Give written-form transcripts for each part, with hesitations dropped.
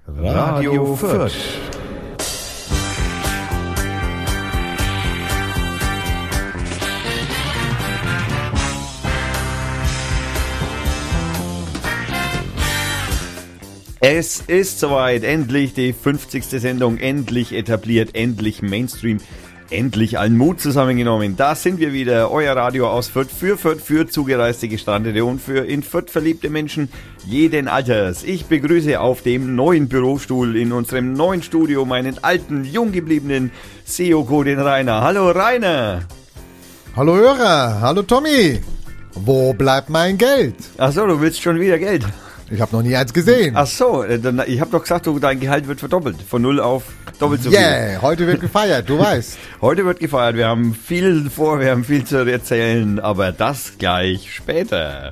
Radio Fürth. Es ist soweit, endlich die 50. Sendung, endlich etabliert, endlich Mainstream, endlich allen Mut zusammengenommen. Da sind wir wieder, euer Radio aus Fürth, für zugereiste, gestrandete und für in Fürth verliebte Menschen jeden Alters. Ich begrüße auf dem neuen Bürostuhl in unserem neuen Studio meinen alten, jung gebliebenen Seoko, den Rainer. Hallo Rainer! Hallo Hörer, hallo Tommy! Wo bleibt mein Geld? Ach so, du willst schon wieder Geld? Ich habe noch nie eins gesehen. Ach so, ich habe doch gesagt, dein Gehalt wird verdoppelt. Von 0 auf doppelt so viel. Yeah, heute wird gefeiert, du weißt. Heute wird gefeiert, wir haben viel vor, wir haben viel zu erzählen, aber das gleich später.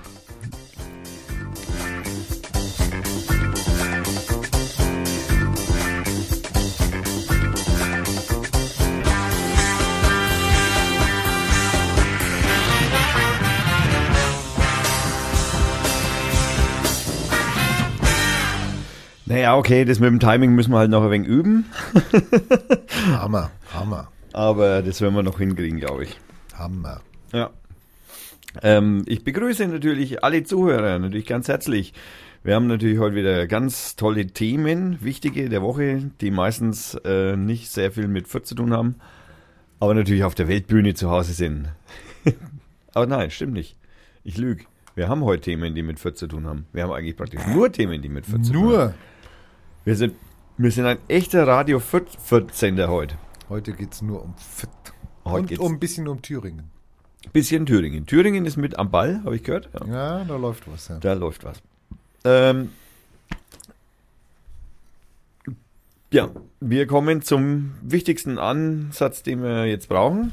Naja, okay, das mit dem Timing müssen wir halt noch ein wenig üben. Hammer. Aber das werden wir noch hinkriegen, glaube ich. Hammer. Ja. Ich begrüße natürlich alle Zuhörer, natürlich ganz herzlich. Wir haben natürlich heute wieder ganz tolle Themen, wichtige der Woche, die meistens nicht sehr viel mit Fürth zu tun haben, aber natürlich auf der Weltbühne zu Hause sind. Aber nein, stimmt nicht. Ich lüge. Wir haben heute Themen, die mit Fürth zu tun haben. Wir haben eigentlich praktisch nur Themen, die mit Fürth zu tun haben. Wir sind ein echter Radio Fürth-Sender heute. Heute geht es nur um Fürth. Und ein bisschen um Thüringen. Bisschen Thüringen. Thüringen ist mit am Ball, habe ich gehört. Ja, da läuft was. Ja. Da läuft was. Ja, wir kommen zum wichtigsten Ansatz, den wir jetzt brauchen.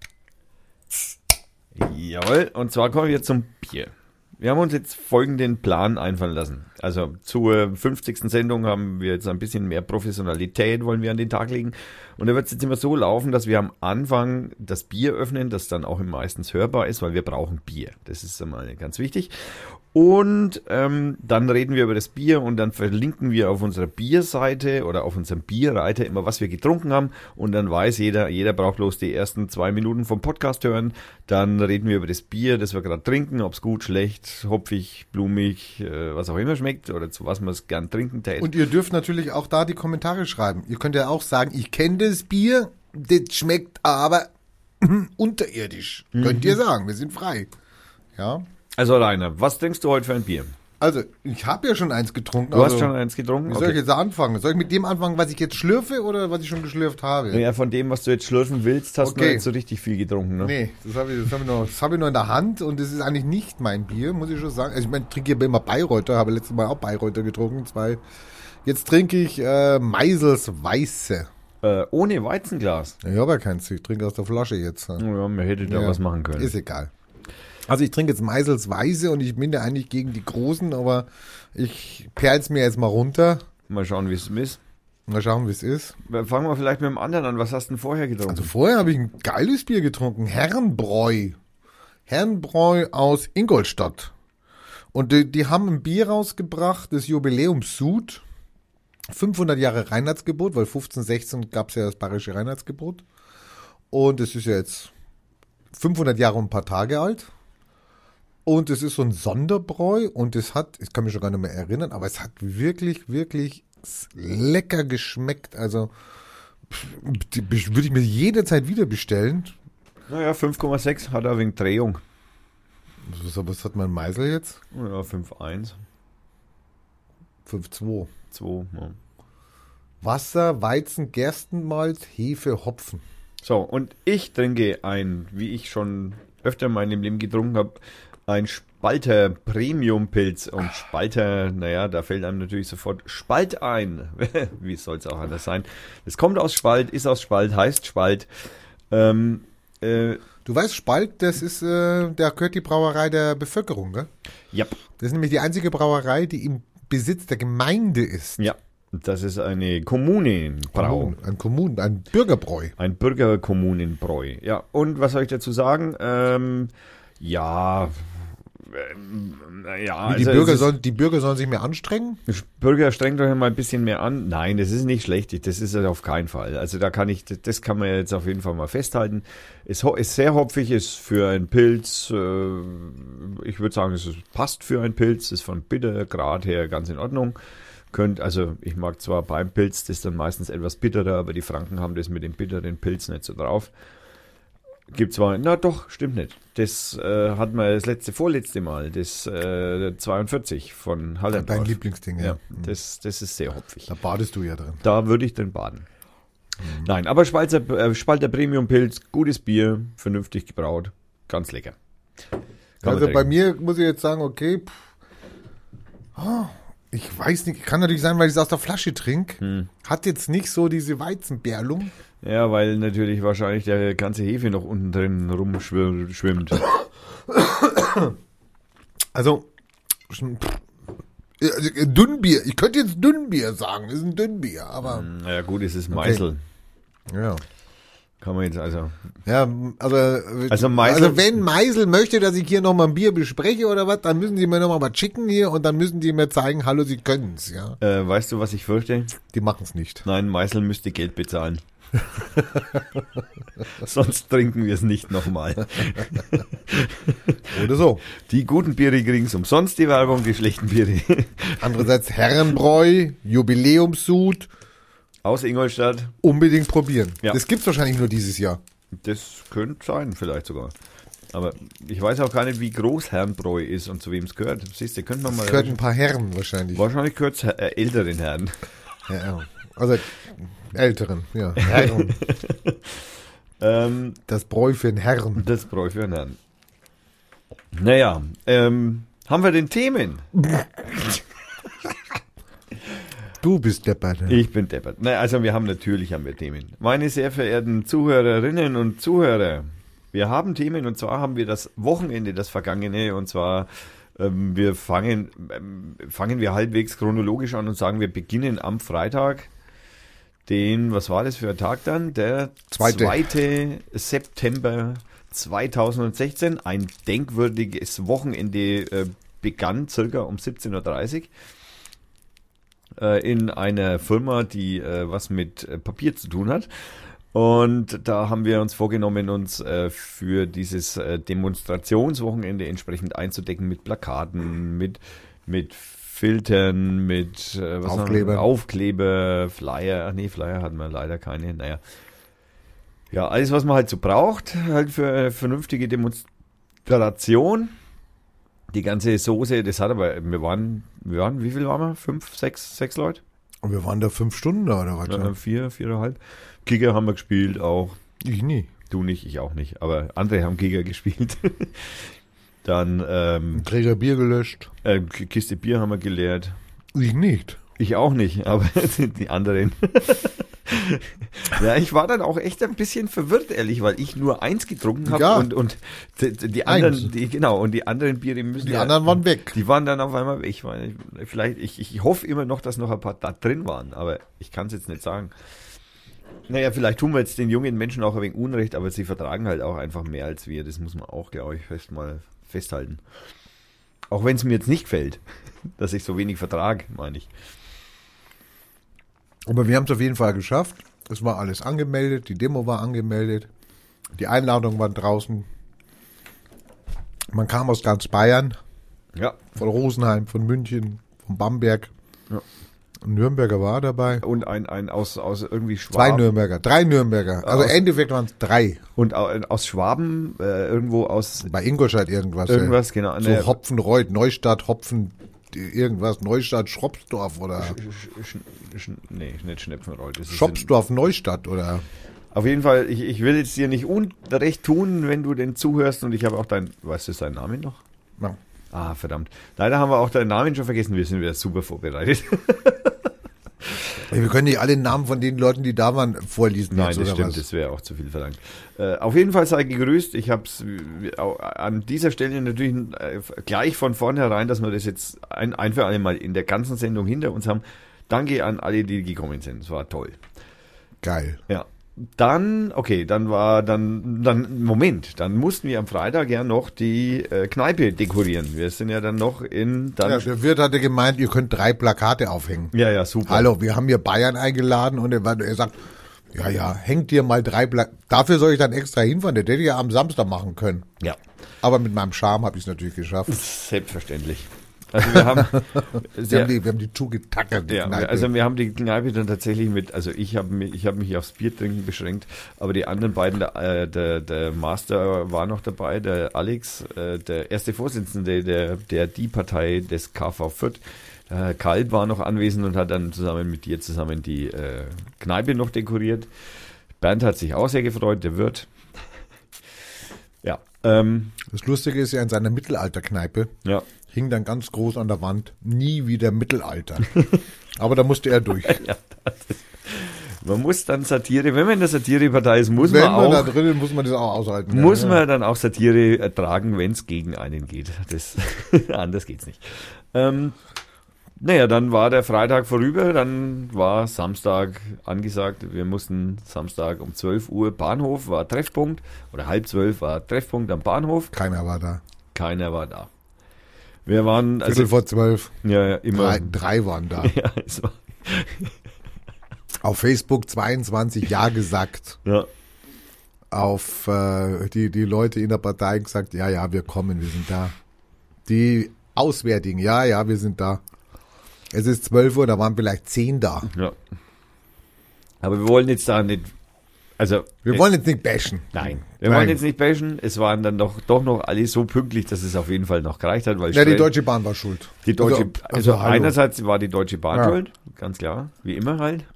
Jawohl, und zwar kommen wir zum Bier. Wir haben uns jetzt folgenden Plan einfallen lassen. Also zur 50. Sendung haben wir jetzt ein bisschen mehr Professionalität, wollen wir an den Tag legen. Und da wird es jetzt immer so laufen, dass wir am Anfang das Bier öffnen, das dann auch meistens hörbar ist, weil wir brauchen Bier. Das ist einmal ganz wichtig. Und dann reden wir über das Bier und dann verlinken wir auf unserer Bierseite oder auf unserem Bierreiter immer, was wir getrunken haben. Und dann weiß jeder braucht bloß die ersten 2 Minuten vom Podcast hören. Dann reden wir über das Bier, das wir gerade trinken, ob es gut, schlecht, hopfig, blumig, was auch immer schmeckt oder zu was man es gern trinken täte. Und ihr dürft natürlich auch da die Kommentare schreiben. Ihr könnt ja auch sagen, ich kenne das Bier, das schmeckt aber unterirdisch. Könnt ihr sagen, wir sind frei. Ja. Also Rainer, was trinkst du heute für ein Bier? Also, ich habe ja schon eins getrunken. Du hast schon eins getrunken? Wie soll ich jetzt anfangen? Soll ich mit dem anfangen, was ich jetzt schlürfe oder was ich schon geschlürft habe? Ja, von dem, was du jetzt schlürfen willst, hast du noch nicht so richtig viel getrunken, ne? Nee, das hab ich noch in der Hand und das ist eigentlich nicht mein Bier, muss ich schon sagen. Also ich meine, ich trinke ja immer Bayreuther, habe letztes Mal auch Bayreuther getrunken, 2. Jetzt trinke ich Meisels Weiße. Ohne Weizenglas? Ich habe ja keins, ich trinke aus der Flasche jetzt. Ja, man hätte da was machen können. Ist egal. Also ich trinke jetzt Meisels Weiße und ich bin ja eigentlich gegen die Großen, aber ich perl's mir jetzt mal runter. Mal schauen, wie es ist. Mal schauen, wie es ist. Fangen wir vielleicht mit dem anderen an. Was hast du denn vorher getrunken? Also vorher habe ich ein geiles Bier getrunken. Herrenbräu aus Ingolstadt. Und die haben ein Bier rausgebracht, das Jubiläumssud. 500 Jahre Reinheitsgebot, weil 1516 gab es ja das bayerische Reinheitsgebot. Und es ist ja jetzt 500 Jahre und ein paar Tage alt. Und es ist so ein Sonderbräu und es hat, ich kann mich schon gar nicht mehr erinnern, aber es hat wirklich, wirklich lecker geschmeckt. Also würde ich mir jederzeit wieder bestellen. Naja, 5,6 hat er ein wenig Drehung. Was hat mein Meisel jetzt? Ja, 5,1. 5,2. 2, ja. Wasser, Weizen, Gerstenmalz, Hefe, Hopfen. So, und ich trinke wie ich schon öfter in meinem Leben getrunken habe, ein Spalter Premium-Pilz. Und Spalter, naja, da fällt einem natürlich sofort Spalt ein. Wie soll es auch anders sein? Es kommt aus Spalt, ist aus Spalt, heißt Spalt. Du weißt, Spalt, da gehört die Brauerei der Bevölkerung, ne? Ja. Das ist nämlich die einzige Brauerei, die im Besitz der Gemeinde ist. Ja. Das ist eine Kommunenbrau. Ein Bürgerbräu. Ein Bürgerkommunenbräu. Ja, und was soll ich dazu sagen? Ja, naja, Die Bürger sollen sich mehr anstrengen? Bürger, strengt euch mal ein bisschen mehr an. Nein, das ist nicht schlecht. Das ist es auf keinen Fall. Also das kann man jetzt auf jeden Fall mal festhalten. Es ist sehr hopfig, ist für einen Pilz, ich würde sagen, passt für einen Pilz, ist von Bittergrad her ganz in Ordnung. Also ich mag zwar beim Pilz, das ist dann meistens etwas bitterer, aber die Franken haben das mit dem bitteren Pilz nicht so drauf. Gibt zwar, na doch, stimmt nicht. Das hatten wir das vorletzte Mal, das 42 von Hallenbach. Dein Lieblingsding, ja. Das ist sehr hopfig. Da badest du ja drin. Da würde ich drin baden. Nein, aber Spalter Premium Pilz, gutes Bier, vernünftig gebraut, ganz lecker. Also bei mir muss ich jetzt sagen, okay, ich weiß nicht, kann natürlich sein, weil ich es aus der Flasche trinke. Hat jetzt nicht so diese Weizenperlung. Ja, weil natürlich wahrscheinlich der ganze Hefe noch unten drin rumschwimmt. Also, Dünnbier. Ich könnte jetzt Dünnbier sagen. Das ist ein Dünnbier, aber. Naja, gut, es ist Meißel. Okay. Ja. Kann man jetzt also. Ja, also Meißel. Also wenn Meißel möchte, dass ich hier nochmal ein Bier bespreche oder was, dann müssen sie mir nochmal was schicken hier und dann müssen die mir zeigen, hallo, sie können's, ja. Weißt du, was ich fürchte? Die machen's nicht. Nein, Meißel müsste Geld bezahlen. Sonst trinken wir es nicht nochmal. Oder so. Die guten Biere kriegen es umsonst, die Werbung, die schlechten Biere. Andererseits Herrenbräu, Jubiläumssud. Aus Ingolstadt. Unbedingt probieren. Ja. Das gibt's wahrscheinlich nur dieses Jahr. Das könnte sein, vielleicht sogar. Aber ich weiß auch gar nicht, wie groß Herrenbräu ist und zu wem es gehört. Siehst du, könnte man mal. Es gehört ein paar Herren wahrscheinlich. Wahrscheinlich gehört es älteren Herren. Ja, also älteren, ja. Herren. Das Bräu für den Herren. Das Bräu für den Herren. Naja, haben wir den Themen? Du bist deppert. Ja. Ich bin deppert. Naja, also wir haben Themen. Meine sehr verehrten Zuhörerinnen und Zuhörer, wir haben Themen und zwar haben wir das Wochenende, das vergangene, und zwar fangen wir halbwegs chronologisch an und sagen, wir beginnen am Freitag, was war das für ein Tag dann? Der 2. September 2016. Ein denkwürdiges Wochenende begann circa um 17:30 Uhr in einer Firma, die was mit Papier zu tun hat. Und da haben wir uns vorgenommen, uns für dieses Demonstrationswochenende entsprechend einzudecken mit Plakaten, mit Filtern, mit Aufkleber, Flyer. Ach nee, Flyer hatten wir leider keine. Naja. Ja, alles, was man halt so braucht, halt für eine vernünftige Demonstration. Die ganze Soße, das hat aber, wir waren, wie viel waren wir? 5, 6 Leute? Und wir waren da 5 Stunden da, oder was? 4,5. Kicker haben wir gespielt auch. Ich nie. Du nicht, ich auch nicht. Aber andere haben Kicker gespielt. Dann Träger Bier gelöscht. Kiste Bier haben wir geleert. Ich nicht. Ich auch nicht, aber die anderen. Ja, ich war dann auch echt ein bisschen verwirrt, ehrlich, weil ich nur 1 getrunken habe ja. und die anderen, und die anderen Biere müssen. Die anderen waren weg. Die waren dann auf einmal weg. Ich hoffe immer noch, dass noch ein paar da drin waren, aber ich kann es jetzt nicht sagen. Naja, vielleicht tun wir jetzt den jungen Menschen auch ein wenig Unrecht, aber sie vertragen halt auch einfach mehr als wir. Das muss man auch, glaube ich, festhalten. Auch wenn es mir jetzt nicht gefällt, dass ich so wenig vertrage, meine ich. Aber wir haben es auf jeden Fall geschafft. Es war alles angemeldet, die Demo war angemeldet, die Einladungen waren draußen. Man kam aus ganz Bayern, ja, von Rosenheim, von München, von Bamberg. Ja. Ein Nürnberger war dabei. Und ein aus irgendwie drei Schwaben. Nürnberger. Also im Endeffekt waren es 3. Und aus Schwaben, irgendwo aus... Bei Ingolstadt irgendwas. Irgendwas, genau. So Hopfenreuth, Neustadt, irgendwas, Neustadt, Schropsdorf oder... Nee, nicht Schnepfenreuth. Schropsdorf, Neustadt oder... Auf jeden Fall, ich will jetzt dir nicht Unrecht tun, wenn du den zuhörst und ich habe auch weißt du seinen Namen noch? Ja. Ah, verdammt. Leider haben wir auch deinen Namen schon vergessen, wir sind wieder super vorbereitet. Wir können nicht alle Namen von den Leuten, die da waren, vorlesen. Nein, jetzt, das oder stimmt, was? das wäre auch zu viel verlangt. Auf jeden Fall sei gegrüßt. Ich habe es an dieser Stelle natürlich gleich von vornherein, dass wir das jetzt ein für alle Mal in der ganzen Sendung hinter uns haben. Danke an alle, die gekommen sind. Es war toll. Geil. Ja. dann mussten wir am Freitag ja noch die Kneipe dekorieren. Wir sind ja dann noch der Wirt hatte gemeint, ihr könnt 3 Plakate aufhängen. Ja, super. Hallo, wir haben hier Bayern eingeladen und er sagt, ja, hängt dir mal 3 Plakate. Dafür soll ich dann extra hinfahren, das hätte ich ja am Samstag machen können. Ja. Aber mit meinem Charme habe ich es natürlich geschafft. Selbstverständlich. Also wir haben wir haben die zugetackert, die Kneipe. Also wir haben die Kneipe dann tatsächlich ich habe mich aufs Biertrinken beschränkt, aber die anderen beiden, der Master war noch dabei, der Alex, der erste Vorsitzende der Die-Partei des KV Fürth, Kalb war noch anwesend und hat dann mit dir zusammen die Kneipe noch dekoriert. Bernd hat sich auch sehr gefreut, der Wirt. Ja. Das Lustige ist ja, in seiner Mittelalterkneipe hing dann ganz groß an der Wand, nie wieder Mittelalter. Aber da musste er durch. Ja, man muss dann Satire, wenn man in der Satirepartei ist, muss da drin muss man das auch aushalten. Muss man dann auch Satire ertragen, wenn es gegen einen geht. Anders geht's nicht. Dann war der Freitag vorüber, dann war Samstag angesagt. Wir mussten Samstag um 12 Uhr Bahnhof, war Treffpunkt, oder 11:30 war Treffpunkt am Bahnhof. Keiner war da. Wir waren... Viertel vor 12. Ja, immer. 3 waren da. Ja, es war... Auf Facebook 22 Ja gesagt. Ja. Auf die Leute in der Partei gesagt, ja, wir kommen, wir sind da. Die Auswärtigen, ja, wir sind da. Es ist 12 Uhr, da waren vielleicht 10 da. Ja. Aber wir wollen jetzt da nicht... Also, wir wollen jetzt nicht bashen. Nein, wir wollen jetzt nicht bashen. Es waren dann doch noch alle so pünktlich, dass es auf jeden Fall noch gereicht hat. Weil die Deutsche Bahn war schuld. Also einerseits war die Deutsche Bahn schuld, ganz klar, wie immer halt.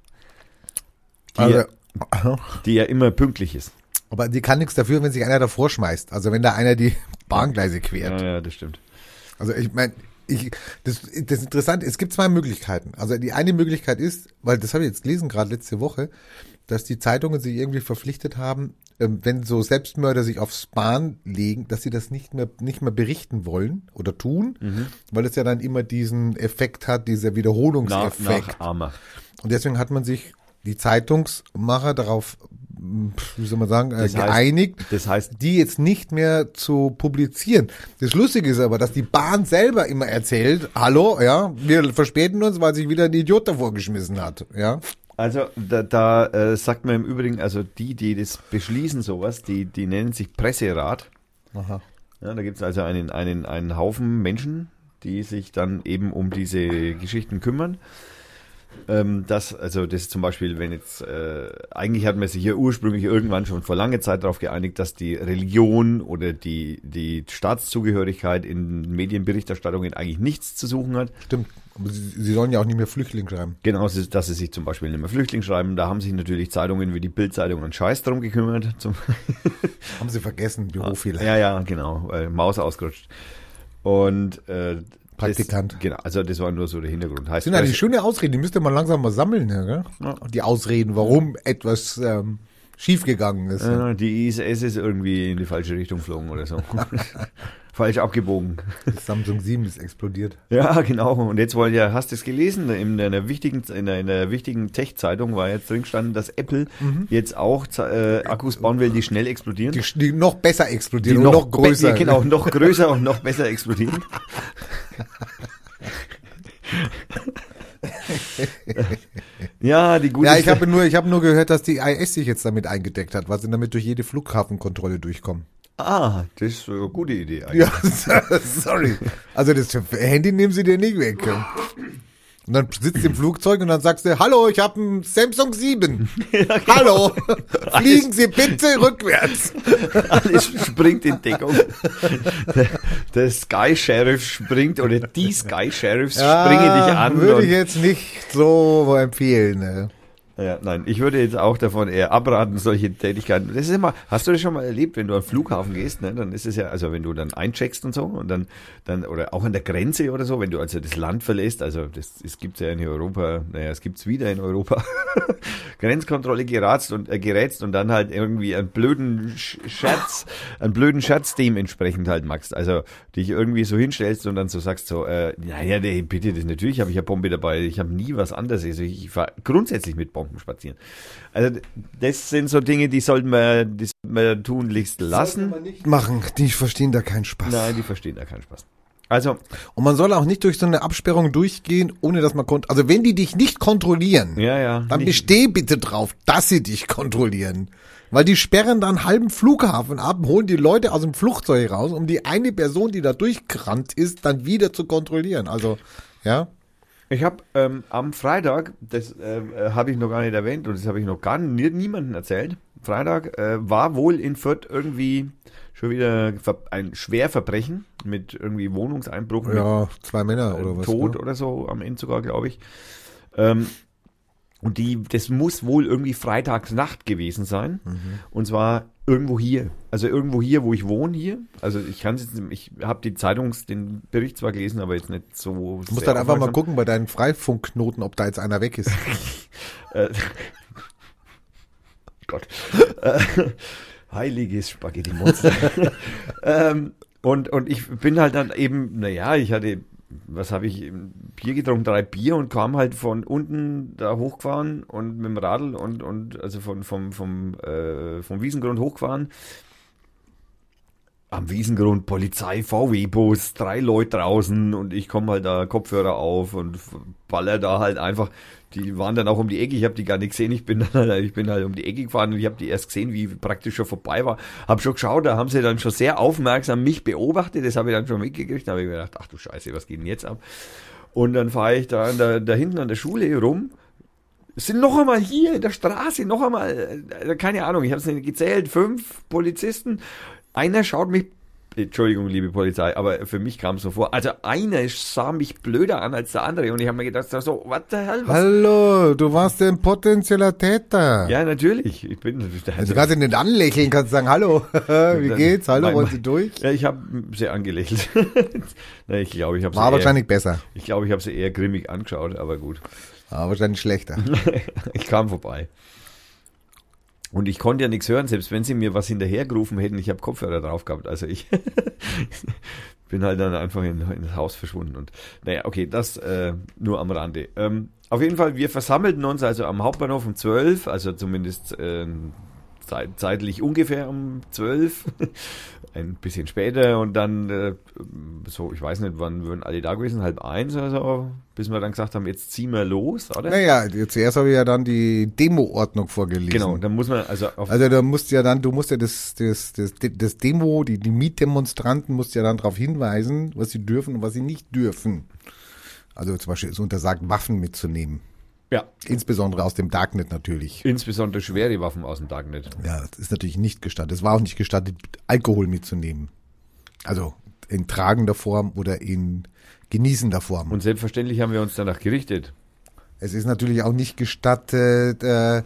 Die ja immer pünktlich ist. Aber die kann nichts dafür, wenn sich einer davor schmeißt. Also wenn da einer die Bahngleise quert. Ja, das stimmt. Also ich meine, das Interessante, es gibt 2 Möglichkeiten. Also die eine Möglichkeit ist, weil das habe ich jetzt gelesen, gerade letzte Woche, dass die Zeitungen sich irgendwie verpflichtet haben, wenn so Selbstmörder sich aufs Bahn legen, dass sie das nicht mehr berichten wollen oder tun, weil es ja dann immer diesen Effekt hat, dieser Wiederholungseffekt. Nachahmer. Und deswegen hat man sich die Zeitungsmacher darauf, wie soll man sagen, geeinigt, die jetzt nicht mehr zu publizieren. Das Lustige ist aber, dass die Bahn selber immer erzählt, hallo, ja, wir verspäten uns, weil sich wieder ein Idiot davor geschmissen hat, ja. Also da sagt man im Übrigen, also die das beschließen sowas, die nennen sich Presserat. Aha. Ja, da gibt es also einen Haufen Menschen, die sich dann eben um diese Geschichten kümmern. Das ist zum Beispiel, wenn jetzt, eigentlich hat man sich ja ursprünglich irgendwann schon vor langer Zeit darauf geeinigt, dass die Religion oder die Staatszugehörigkeit in Medienberichterstattungen eigentlich nichts zu suchen hat. Stimmt, aber sie sollen ja auch nicht mehr Flüchtling schreiben. Genau, dass sie sich zum Beispiel nicht mehr Flüchtling schreiben. Da haben sich natürlich Zeitungen wie die Bild-Zeitung und Scheiß drum gekümmert. Haben sie vergessen, Bürofehler. Ja, genau, Maus ausgerutscht. Und Praktikant. Genau, also das war nur so der Hintergrund. Das sind eigentlich schöne Ausreden, die müsst ihr mal langsam mal sammeln, ja, ja. Die Ausreden, warum etwas schiefgegangen ist. Die ISS ist irgendwie in die falsche Richtung geflogen oder so. Falsch abgebogen. Das Samsung 7 ist explodiert. Ja, genau. Und jetzt hast du es gelesen, in einer wichtigen Tech-Zeitung war jetzt drin gestanden, dass Apple jetzt auch Akkus bauen will, die schnell explodieren. Die noch besser explodieren und noch größer. Genau, noch größer und noch besser explodieren. Ja, die gute. Ja, ich habe nur gehört, dass die IS sich jetzt damit eingedeckt hat, weil sie damit durch jede Flughafenkontrolle durchkommen. Ah, das ist eine gute Idee eigentlich. Ja, sorry. Also das Handy nehmen sie dir nicht weg. Und dann sitzt du im Flugzeug und dann sagst du, hallo, ich habe ein Samsung 7. Ja, genau. Hallo, fliegen Sie bitte rückwärts. Alles springt in Deckung. Der Sky Sheriff springt oder die Sky Sheriffs springen dich an. Würde ich jetzt nicht so empfehlen. Ne? Ja, nein, ich würde jetzt auch davon eher abraten, solche Tätigkeiten. Das ist immer, hast du das schon mal erlebt, wenn du am Flughafen gehst, ne, dann ist es ja, also wenn du dann eincheckst und so und dann, oder auch an der Grenze oder so, wenn du also das Land verlässt, also es gibt's ja in Europa, es gibt's wieder in Europa, Grenzkontrolle gerätst und dann halt irgendwie einen blöden Scherz dementsprechend halt machst. Also dich irgendwie so hinstellst und dann so sagst so, bitte, natürlich habe ich ja Bombe dabei, ich habe nie was anderes, also ich fahre grundsätzlich mit Bomben. spazieren. Also das sind so Dinge, die sollten wir tunlichst lassen. Nicht machen, die verstehen da keinen Spaß. Nein, die verstehen da keinen Spaß. Also, und man soll auch nicht durch so eine Absperrung durchgehen, ohne dass man also wenn die dich nicht kontrollieren, dann besteh bitte drauf, dass sie dich kontrollieren. Weil die sperren da einen halben Flughafen ab, holen die Leute aus dem Flugzeug raus, um die eine Person, die da durchgerannt ist, dann wieder zu kontrollieren. Also, ja. Ich habe am Freitag, das habe ich noch gar nicht erwähnt und das habe ich noch niemandem erzählt. Freitag war wohl in Fürth irgendwie schon wieder ein Schwerverbrechen mit irgendwie Wohnungseinbruch. Ja, 2 Männer oder was. Tod oder so, am Ende sogar, glaube ich. Und das muss wohl irgendwie Freitagsnacht gewesen sein. Und zwar irgendwo hier. Also irgendwo hier, wo ich wohne hier. Also ich habe den Bericht zwar gelesen, aber jetzt nicht so. Du musst halt einfach mal gucken bei deinen Freifunkknoten, ob da jetzt einer weg ist. Gott. Heiliges Spaghetti-Monster. Und ich bin halt dann eben, ich hatte, was habe ich, Bier getrunken, 3 Bier und kam halt von unten da hochgefahren und mit dem Radl und also vom Wiesengrund hochgefahren. Am Wiesengrund Polizei, VW-Bus, 3 Leute draußen und ich komme halt da Kopfhörer auf und baller da halt einfach. Die waren dann auch um die Ecke, ich habe die gar nicht gesehen, ich bin halt um die Ecke gefahren und ich habe die erst gesehen, wie praktisch schon vorbei war. Hab schon geschaut, da haben sie dann schon sehr aufmerksam mich beobachtet, das habe ich dann schon mitgekriegt, da habe ich mir gedacht, ach du Scheiße, was geht denn jetzt ab? Und dann fahre ich da hinten an der Schule rum, sind noch einmal hier in der Straße, noch einmal, keine Ahnung, ich habe es nicht gezählt, 5 Polizisten, einer schaut mich, Entschuldigung, liebe Polizei, aber für mich kam es so vor. Also einer sah mich blöder an als der andere und ich habe mir gedacht, so, what the hell? Hallo, du warst ein potenzieller Täter. Ja, natürlich. Ich bin. Also kannst du nicht anlächeln, kannst sagen, hallo, wie geht's? Hallo, wollen Sie durch? Ja, ich habe sie angelächelt. Ich glaube, ich habe sie war wahrscheinlich besser. Ich glaube, ich habe sie eher grimmig angeschaut, aber gut. War wahrscheinlich schlechter. Ich kam vorbei. Und ich konnte ja nichts hören, selbst wenn sie mir was hinterhergerufen hätten. Ich habe Kopfhörer drauf gehabt. Also ich bin halt dann einfach ins Haus verschwunden. Und naja, okay, das nur am Rande. Auf jeden Fall, wir versammelten uns also am Hauptbahnhof um 12, also zumindest zeitlich ungefähr um 12, ein bisschen später und dann so, ich weiß nicht, wann würden alle da gewesen, 12:30 oder so, bis wir dann gesagt haben, jetzt ziehen wir los, oder? Naja, zuerst habe ich ja dann die Demo-Ordnung vorgelesen. Genau, dann muss man du musst ja das Demo, die Mietdemonstranten musst ja dann darauf hinweisen, was sie dürfen und was sie nicht dürfen. Also zum Beispiel ist untersagt, Waffen mitzunehmen. Ja. Insbesondere aus dem Darknet natürlich. Insbesondere schwere Waffen aus dem Darknet. Ja, das ist natürlich nicht gestattet. Es war auch nicht gestattet, Alkohol mitzunehmen. Also in tragender Form oder in genießender Form. Und selbstverständlich haben wir uns danach gerichtet. Es ist natürlich auch nicht gestattet,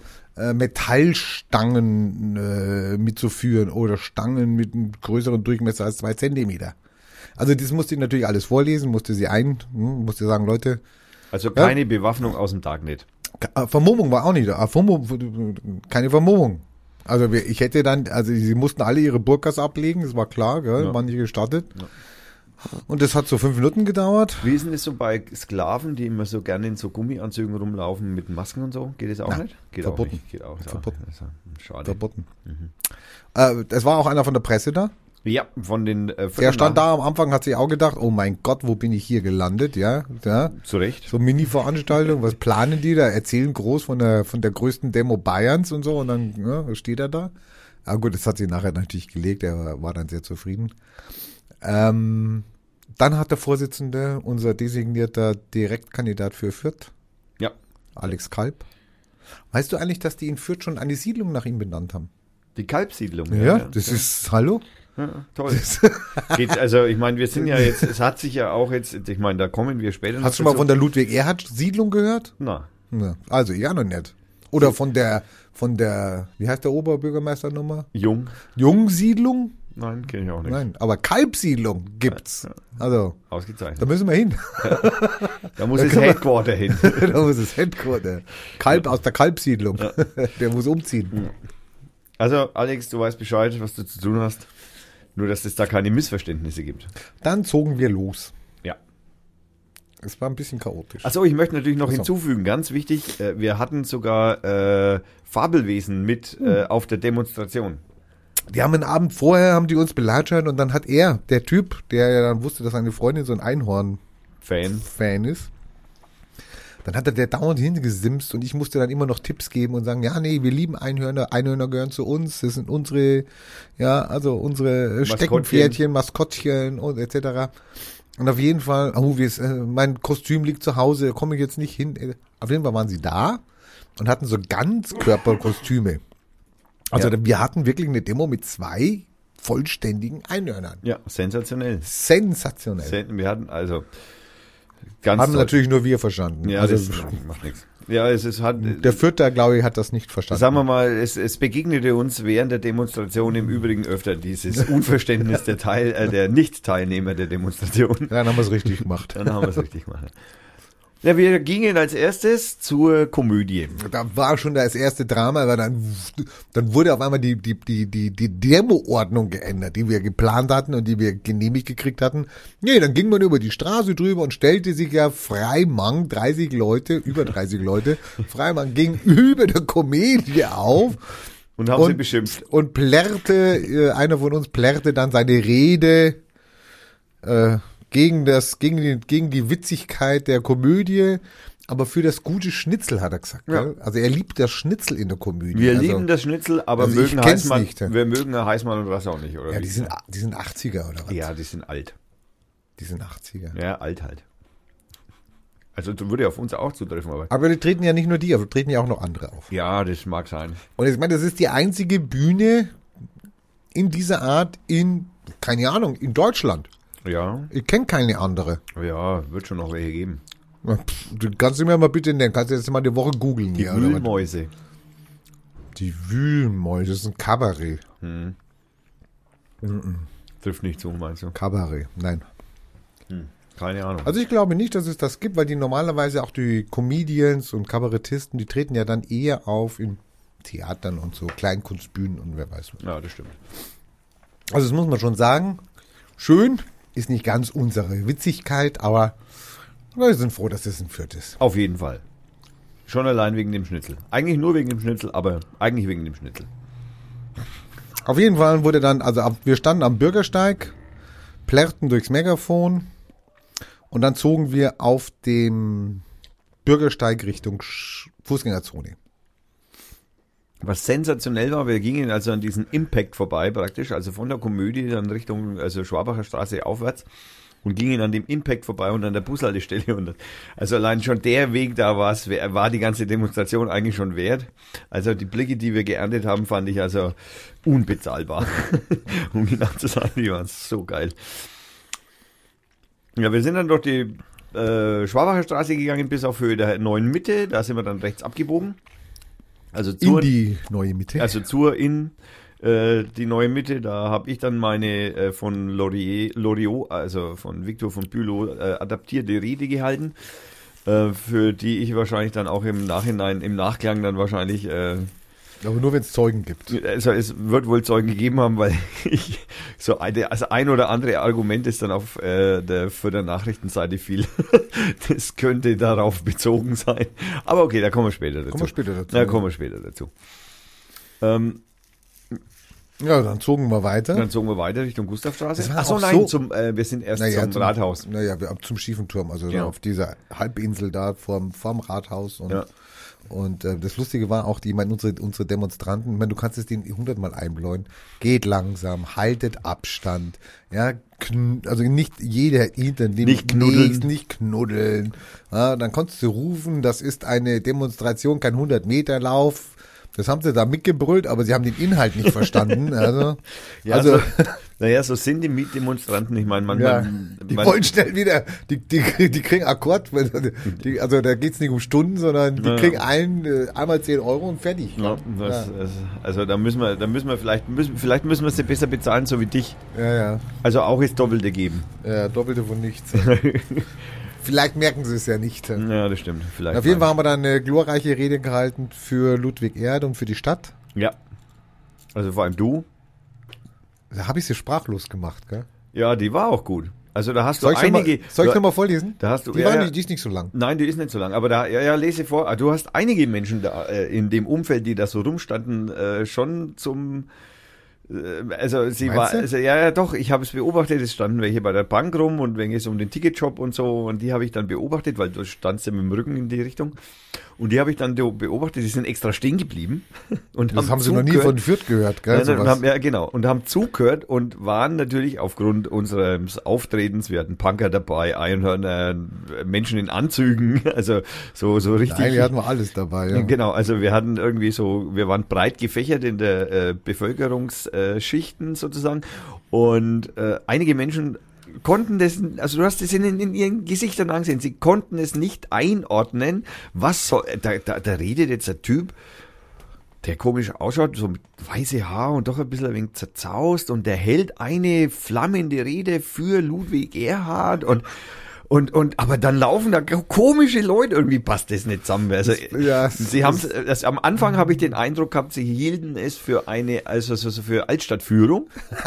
Metallstangen mitzuführen oder Stangen mit einem größeren Durchmesser als 2 Zentimeter. Also das musste ich natürlich alles vorlesen, musste sagen, Leute. Also keine Bewaffnung aus dem Darknet. Vermummung war auch nicht da. Keine Vermummung. Also ich hätte dann, sie mussten alle ihre Burkas ablegen, das war klar, gell, ja. War nicht gestattet. Ja. Und das hat so 5 Minuten gedauert. Wie ist denn das so bei Sklaven, die immer so gerne in so Gummianzügen rumlaufen mit Masken und so? Geht das auch nicht? Geht verboten. Auch nicht. Geht auch. Verboten. Schade. Verboten. Es war auch einer von der Presse da. Ja, von den der stand da am Anfang, hat sich auch gedacht, oh mein Gott, wo bin ich hier gelandet, ja. Zu Recht. So Mini-Veranstaltung, was planen die da? Erzählen groß von der größten Demo Bayerns und so und dann steht er da. Aber gut, das hat sich nachher natürlich gelegt, er war dann sehr zufrieden. Dann hat der Vorsitzende, unser designierter Direktkandidat für Fürth, ja, Alex Kalb. Weißt du eigentlich, dass die in Fürth schon eine Siedlung nach ihm benannt haben? Die Kalb-Siedlung? Ja, das ist, hallo? Ja, toll. Also ich meine, wir sind ja jetzt, es hat sich ja auch jetzt, ich meine, da kommen wir später noch. Hast du mal von der Ludwig-Erhard-Siedlung gehört? Na. Ja, also, ja, noch nicht. Oder von der, wie heißt der Oberbürgermeisternummer? Jung-Siedlung? Nein, kenne ich auch nicht. Nein, aber Kalb-Siedlung gibt's. Ja. Also. Ausgezeichnet. Da müssen wir hin. Da muss das Headquarter hin. Da muss das Headquarter. Kalb aus der Kalb-Siedlung. Ja. Der muss umziehen. Also, Alex, du weißt Bescheid, was du zu tun hast. Nur, dass es da keine Missverständnisse gibt. Dann zogen wir los. Ja. Es war ein bisschen chaotisch. Achso, ich möchte natürlich noch Achso. hinzufügen, ganz wichtig, wir hatten sogar Fabelwesen mit auf der Demonstration. Die haben einen Abend vorher, haben die uns belatschert und dann hat er, der Typ, der ja dann wusste, dass seine Freundin so ein Einhorn-Fan Fan. ist, dann hat er der dauernd hingesimst und ich musste dann immer noch Tipps geben und sagen, ja, nee, wir lieben Einhörner, Einhörner gehören zu uns, das sind unsere, ja, also unsere Steckenpferdchen, Maskottchen und etc. Und auf jeden Fall, mein Kostüm liegt zu Hause, komme ich jetzt nicht hin. Auf jeden Fall waren sie da und hatten so Ganzkörperkostüme. Also wir hatten wirklich eine Demo mit 2 vollständigen Einhörnern. Ja, sensationell. Sensationell. Wir hatten also ganz Haben toll. natürlich nur wir verstanden. Ja, also, das macht nichts. Ja, es hat. der Fürther, glaube ich, hat das nicht verstanden. Sagen wir mal, es begegnete uns während der Demonstration im Übrigen öfter dieses Unverständnis der Nicht-Teilnehmer der Demonstration. Dann haben wir es richtig gemacht. Dann haben wir es richtig gemacht. Ja, wir gingen als erstes zur Komödie. Da war schon das erste Drama, aber dann wurde auf einmal die Demo-Ordnung geändert, die wir geplant hatten und die wir genehmigt gekriegt hatten. Nee, dann ging man über die Straße drüber und stellte sich ja Freimann, über 30 Leute, Freimann gegenüber der Komödie auf. Und haben sie beschimpft. Und plärrte, einer von uns plärrte dann seine Rede, gegen die Witzigkeit der Komödie, aber für das gute Schnitzel, hat er gesagt. Ja. Gell? Also er liebt das Schnitzel in der Komödie. Wir lieben das Schnitzel, aber also ich mögen kenn's Heißmann, nicht. wir mögen Heißmann und was auch nicht, oder? Ja, wie? die sind 80er oder was? Ja, die sind alt. Die sind 80er. Ja, alt halt. Also das würde ja auf uns auch zutreffen, aber. Aber die treten ja nicht nur die auf, die treten ja auch noch andere auf. Ja, das mag sein. Und ich meine, das ist die einzige Bühne in dieser Art keine Ahnung, in Deutschland. Ja, Ich kenne keine andere. ja, wird schon noch welche geben. Du kannst du mir mal bitte nennen, kannst du jetzt mal eine Woche googeln. Die hier, oder was? Wühlmäuse. Die Wühlmäuse, das ist ein Kabarett. Trifft nicht zu, meinst du? Kabarett, nein. Keine Ahnung. Also ich glaube nicht, dass es das gibt, weil die normalerweise auch die Comedians und Kabarettisten, die treten ja dann eher auf in Theatern und so, Kleinkunstbühnen und wer weiß was. Ja, das stimmt. Also das muss man schon sagen, schön, ist nicht ganz unsere Witzigkeit, aber wir sind froh, dass das in Fürth ist. Auf jeden Fall. Schon allein wegen dem Schnitzel. Eigentlich nur wegen dem Schnitzel, aber eigentlich wegen dem Schnitzel. Auf jeden Fall wurde dann, wir standen am Bürgersteig, plärrten durchs Megafon und dann zogen wir auf dem Bürgersteig Richtung Fußgängerzone. Was sensationell war, wir gingen also an diesen Impact vorbei praktisch, also von der Komödie dann Richtung, also Schwabacher Straße aufwärts und gingen an dem Impact vorbei und an der Bushaltestelle und also allein schon der Weg da war die ganze Demonstration eigentlich schon wert. Also die Blicke, die wir geerntet haben, fand ich also unbezahlbar. Um genau zu sagen, die waren so geil. Ja, wir sind dann durch die Schwabacher Straße gegangen bis auf Höhe der neuen Mitte, da sind wir dann rechts abgebogen. Also In die neue Mitte. Also die neue Mitte, da habe ich dann meine von Loriot, also von Victor von Bülow, adaptierte Rede gehalten, für die ich wahrscheinlich dann auch im Nachklang dann wahrscheinlich, aber nur wenn es Zeugen gibt. also es wird wohl Zeugen gegeben haben, weil ich ein oder andere Argument ist dann auf für der Nachrichtenseite viel. Das könnte darauf bezogen sein. Aber okay, da kommen wir später dazu. Ja, kommen wir später dazu. Ja, dann zogen wir weiter. Dann zogen wir weiter Richtung Gustavstraße. Das war Achso, auch nein, so- wir sind erst zum Rathaus. Naja, zum Schiefenturm, also Ja. auf dieser Halbinsel da vorm Rathaus. Ja. Und das Lustige war auch, unsere Demonstranten, ich meine, du kannst es denen 100-mal einbläuen, geht langsam, haltet Abstand, ja, also nicht jeder hinter dem Nicht knuddeln. Nächsten, nicht knuddeln. Ja, dann konntest du rufen, das ist eine Demonstration, kein 100-Meter-Lauf. Das haben sie da mitgebrüllt, aber sie haben den Inhalt nicht verstanden. Also, Ja, also naja, so sind die Mietdemonstranten. Ich meine, ja, die wollen schnell wieder, die kriegen Akkord, also da geht's nicht um Stunden, sondern die Ja. kriegen einmal 10 Euro und fertig. Ja, also da müssen wir vielleicht müssen wir sie besser bezahlen, so wie dich. Ja. Also auch das Doppelte geben. Ja, Doppelte von nichts. Vielleicht merken sie es ja nicht. Ja, das stimmt. Vielleicht. Auf jeden Fall haben wir dann eine glorreiche Rede gehalten für Ludwig Erd und für die Stadt. Ja. Also vor allem du. Da habe ich sie sprachlos gemacht, gell? Ja, die war auch gut. Also da hast du Soll ich einige. noch mal vorlesen? Da hast du, Die ist nicht so lang. Nein, die ist nicht so lang. Aber da, lese vor. Du hast einige Menschen da in dem Umfeld, die da so rumstanden, schon zum. Also sie Meinst war, du? also, ja doch, ich habe es beobachtet, es standen welche bei der Bank rum und wenn es um den Ticketshop und so und die habe ich dann beobachtet, weil du standst ja mit dem Rücken in die Richtung und die habe ich dann beobachtet, die sind extra stehen geblieben und Das haben sie noch nie zugehört. von Fürth gehört, gell? Nein, und sowas. haben, ja, genau. Und haben zugehört und waren natürlich aufgrund unseres Auftretens, wir hatten Punker dabei, Einhörner, Menschen in Anzügen, also so richtig. Nein, wir hatten wir alles dabei, ja. Genau, also wir hatten irgendwie so, wir waren breit gefächert in der Bevölkerungsschichten sozusagen und einige Menschen konnten das, also du hast es in ihren Gesichtern angesehen, sie konnten es nicht einordnen, was soll, da redet jetzt ein Typ, der komisch ausschaut, so mit weiße Haar und doch ein bisschen ein wenig zerzaust und der hält eine flammende Rede für Ludwig Erhard und aber dann laufen da komische Leute, irgendwie passt das nicht zusammen. Also, Ja, sie haben am Anfang habe ich den Eindruck gehabt, sie hielten es für eine, also so für Altstadtführung.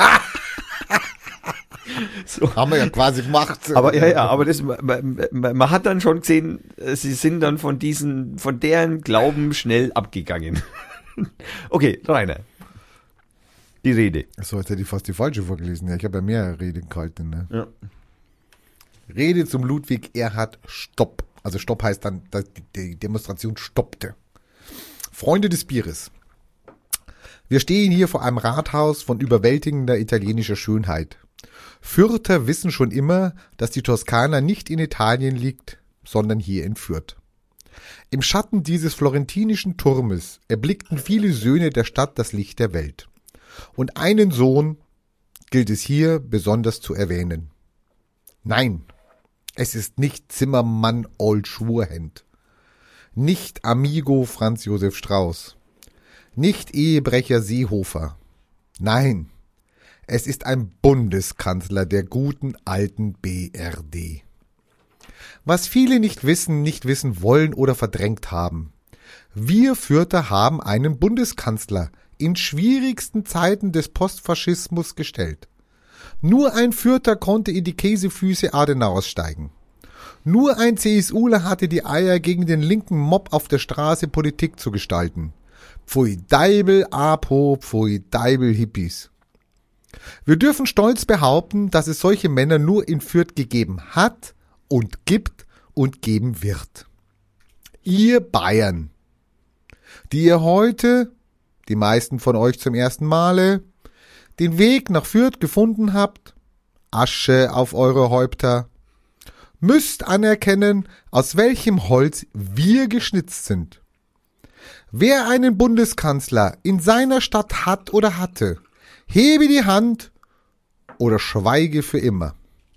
So. Haben wir ja quasi gemacht. Aber aber das, man hat dann schon gesehen, sie sind dann von deren Glauben schnell abgegangen. Okay, Rainer. Die Rede. So, jetzt hätte ich fast die falsche vorgelesen. Ja, ich habe ja mehrere Reden gehalten. Ne? Ja. Rede zum Ludwig Erhard Stopp. Also Stopp heißt dann, dass die Demonstration stoppte. Freunde des Bieres. Wir stehen hier vor einem Rathaus von überwältigender italienischer Schönheit. Fürther wissen schon immer, dass die Toskana nicht in Italien liegt, sondern hier in Fürth. Im Schatten dieses florentinischen Turmes erblickten viele Söhne der Stadt das Licht der Welt. Und einen Sohn gilt es hier besonders zu erwähnen. Nein, es ist nicht Zimmermann Old Schwurhend, nicht Amigo Franz Josef Strauß, nicht Ehebrecher Seehofer. Nein, es ist ein Bundeskanzler der guten alten BRD. Was viele nicht wissen wollen oder verdrängt haben. Wir Fürther haben einen Bundeskanzler in schwierigsten Zeiten des Postfaschismus gestellt. Nur ein Fürther konnte in die Käsefüße Adenauers steigen. Nur ein CSUler hatte die Eier, gegen den linken Mob auf der Straße Politik zu gestalten. Pfui Deibel, Apo, Pfui Deibel, Hippies. Wir dürfen stolz behaupten, dass es solche Männer nur in Fürth gegeben hat und gibt und geben wird. Ihr Bayern, die ihr heute, die meisten von euch zum ersten Male, den Weg nach Fürth gefunden habt, Asche auf eure Häupter, müsst anerkennen, aus welchem Holz wir geschnitzt sind. Wer einen Bundeskanzler in seiner Stadt hat oder hatte, hebe die Hand oder schweige für immer.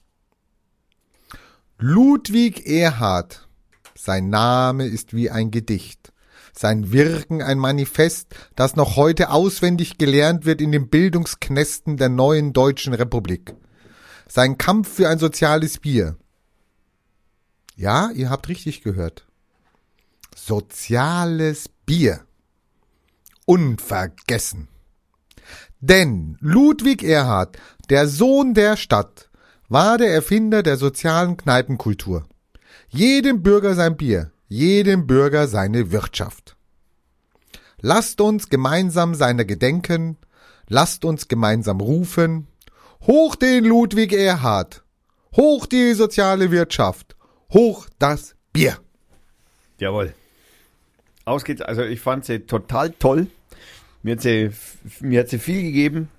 Ludwig Erhard, sein Name ist wie ein Gedicht, sein Wirken ein Manifest, das noch heute auswendig gelernt wird in den Bildungsknästen der neuen deutschen Republik. Sein Kampf für ein soziales Bier. Ja, ihr habt richtig gehört. Soziales Bier. Unvergessen. Denn Ludwig Erhard, der Sohn der Stadt, war der Erfinder der sozialen Kneipenkultur. Jedem Bürger sein Bier, jedem Bürger seine Wirtschaft. Lasst uns gemeinsam seiner gedenken, lasst uns gemeinsam rufen, hoch den Ludwig Erhard, hoch die soziale Wirtschaft, hoch das Bier. Jawohl. Aus geht's. Also ich fand sie total toll. Mir hat sie viel gegeben.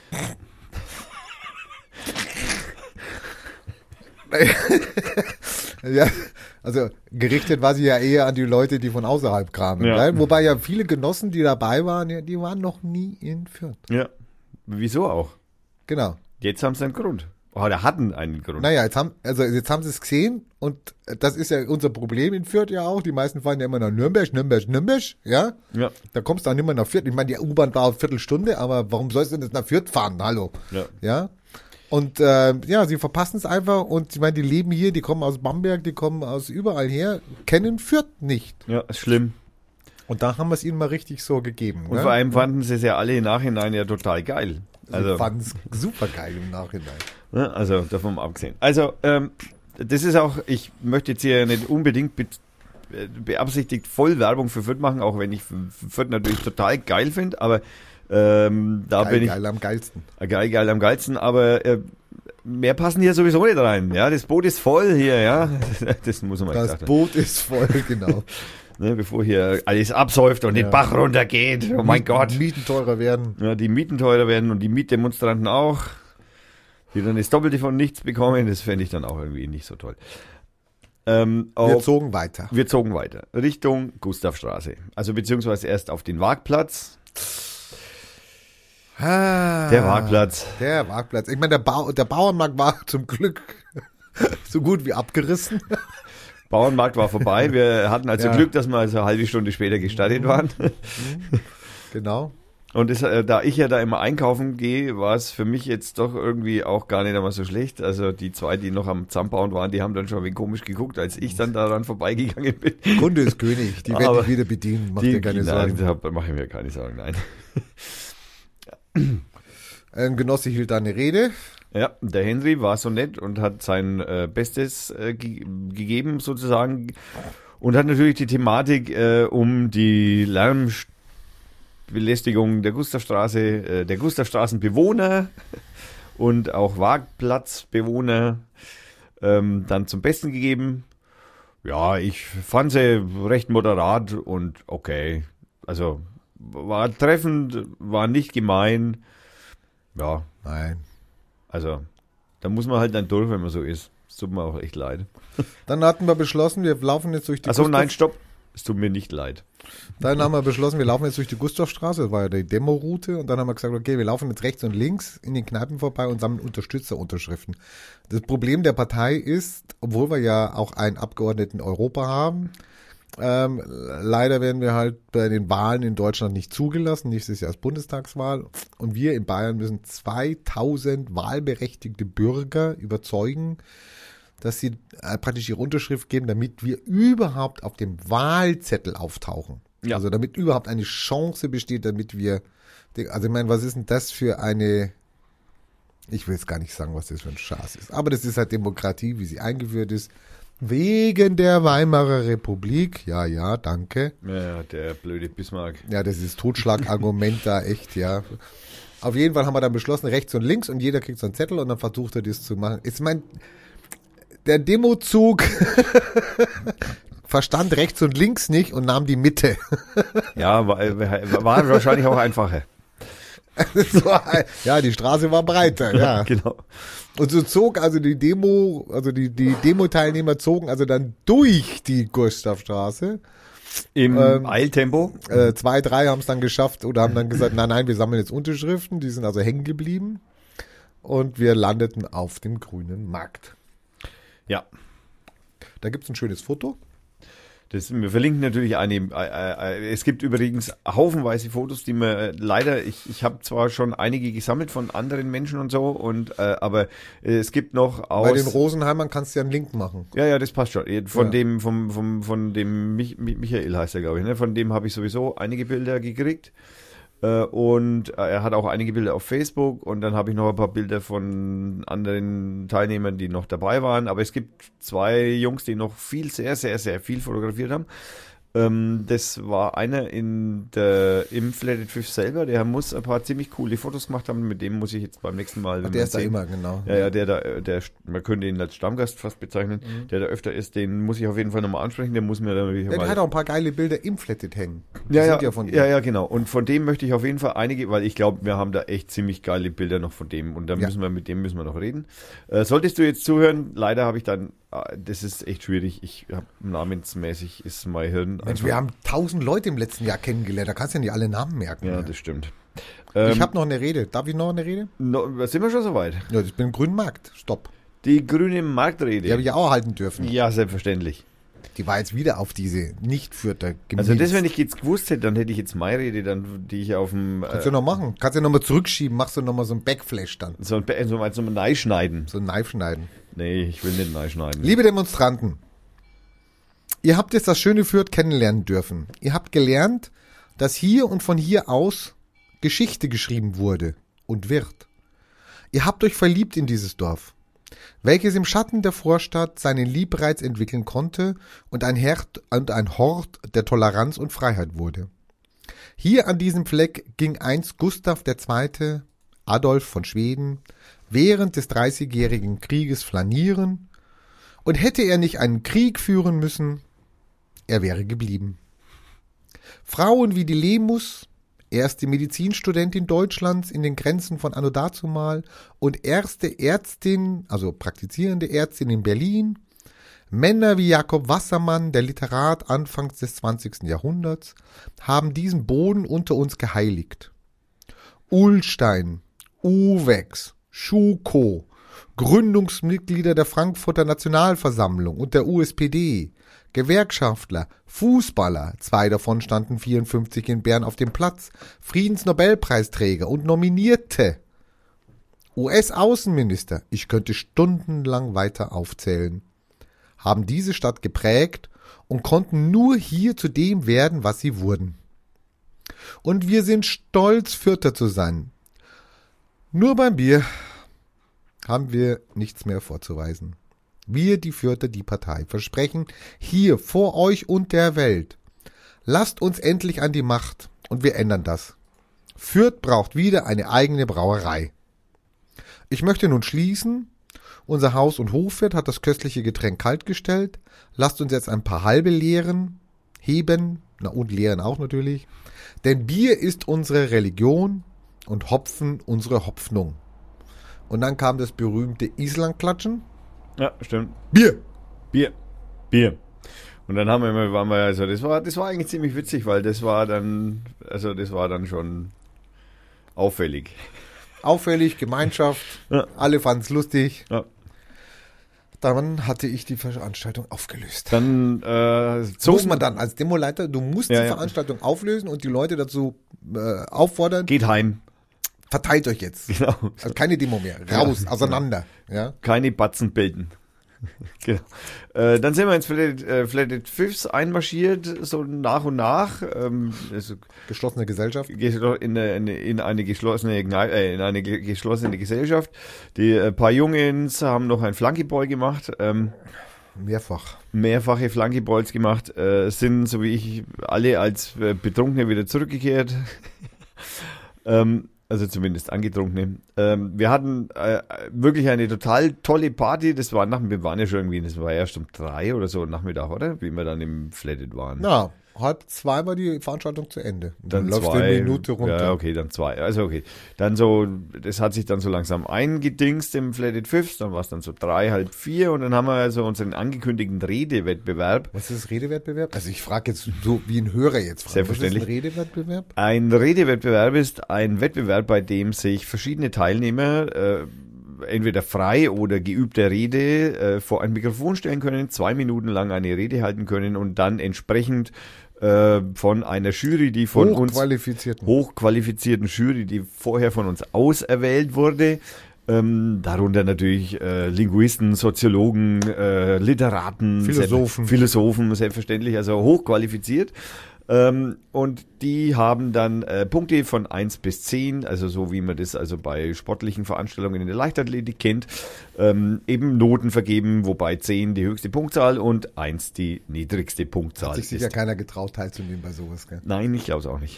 Ja, also gerichtet war sie ja eher an die Leute, die von außerhalb kamen. Ja. Weil, wobei ja viele Genossen, die dabei waren, ja, die waren noch nie in Fürth. Ja. Wieso auch? Genau. Jetzt haben sie einen Grund. Oder hatten einen Grund. Naja, jetzt haben sie es gesehen und das ist ja unser Problem in Fürth ja auch. Die meisten fahren ja immer nach Nürnberg, ja? Ja. Da kommst du dann immer nach Fürth. Ich meine, die U-Bahn dauert eine Viertelstunde, aber warum sollst du denn jetzt nach Fürth fahren? Hallo. Ja. Ja? Und ja, sie verpassen es einfach und ich meine, die leben hier, die kommen aus Bamberg, die kommen aus überall her, kennen Fürth nicht. Ja, ist schlimm. Und da haben wir es ihnen mal richtig so gegeben. Und ne? vor allem fanden sie es ja alle im Nachhinein ja total geil. Sie fanden es super geil im Nachhinein. Ja, also davon mal abgesehen. Also, das ist auch, ich möchte jetzt hier nicht unbedingt beabsichtigt voll Werbung für Fürth machen, auch wenn ich Fürth natürlich total geil finde, aber da bin ich... Geil am geilsten. Geil am geilsten, aber mehr passen hier sowieso nicht rein. Ja, das Boot ist voll hier, ja. Das muss man mal Das gesagt Boot ist voll, genau. Ne, bevor hier alles absäuft und den Bach runtergeht. Oh mein Gott. Mieten teurer werden. Ja, die Mieten teurer werden und die Mietdemonstranten auch, die dann das Doppelte von nichts bekommen. Das fände ich dann auch irgendwie nicht so toll. Wir zogen weiter. Wir zogen weiter. Richtung Gustavstraße. Also beziehungsweise erst auf den Waagplatz. Der Waagplatz. Der Waagplatz. Ich meine, der Bauernmarkt war zum Glück so gut wie abgerissen. Bauernmarkt war vorbei. Wir hatten also Glück, dass wir also eine halbe Stunde später gestartet waren. Genau. Und da ich ja da immer einkaufen gehe, war es für mich jetzt doch irgendwie auch gar nicht einmal so schlecht. Also die zwei, die noch am Zusammenbauen waren, die haben dann schon ein wenig komisch geguckt, als ich dann daran vorbeigegangen bin. Kunde ist König. Die werden dich wieder bedienen. Mach dir keine Sorgen. Da mache ich mir keine Sorgen, nein. Ein Genosse hielt da eine Rede. Ja, der Henry war so nett und hat sein Bestes gegeben sozusagen und hat natürlich die Thematik um die Lärmbelästigung der Gustavstraße, der Gustavstraßenbewohner und auch Waagplatzbewohner dann zum Besten gegeben. Ja, ich fand sie recht moderat und okay. Also war treffend, war nicht gemein. Ja. Nein. Also, da muss man halt dann durch, wenn man so ist. Es tut mir auch echt leid. Dann hatten wir beschlossen, wir laufen jetzt durch die nein, stopp. Es tut mir nicht leid. Dann haben wir beschlossen, wir laufen jetzt durch die Gustavstraße, das war ja die Demo-Route. Und dann haben wir gesagt, okay, wir laufen jetzt rechts und links in den Kneipen vorbei und sammeln Unterstützerunterschriften. Das Problem der Partei ist, obwohl wir ja auch einen Abgeordneten in Europa haben, leider werden wir halt bei den Wahlen in Deutschland nicht zugelassen. Nächstes Jahr ist Bundestagswahl. Und wir in Bayern müssen 2000 wahlberechtigte Bürger überzeugen, dass sie praktisch ihre Unterschrift geben, damit wir überhaupt auf dem Wahlzettel auftauchen. Ja. Also damit überhaupt eine Chance besteht, damit wir, also ich meine, was ist denn das für eine, ich will jetzt gar nicht sagen, was das für ein Schatz ist, aber das ist halt Demokratie, wie sie eingeführt ist. Wegen der Weimarer Republik. Ja, danke. Ja, der blöde Bismarck. Ja, das ist Totschlagargument da, echt, ja. Auf jeden Fall haben wir dann beschlossen, rechts und links und jeder kriegt so einen Zettel und dann versucht er das zu machen. Ich meine, der Demozug verstand rechts und links nicht und nahm die Mitte. Ja, war wahrscheinlich auch einfacher. Ja, die Straße war breiter, ja. Genau. Und so zog also die Demo-Teilnehmer zogen also dann durch die Gustavstraße. Im Eiltempo? 2, 3 haben es dann geschafft oder haben dann gesagt, nein, wir sammeln jetzt Unterschriften. Die sind also hängen geblieben. Und wir landeten auf dem Grünen Markt. Ja. Da gibt's ein schönes Foto. Wir verlinken natürlich es gibt übrigens haufenweise Fotos, die mir leider, ich habe zwar schon einige gesammelt von anderen Menschen und so, aber es gibt noch aus... Bei den Rosenheimern kannst du ja einen Link machen. Ja, das passt schon. Von dem Michael heißt er, glaube ich, ne? Von dem habe ich sowieso einige Bilder gekriegt. Und er hat auch einige Bilder auf Facebook und dann habe ich noch ein paar Bilder von anderen Teilnehmern, die noch dabei waren. Aber es gibt 2 Jungs, die noch sehr, sehr, sehr viel fotografiert haben. Das war einer im Flatted Fifth selber, der muss ein paar ziemlich coole Fotos gemacht haben, mit dem muss ich jetzt beim nächsten Mal... Der ist da immer, genau. Ja, man könnte ihn als Stammgast fast bezeichnen, der da öfter ist, den muss ich auf jeden Fall nochmal ansprechen, der muss mir dann natürlich... Der hat auch ein paar geile Bilder im Flatted hängen. Ja, genau. Und von dem möchte ich auf jeden Fall einige, weil ich glaube, wir haben da echt ziemlich geile Bilder noch von dem und mit dem müssen wir noch reden. Solltest du jetzt zuhören, leider habe ich dann... Das ist echt schwierig. Ich habe namensmäßig ist mein Hirn. Mensch, wir haben 1000 Leute im letzten Jahr kennengelernt. Da kannst du ja nicht alle Namen merken. Ja, das stimmt. Ich habe noch eine Rede. Darf ich noch eine Rede? Sind wir schon soweit? Ja, ich bin im Grünen Markt. Stopp. Die grüne Marktrede. Die habe ich ja auch halten dürfen. Ja, selbstverständlich. Die war jetzt wieder auf diese Nicht-Fürther gemünzt. Also das, wenn ich jetzt gewusst hätte, dann hätte ich jetzt meine Rede, die ich auf dem... Kannst du noch machen. Kannst du nochmal zurückschieben, machst du nochmal so ein Backflash dann. So ein Neischneiden. So ein Knife-Schneiden. Nee, ich will nicht neischneiden. Liebe Demonstranten, ihr habt jetzt das schöne Fürth kennenlernen dürfen. Ihr habt gelernt, dass hier und von hier aus Geschichte geschrieben wurde und wird. Ihr habt euch verliebt in dieses Dorf, welches im Schatten der Vorstadt seinen Liebreiz entwickeln konnte und ein Hort der Toleranz und Freiheit wurde. Hier an diesem Fleck ging einst Gustav II. Adolf von Schweden während des 30-jährigen Krieges flanieren, und hätte er nicht einen Krieg führen müssen, er wäre geblieben. Frauen wie die Lemus, erste Medizinstudentin Deutschlands in den Grenzen von anno dazumal und erste Ärztin, also praktizierende Ärztin in Berlin, Männer wie Jakob Wassermann, der Literat anfangs des 20. Jahrhunderts, haben diesen Boden unter uns geheiligt. Ullstein, Uwex, Schuko, Gründungsmitglieder der Frankfurter Nationalversammlung und der USPD, Gewerkschaftler, Fußballer, 2 davon standen 54 in Bern auf dem Platz, Friedensnobelpreisträger und Nominierte, US-Außenminister, ich könnte stundenlang weiter aufzählen, haben diese Stadt geprägt und konnten nur hier zu dem werden, was sie wurden. Und wir sind stolz, Fürther zu sein. Nur beim Bier haben wir nichts mehr vorzuweisen. Wir, die Fürther, die Partei, versprechen hier vor euch und der Welt: Lasst uns endlich an die Macht und wir ändern das. Fürth braucht wieder eine eigene Brauerei. Ich möchte nun schließen. Unser Haus- und Hofwirt hat das köstliche Getränk kalt gestellt. Lasst uns jetzt ein paar halbe leeren, heben, und leeren auch natürlich. Denn Bier ist unsere Religion und Hopfen unsere Hoffnung. Und dann kam das berühmte Islandklatschen. Ja, stimmt. Bier! Bier. Und dann waren wir also, das war eigentlich ziemlich witzig, weil das war dann schon auffällig. Auffällig, Gemeinschaft, Ja. alle fanden es lustig. Ja. Dann hatte ich die Veranstaltung aufgelöst. Dann Muss man dann als Demoleiter, du musst Ja, die ja. Veranstaltung auflösen und die Leute dazu auffordern, geht heim. verteilt euch jetzt. Genau. Also keine Demo mehr. Raus, auseinander. Ja. Keine Batzen bilden. Genau. Dann sind wir ins Flatted Fifths einmarschiert, so nach und nach. Also Geschlossene Gesellschaft. in eine geschlossene Gesellschaft. Die paar Jungs haben noch ein Flunkyball gemacht. Mehrfach. Mehrfache Flunkyballs gemacht, sind, so wie ich, alle als Betrunkene wieder zurückgekehrt. Also zumindest Angetrunkene. Wir hatten wirklich eine total tolle Party. Wir waren ja schon irgendwie, das war erst um 3 oder so Nachmittag, oder? Wie wir dann im Flatted waren. Na, 1:30 war die Veranstaltung zu Ende. Und Dann läufst du 2, eine Minute runter. Ja, okay, dann 2. Also okay. Dann so, das hat sich dann so langsam eingedingst im Flatted Fifths, dann war es dann so 3, halb 4 und dann haben wir also unseren angekündigten Redewettbewerb. Was ist Redewettbewerb? Also ich frage jetzt so wie ein Hörer jetzt fragt. Selbstverständlich. Was ist ein Redewettbewerb? Ein Redewettbewerb ist ein Wettbewerb, bei dem sich verschiedene Teilnehmer entweder frei oder geübter Rede vor ein Mikrofon stellen können, 2 Minuten lang eine Rede halten können und dann entsprechend von einer Jury, die von uns hochqualifizierten Jury, die vorher von uns auserwählt wurde, darunter natürlich Linguisten, Soziologen, Literaten, Philosophen, selbstverständlich, also hochqualifiziert. Und die haben dann Punkte von 1 bis 10, also so wie man das also bei sportlichen Veranstaltungen in der Leichtathletik kennt, eben Noten vergeben, wobei 10 die höchste Punktzahl und 1 die niedrigste Punktzahl Hat sich sicher keiner getraut teilzunehmen bei sowas, gell? Nein, ich glaube es auch nicht.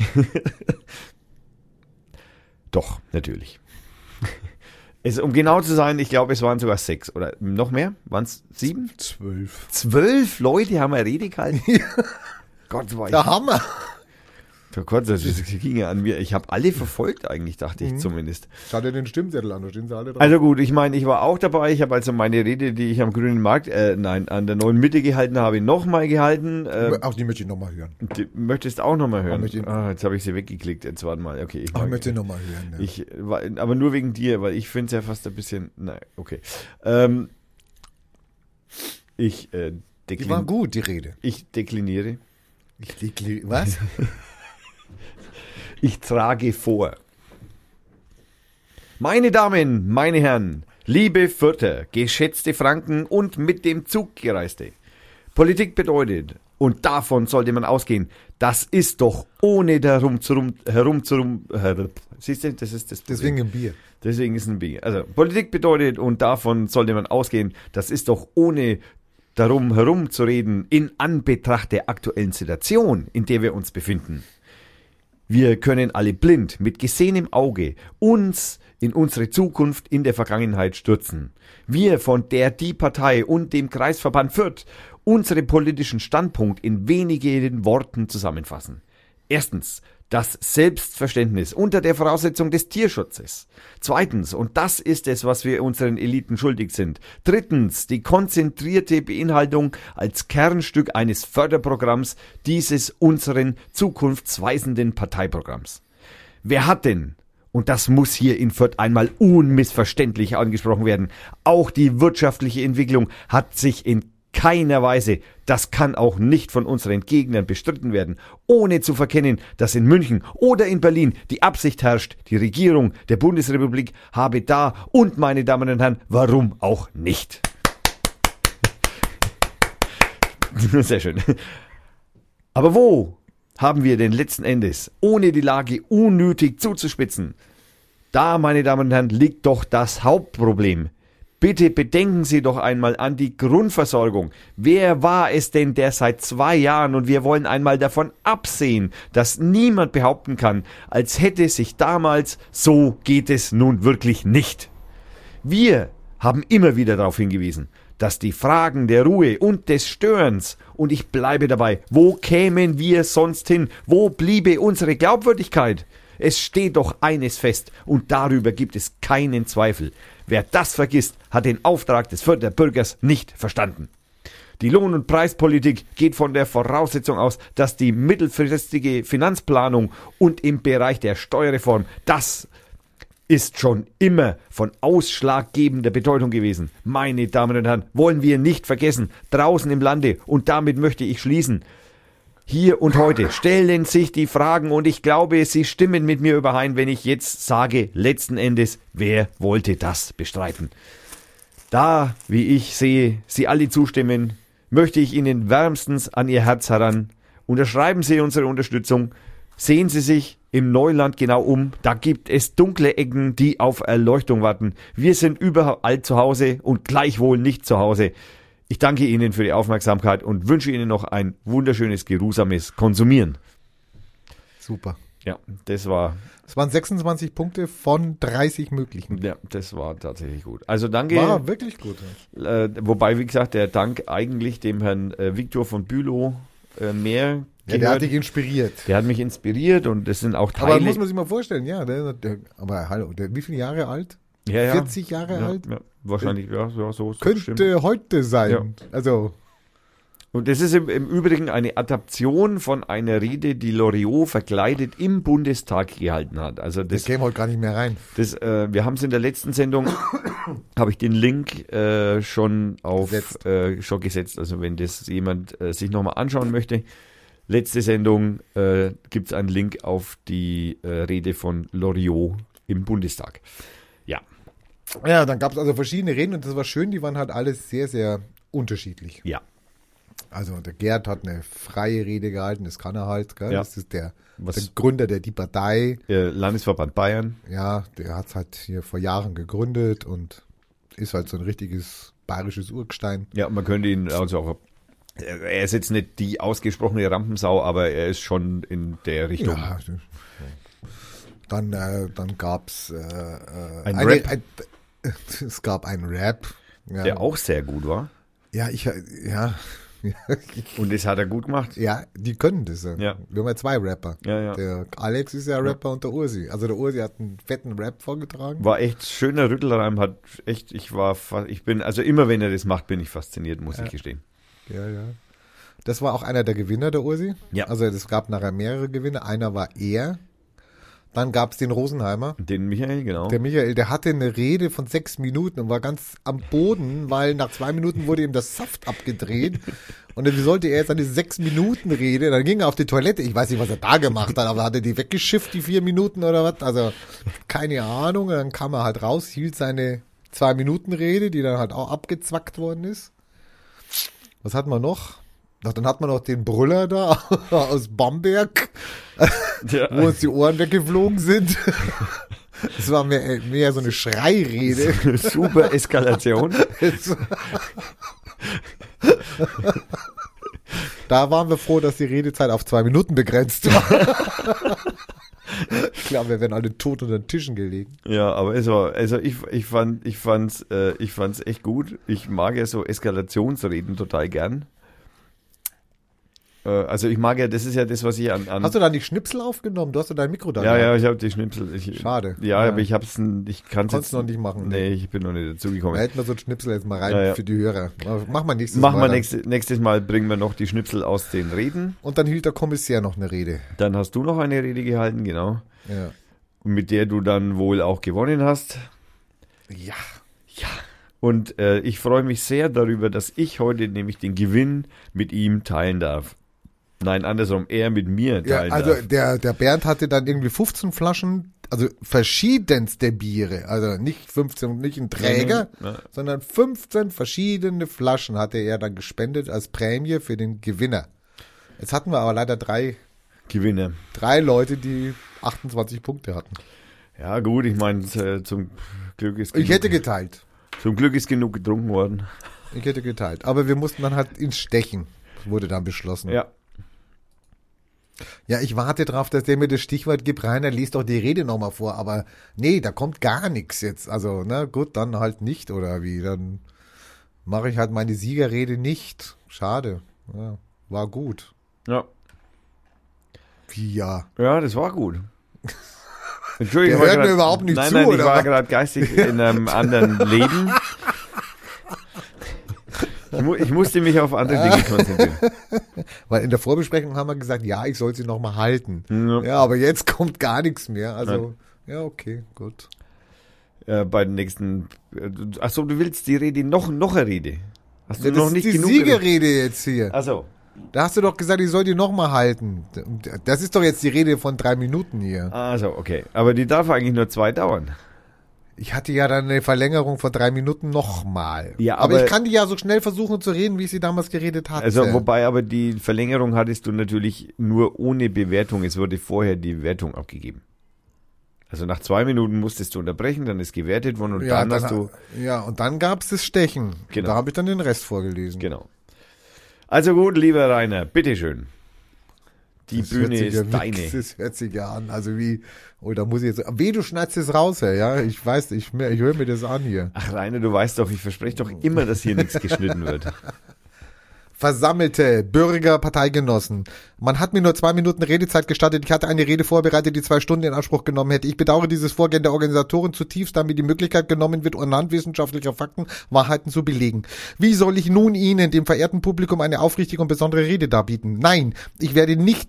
Doch, natürlich. Um genau zu sein, ich glaube, es waren sogar 6 oder noch mehr. Waren es 7? 12. 12 Leute haben eine Rede gehalten. Gott, war ich. Der Hammer. Oh Gott, das ging ja an mir. Ich habe alle verfolgt eigentlich, dachte ich zumindest. Schau dir den Stimmzettel an, da stehen sie alle drauf. Also gut, ich meine, ich war auch dabei. Ich habe also meine Rede, die ich am Grünen Markt, an der Neuen Mitte gehalten habe, nochmal gehalten. Auch die möchte ich nochmal hören. Die möchtest du auch nochmal hören? Ah, jetzt habe ich sie weggeklickt. Jetzt warte mal. Okay, ich möchte nochmal hören. Ja. Aber nur wegen dir, weil ich finde es ja fast ein bisschen. Nein, okay. Die war gut, die Rede. Ich dekliniere. Was? Ich trage vor. Meine Damen, meine Herren, liebe Fürther, geschätzte Franken und mit dem Zug gereiste. Politik bedeutet, Und davon sollte man ausgehen. Das ist doch ohne siehst du, das ist das Problem. Deswegen ein Bier. Deswegen ist ein Bier. Also Politik bedeutet, und davon sollte man ausgehen, das ist doch ohne darum herumzureden in Anbetracht der aktuellen Situation, in der wir uns befinden. Wir können alle blind mit gesehenem Auge uns in unsere Zukunft in der Vergangenheit stürzen. Wir von der Die Partei und dem Kreisverband Fürth unsere politischen Standpunkt in wenigen Worten zusammenfassen. Erstens, das Selbstverständnis unter der Voraussetzung des Tierschutzes. Zweitens, und das ist es, was wir unseren Eliten schuldig sind. Drittens, die konzentrierte Beinhaltung als Kernstück eines Förderprogramms dieses unseren zukunftsweisenden Parteiprogramms. Wer hat denn, und das muss hier in Fürth einmal unmissverständlich angesprochen werden, auch die wirtschaftliche Entwicklung hat sich in keiner Weise, das kann auch nicht von unseren Gegnern bestritten werden, ohne zu verkennen, dass in München oder in Berlin die Absicht herrscht, die Regierung der Bundesrepublik habe da und, meine Damen und Herren, warum auch nicht. Sehr schön. Aber wo haben wir denn letzten Endes, ohne die Lage unnötig zuzuspitzen? Da, meine Damen und Herren, liegt doch das Hauptproblem. Bitte bedenken Sie doch einmal an die Grundversorgung. Wer war es denn, der seit 2 Jahren, und wir wollen einmal davon absehen, dass niemand behaupten kann, als hätte sich damals, so geht es nun wirklich nicht. Wir haben immer wieder darauf hingewiesen, dass die Fragen der Ruhe und des Störens, und ich bleibe dabei, wo kämen wir sonst hin? Wo bliebe unsere Glaubwürdigkeit? Es steht doch eines fest, und darüber gibt es keinen Zweifel. Wer das vergisst, hat den Auftrag des Fürther Bürgers nicht verstanden. Die Lohn- und Preispolitik geht von der Voraussetzung aus, dass die mittelfristige Finanzplanung und im Bereich der Steuerreform, das ist schon immer von ausschlaggebender Bedeutung gewesen. Meine Damen und Herren, wollen wir nicht vergessen, draußen im Lande, und damit möchte ich schließen, hier und heute stellen sich die Fragen, und ich glaube, Sie stimmen mit mir überein, wenn ich jetzt sage, letzten Endes, wer wollte das bestreiten? Da, wie ich sehe, Sie alle zustimmen, möchte ich Ihnen wärmstens an Ihr Herz heran. Unterschreiben Sie unsere Unterstützung. Sehen Sie sich im Neuland genau um. Da gibt es dunkle Ecken, die auf Erleuchtung warten. Wir sind überall zu Hause und gleichwohl nicht zu Hause. Ich danke Ihnen für die Aufmerksamkeit und wünsche Ihnen noch ein wunderschönes, geruhsames Konsumieren. Super. Ja, das waren 26 Punkte von 30 möglichen. Ja, das war tatsächlich gut. Also danke. War wirklich gut. Wobei, wie gesagt, der Dank eigentlich dem Herrn Viktor von Bülow mehr. Ja, der hat dich inspiriert. Der hat mich inspiriert, und das sind auch Teile. Aber muss man sich mal vorstellen, ja. Aber hallo, wie viele Jahre alt? Ja. 40 Jahre alt? Ja, wahrscheinlich, so. Könnte stimmt. heute sein. Ja. Also. Und das ist im Übrigen eine Adaption von einer Rede, die Loriot verkleidet im Bundestag gehalten hat. Also das käme heute gar nicht mehr rein. Wir haben es in der letzten Sendung, habe ich den Link schon gesetzt. Also wenn das jemand sich nochmal anschauen möchte, letzte Sendung gibt es einen Link auf die Rede von Loriot im Bundestag. Ja. Ja, dann gab es also verschiedene Reden, und das war schön, die waren halt alles sehr, sehr unterschiedlich. Ja. Also der Gerd hat eine freie Rede gehalten, das kann er halt, gell? Ja. Das ist der Gründer der Die Partei. Landesverband Bayern. Ja, der hat es halt hier vor Jahren gegründet und ist halt so ein richtiges bayerisches Urgestein. Ja, man könnte ihn also auch, er ist jetzt nicht die ausgesprochene Rampensau, aber er ist schon in der Richtung. Ja. Dann gab es es gab einen Rap. Ja. Der auch sehr gut war. Ja. Und das hat er gut gemacht. Ja, die können das. Ja. Wir haben ja 2 Rapper. Ja. Der Alex ist ja Rapper und der Ursi. Also der Ursi hat einen fetten Rap vorgetragen. War echt schöner Rüttelreim, hat echt, also immer wenn er das macht, bin ich fasziniert, muss ich gestehen. Ja. Das war auch einer der Gewinner, der Ursi. Ja. Also es gab nachher mehrere Gewinner. Einer war er. Dann gab es den Rosenheimer. Den Michael, genau. Der Michael, der hatte eine Rede von 6 Minuten und war ganz am Boden, weil nach 2 Minuten wurde ihm das Saft abgedreht. Und dann sollte er jetzt eine 6-Minuten-Rede, dann ging er auf die Toilette. Ich weiß nicht, was er da gemacht hat, aber hat er die weggeschifft, die 4 Minuten oder was? Also, keine Ahnung. Und dann kam er halt raus, hielt seine 2-Minuten-Rede, die dann halt auch abgezwackt worden ist. Was hatten wir noch? Doch, dann hat man noch den Brüller da aus Bamberg, Ja. wo uns die Ohren weggeflogen sind. Das war mehr so eine Schreirede. Super Eskalation. Da waren wir froh, dass die Redezeit auf 2 Minuten begrenzt war. Ich glaube, wir wären alle tot unter den Tischen gelegen. Ja, aber ich fand's echt gut. Ich mag ja so Eskalationsreden total gern. Also ich mag ja, das ist ja das, was ich an Hast du da die Schnipsel aufgenommen? Du hast ja dein Mikro da. ja, ich habe die Schnipsel. Schade. Ja, Ja. aber ich kann es Konntest jetzt noch nicht machen. Nee, ich bin noch nicht dazu Da gekommen. hätten wir so ein Schnipsel jetzt mal rein Ja, ja. für die Hörer. Machen wir nächstes Machen Mal. wir dann. nächstes Mal, bringen wir noch die Schnipsel aus den Reden. Und dann hielt der Kommissär noch eine Rede. Dann hast du noch eine Rede gehalten, genau. Ja. Mit der du dann wohl auch gewonnen hast. Ja. Und ich freue mich sehr darüber, dass ich heute nämlich den Gewinn mit ihm teilen darf. Nein, andersrum, er mit mir Ja, teilen also darf. der Bernd hatte dann irgendwie 15 Flaschen, also verschiedenste Biere. Also nicht 15, nicht ein Träger, Ja. sondern 15 verschiedene Flaschen hatte er dann gespendet als Prämie für den Gewinner. Jetzt hatten wir aber leider drei Gewinner. Leute, die 28 Punkte hatten. Ja gut, ich meine, zum Glück ist Ich hätte geteilt. zum Glück ist genug getrunken worden. Ich hätte geteilt. Aber wir mussten dann halt ins Stechen. Das wurde dann beschlossen. Ja. Ja, ich warte drauf, dass der mir das Stichwort gibt. Rainer, lies doch die Rede nochmal vor. Aber nee, da kommt gar nichts jetzt. Also, na gut, dann halt nicht, oder wie? Dann mache ich halt meine Siegerrede nicht. Schade. Ja, war gut. Ja. Wie ja? Ja, das war gut. Entschuldigung, Der hört mir überhaupt nicht nein, zu, nein, ich oder war was? gerade geistig in einem anderen Leben. Ich musste mich auf andere Dinge konzentrieren. Weil in der Vorbesprechung haben wir gesagt, ja, ich soll sie nochmal halten. Ja. Ja, aber jetzt kommt gar nichts mehr. Also, ja, okay, gut. Bei den nächsten. Achso, du willst die Rede noch eine Rede? Hast du Ja, noch das nicht ist die genug? Siegerrede jetzt hier. Achso. Da hast du doch gesagt, ich soll die nochmal halten. Das ist doch jetzt die Rede von 3 Minuten hier. Also, okay. Aber die darf eigentlich nur 2 dauern. Ich hatte ja dann eine Verlängerung von 3 Minuten nochmal. Ja, aber aber- ich kann die ja so schnell versuchen zu reden, wie ich sie damals geredet hatte. Also, wobei aber die Verlängerung hattest du natürlich nur ohne Bewertung. Es wurde vorher die Wertung abgegeben. Also nach 2 Minuten musstest du unterbrechen, dann ist gewertet worden und ja, dann hast du. Ja, und dann gab es das Stechen. Genau. Da habe ich dann den Rest vorgelesen. Genau. Also gut, lieber Rainer, bitteschön. Die Das Bühne hört sich ist ja deine. Das hört sich ja an. Also wie, oh, da muss ich jetzt, weh, du schneidest es raus, ja. Ich weiß, ich höre mir das an hier. Ach Rainer, du weißt doch, ich verspreche doch immer, dass hier nichts geschnitten wird. Versammelte Bürger, Parteigenossen. Man hat mir nur 2 Minuten Redezeit gestattet. Ich hatte eine Rede vorbereitet, die 2 Stunden in Anspruch genommen hätte. Ich bedauere dieses Vorgehen der Organisatoren zutiefst, da mir die Möglichkeit genommen wird, anhand wissenschaftlicher Fakten Wahrheiten zu belegen. Wie soll ich nun Ihnen, dem verehrten Publikum, eine aufrichtige und besondere Rede darbieten? Nein, ich werde mich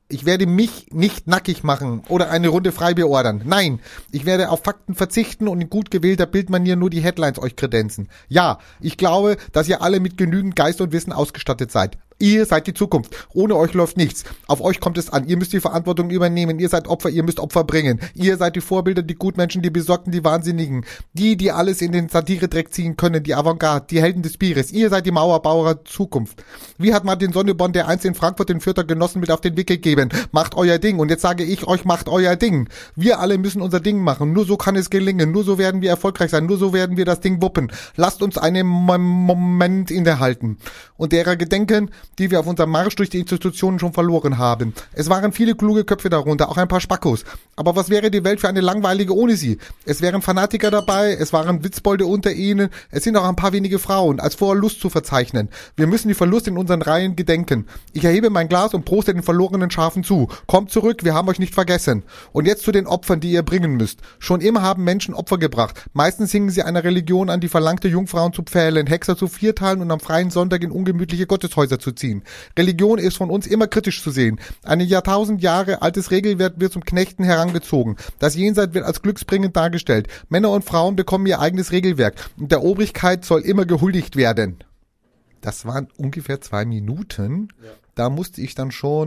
nicht nackig machen oder eine Runde frei beordern. Nein, ich werde auf Fakten verzichten und in gut gewählter Bildmanier nur die Headlines euch kredenzen. Ja, ich glaube, dass ihr alle mit genügend Geist und Wissen ausgestattet seid. Ihr seid die Zukunft. Ohne euch läuft nichts. Auf euch kommt es an. Ihr müsst die Verantwortung übernehmen. Ihr seid Opfer. Ihr müsst Opfer bringen. Ihr seid die Vorbilder, die Gutmenschen, die Besorgten, die Wahnsinnigen. Die alles in den Satire-Dreck ziehen können. Die Avantgarde, die Helden des Bieres. Ihr seid die Mauerbauer der Zukunft. Wie hat Martin Sonneborn, der einst in Frankfurt den Fürther Genossen mit auf den Weg gegeben? Macht euer Ding. Und jetzt sage ich euch, macht euer Ding. Wir alle müssen unser Ding machen. Nur so kann es gelingen. Nur so werden wir erfolgreich sein. Nur so werden wir das Ding wuppen. Lasst uns einen Moment innehalten. Und derer gedenken, die wir auf unserem Marsch durch die Institutionen schon verloren haben. Es waren viele kluge Köpfe darunter, auch ein paar Spackos. Aber was wäre die Welt für eine langweilige ohne sie? Es wären Fanatiker dabei, es waren Witzbolde unter ihnen, es sind auch ein paar wenige Frauen, als Verlust zu verzeichnen. Wir müssen die Verluste in unseren Reihen gedenken. Ich erhebe mein Glas und proste den verlorenen Schafen zu. Kommt zurück, wir haben euch nicht vergessen. Und jetzt zu den Opfern, die ihr bringen müsst. Schon immer haben Menschen Opfer gebracht. Meistens hingen sie einer Religion an, die verlangte, Jungfrauen zu pfählen, Hexer zu vierteilen und am freien Sonntag in ungemütliche Gotteshäuser zu ziehen. Religion ist von uns immer kritisch zu sehen. Ein Jahrtausend Jahre altes Regelwerk wird zum Knechten herangezogen. Das Jenseits wird als glücksbringend dargestellt. Männer und Frauen bekommen ihr eigenes Regelwerk. Und der Obrigkeit soll immer gehuldigt werden. Das waren ungefähr 2 Minuten. Ja. Da wurde ich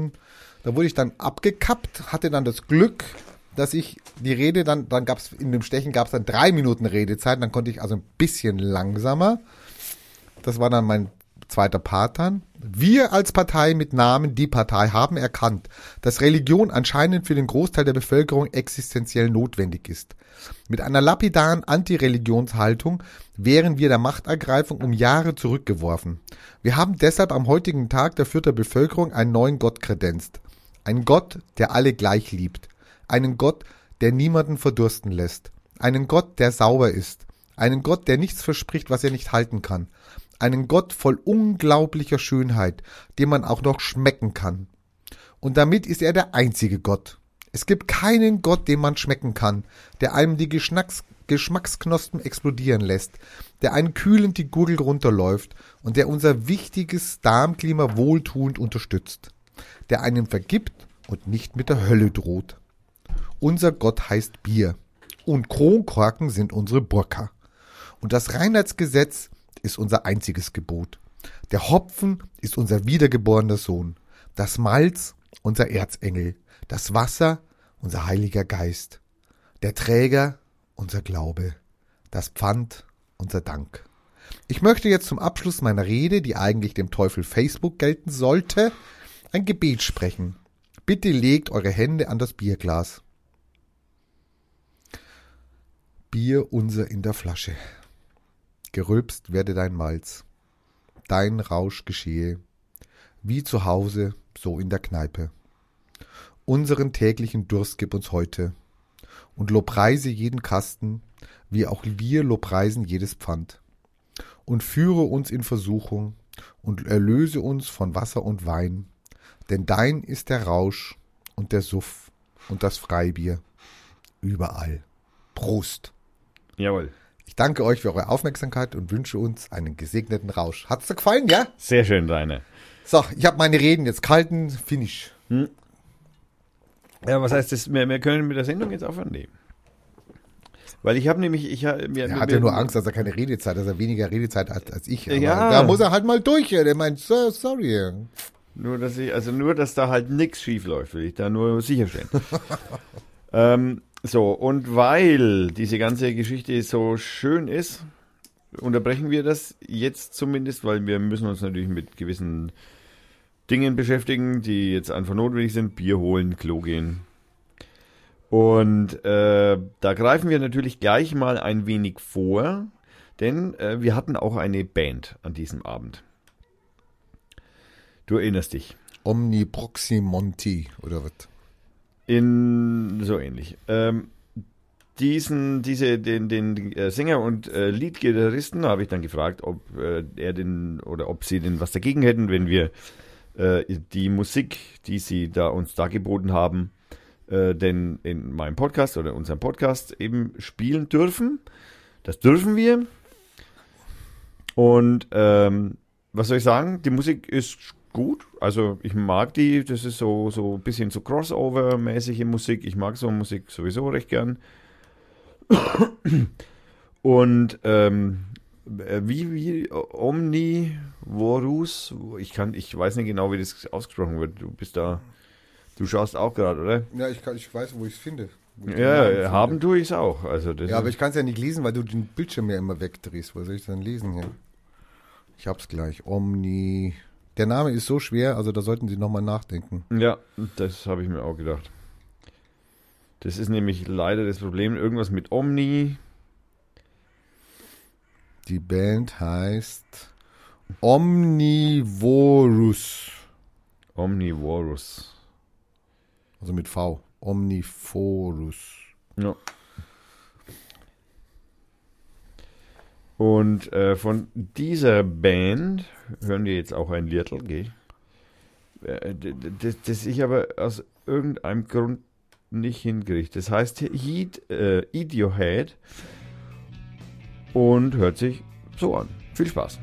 dann abgekappt, hatte dann das Glück, dass ich die Rede dann gab's in dem Stechen gab's dann 3 Minuten Redezeit, dann konnte ich also ein bisschen langsamer. Das war dann mein Zweiter Patan. Wir als Partei mit Namen Die Partei haben erkannt, dass Religion anscheinend für den Großteil der Bevölkerung existenziell notwendig ist. Mit einer lapidaren Anti-Religionshaltung wären wir der Machtergreifung um Jahre zurückgeworfen. Wir haben deshalb am heutigen Tag der Fürther Bevölkerung einen neuen Gott kredenzt. Einen Gott, der alle gleich liebt. Einen Gott, der niemanden verdursten lässt. Einen Gott, der sauber ist. Einen Gott, der nichts verspricht, was er nicht halten kann. Einen Gott voll unglaublicher Schönheit, den man auch noch schmecken kann. Und damit ist er der einzige Gott. Es gibt keinen Gott, den man schmecken kann, der einem die Geschmacksknospen explodieren lässt, der einen kühlend die Gurgel runterläuft und der unser wichtiges Darmklima wohltuend unterstützt, der einem vergibt und nicht mit der Hölle droht. Unser Gott heißt Bier und Kronkorken sind unsere Burka. Und das Reinheitsgesetz ist unser einziges Gebot. Der Hopfen ist unser wiedergeborener Sohn, das Malz unser Erzengel, das Wasser unser Heiliger Geist, der Träger unser Glaube, das Pfand unser Dank. Ich möchte jetzt zum Abschluss meiner Rede, die eigentlich dem Teufel Facebook gelten sollte, ein Gebet sprechen. Bitte legt eure Hände an das Bierglas. Bier unser in der Flasche. Gerülpst werde dein Malz, dein Rausch geschehe, wie zu Hause, so in der Kneipe. Unseren täglichen Durst gib uns heute und lobpreise jeden Kasten, wie auch wir lobpreisen jedes Pfand. Und führe uns in Versuchung und erlöse uns von Wasser und Wein, denn dein ist der Rausch und der Suff und das Freibier überall. Prost! Jawohl. Ich danke euch für eure Aufmerksamkeit und wünsche uns einen gesegneten Rausch. Hat's dir gefallen, ja? Sehr schön, Rainer. So, ich habe meine Reden jetzt kalten Finish. Ja, was heißt das? Wir können mit der Sendung jetzt aufhören? Nee. Weil ich habe nämlich, Er hat ja nur Angst, dass er keine Redezeit, dass er weniger Redezeit hat als ich. Aber ja. da muss er halt mal durch. Der meint, sorry. Nur, dass da halt nichts schief läuft, will ich da nur sicherstellen. So, und weil diese ganze Geschichte so schön ist, unterbrechen wir das jetzt zumindest, weil wir müssen uns natürlich mit gewissen Dingen beschäftigen, die jetzt einfach notwendig sind. Bier holen, Klo gehen. Und da greifen wir natürlich gleich mal ein wenig vor, denn wir hatten auch eine Band an diesem Abend. Du erinnerst dich. Omni Proximonti oder was? So ähnlich. Den Sänger und Leadgitarristen habe ich dann gefragt, ob ob sie denn was dagegen hätten, wenn wir die Musik, die sie uns dargeboten haben, denn in meinem Podcast oder unserem Podcast eben spielen dürfen. Das dürfen wir. Und was soll ich sagen? Die Musik ist gut. Also ich mag die. Das ist so ein bisschen so Crossover-mäßige Musik. Ich mag so Musik sowieso recht gern. Und wie Omnivorous, ich weiß nicht genau, wie das ausgesprochen wird. Du schaust auch gerade, oder? Ja, ich weiß, wo ich es finde. Ja, haben tue ich es auch. Also das aber ich kann es ja nicht lesen, weil du den Bildschirm ja immer wegdrehst. Wo soll ich dann lesen hier? Ich hab's gleich. Omni. Der Name ist so schwer, also da sollten Sie nochmal nachdenken. Ja, das habe ich mir auch gedacht. Das ist nämlich leider das Problem. Irgendwas mit Omni. Die Band heißt Omnivorous. Omnivorous. Also mit V. Omnivorous. Ja. Und von dieser Band hören wir jetzt auch ein Liedl, gell? Das ich aber aus irgendeinem Grund nicht hinkriege. Das heißt Eat Your Head und hört sich so an. Viel Spaß.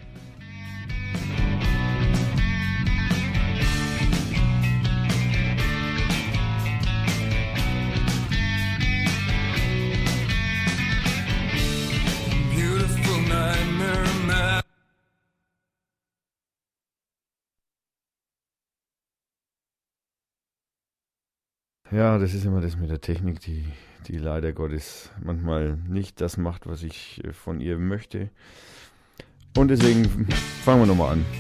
Ja, das ist immer das mit der Technik, die leider Gottes manchmal nicht das macht, was ich von ihr möchte. Und deswegen fangen wir nochmal an.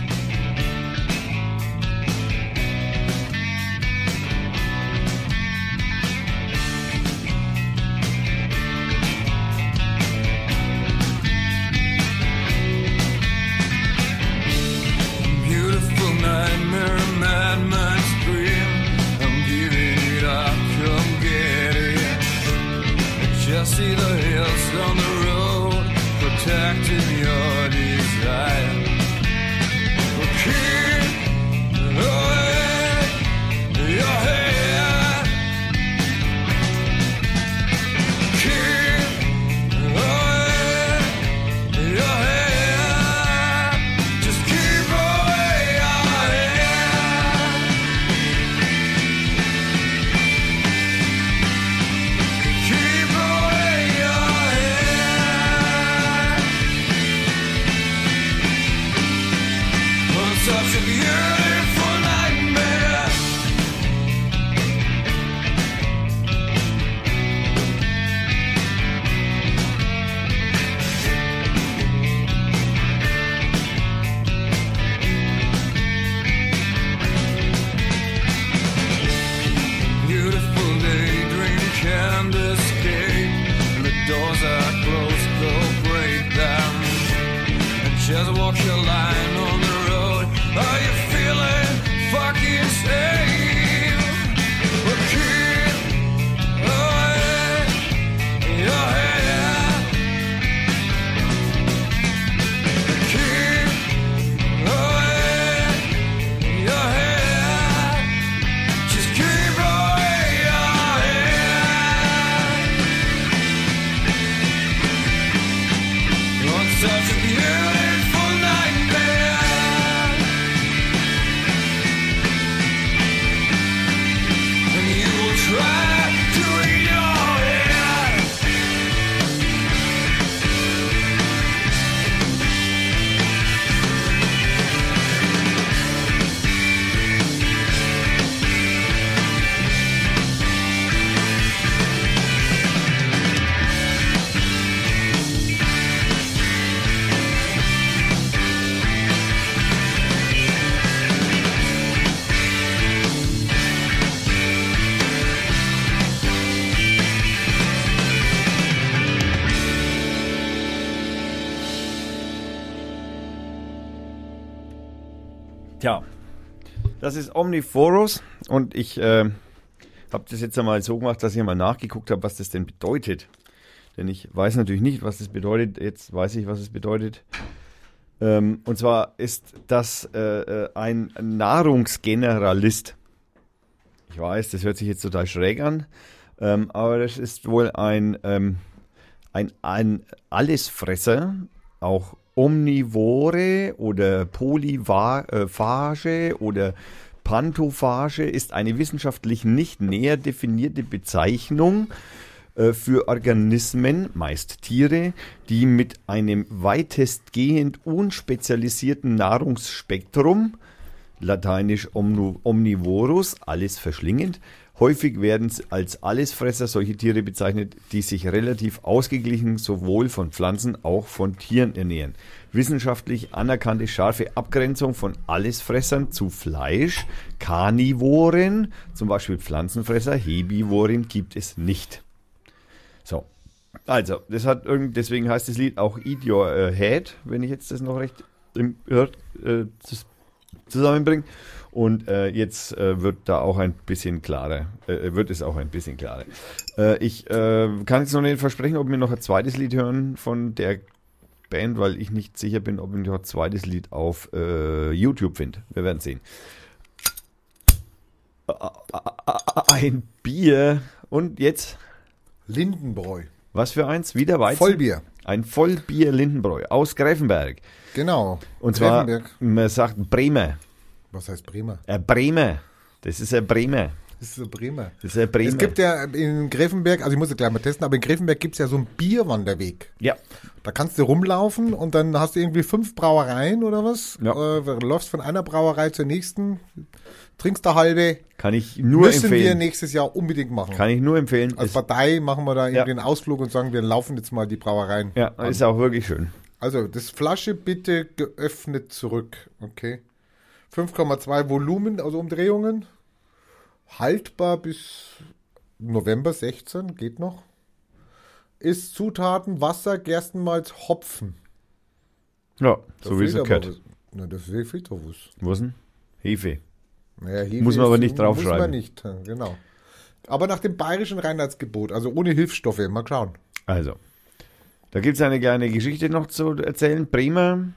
See the hills on the road, protecting your desire. Keep away your head. Keep away your head. Just keep away your head. Keep away your head. On such a beautiful nightmare. Beautiful daydream can't escape. And the doors are closed, go break them. And just walk your line on the road. Are you feeling fucking safe? Well, keep away your head. Keep away your head. Just keep away your head. On such a beautiful nightmare. And you will try to ignore it. Tja, das ist Omnivorous und ich habe das jetzt einmal so gemacht, dass ich mal nachgeguckt habe, was das denn bedeutet. Denn ich weiß natürlich nicht, was das bedeutet. Jetzt weiß ich, was es bedeutet. Und zwar ist das ein Nahrungsgeneralist. Ich weiß, das hört sich jetzt total schräg an, aber das ist wohl ein Allesfresser, auch Omnivore oder Polyphage oder Pantophage ist eine wissenschaftlich nicht näher definierte Bezeichnung für Organismen, meist Tiere, die mit einem weitestgehend unspezialisierten Nahrungsspektrum, lateinisch omnivorus, alles verschlingend, häufig werden als Allesfresser solche Tiere bezeichnet, die sich relativ ausgeglichen sowohl von Pflanzen als auch von Tieren ernähren. Wissenschaftlich anerkannte scharfe Abgrenzung von Allesfressern zu Fleisch, Karnivoren, zum Beispiel Pflanzenfresser, Hebivoren, gibt es nicht. So, also, deswegen heißt das Lied auch Eat Your Head, wenn ich jetzt das noch recht zusammenbringe. Und jetzt wird es auch ein bisschen klarer. Ich kann jetzt noch nicht versprechen, ob wir noch ein zweites Lied hören von der Band, weil ich nicht sicher bin, ob ich noch ein zweites Lied auf YouTube finde. Wir werden sehen. Ein Bier. Und jetzt? Lindenbräu. Was für eins? Wieder Weizen? Vollbier. Ein Vollbier Lindenbräu aus Greifenberg. Genau. Und zwar, man sagt Bremer. Was heißt Bremer? Bremer. Das ist ein Bremer. Das ist so Bremer. Das ist ein Bremer. Es gibt ja in Greifenberg, also ich muss es gleich mal testen, aber in Greifenberg gibt es ja so einen Bierwanderweg. Ja. Da kannst du rumlaufen und dann hast du irgendwie 5 Brauereien oder was. Ja. Läufst von einer Brauerei zur nächsten, trinkst eine halbe. Kann ich nur Müssen empfehlen. wir nächstes Jahr unbedingt machen. Kann ich nur empfehlen. Als Partei machen wir da irgendwie Ja. einen Ausflug und sagen, wir laufen jetzt mal die Brauereien Ja, an. ist auch wirklich schön. Also, das Flasche bitte geöffnet zurück. Okay. 5,2 Volumen, also Umdrehungen. Haltbar bis November 16, geht noch. Ist Zutaten Wasser, Gerstenmalz, Hopfen. Ja, so wie es fehlt gehört. aber was. Na, das fehlt doch was. Was denn? Hefe. Naja, Hefe Muss man aber ist- nicht draufschreiben. Muss man nicht, genau. Aber nach dem bayerischen Reinheitsgebot, also ohne Hilfsstoffe, mal schauen. Also, da gibt es eine kleine Geschichte noch zu erzählen. Bremer,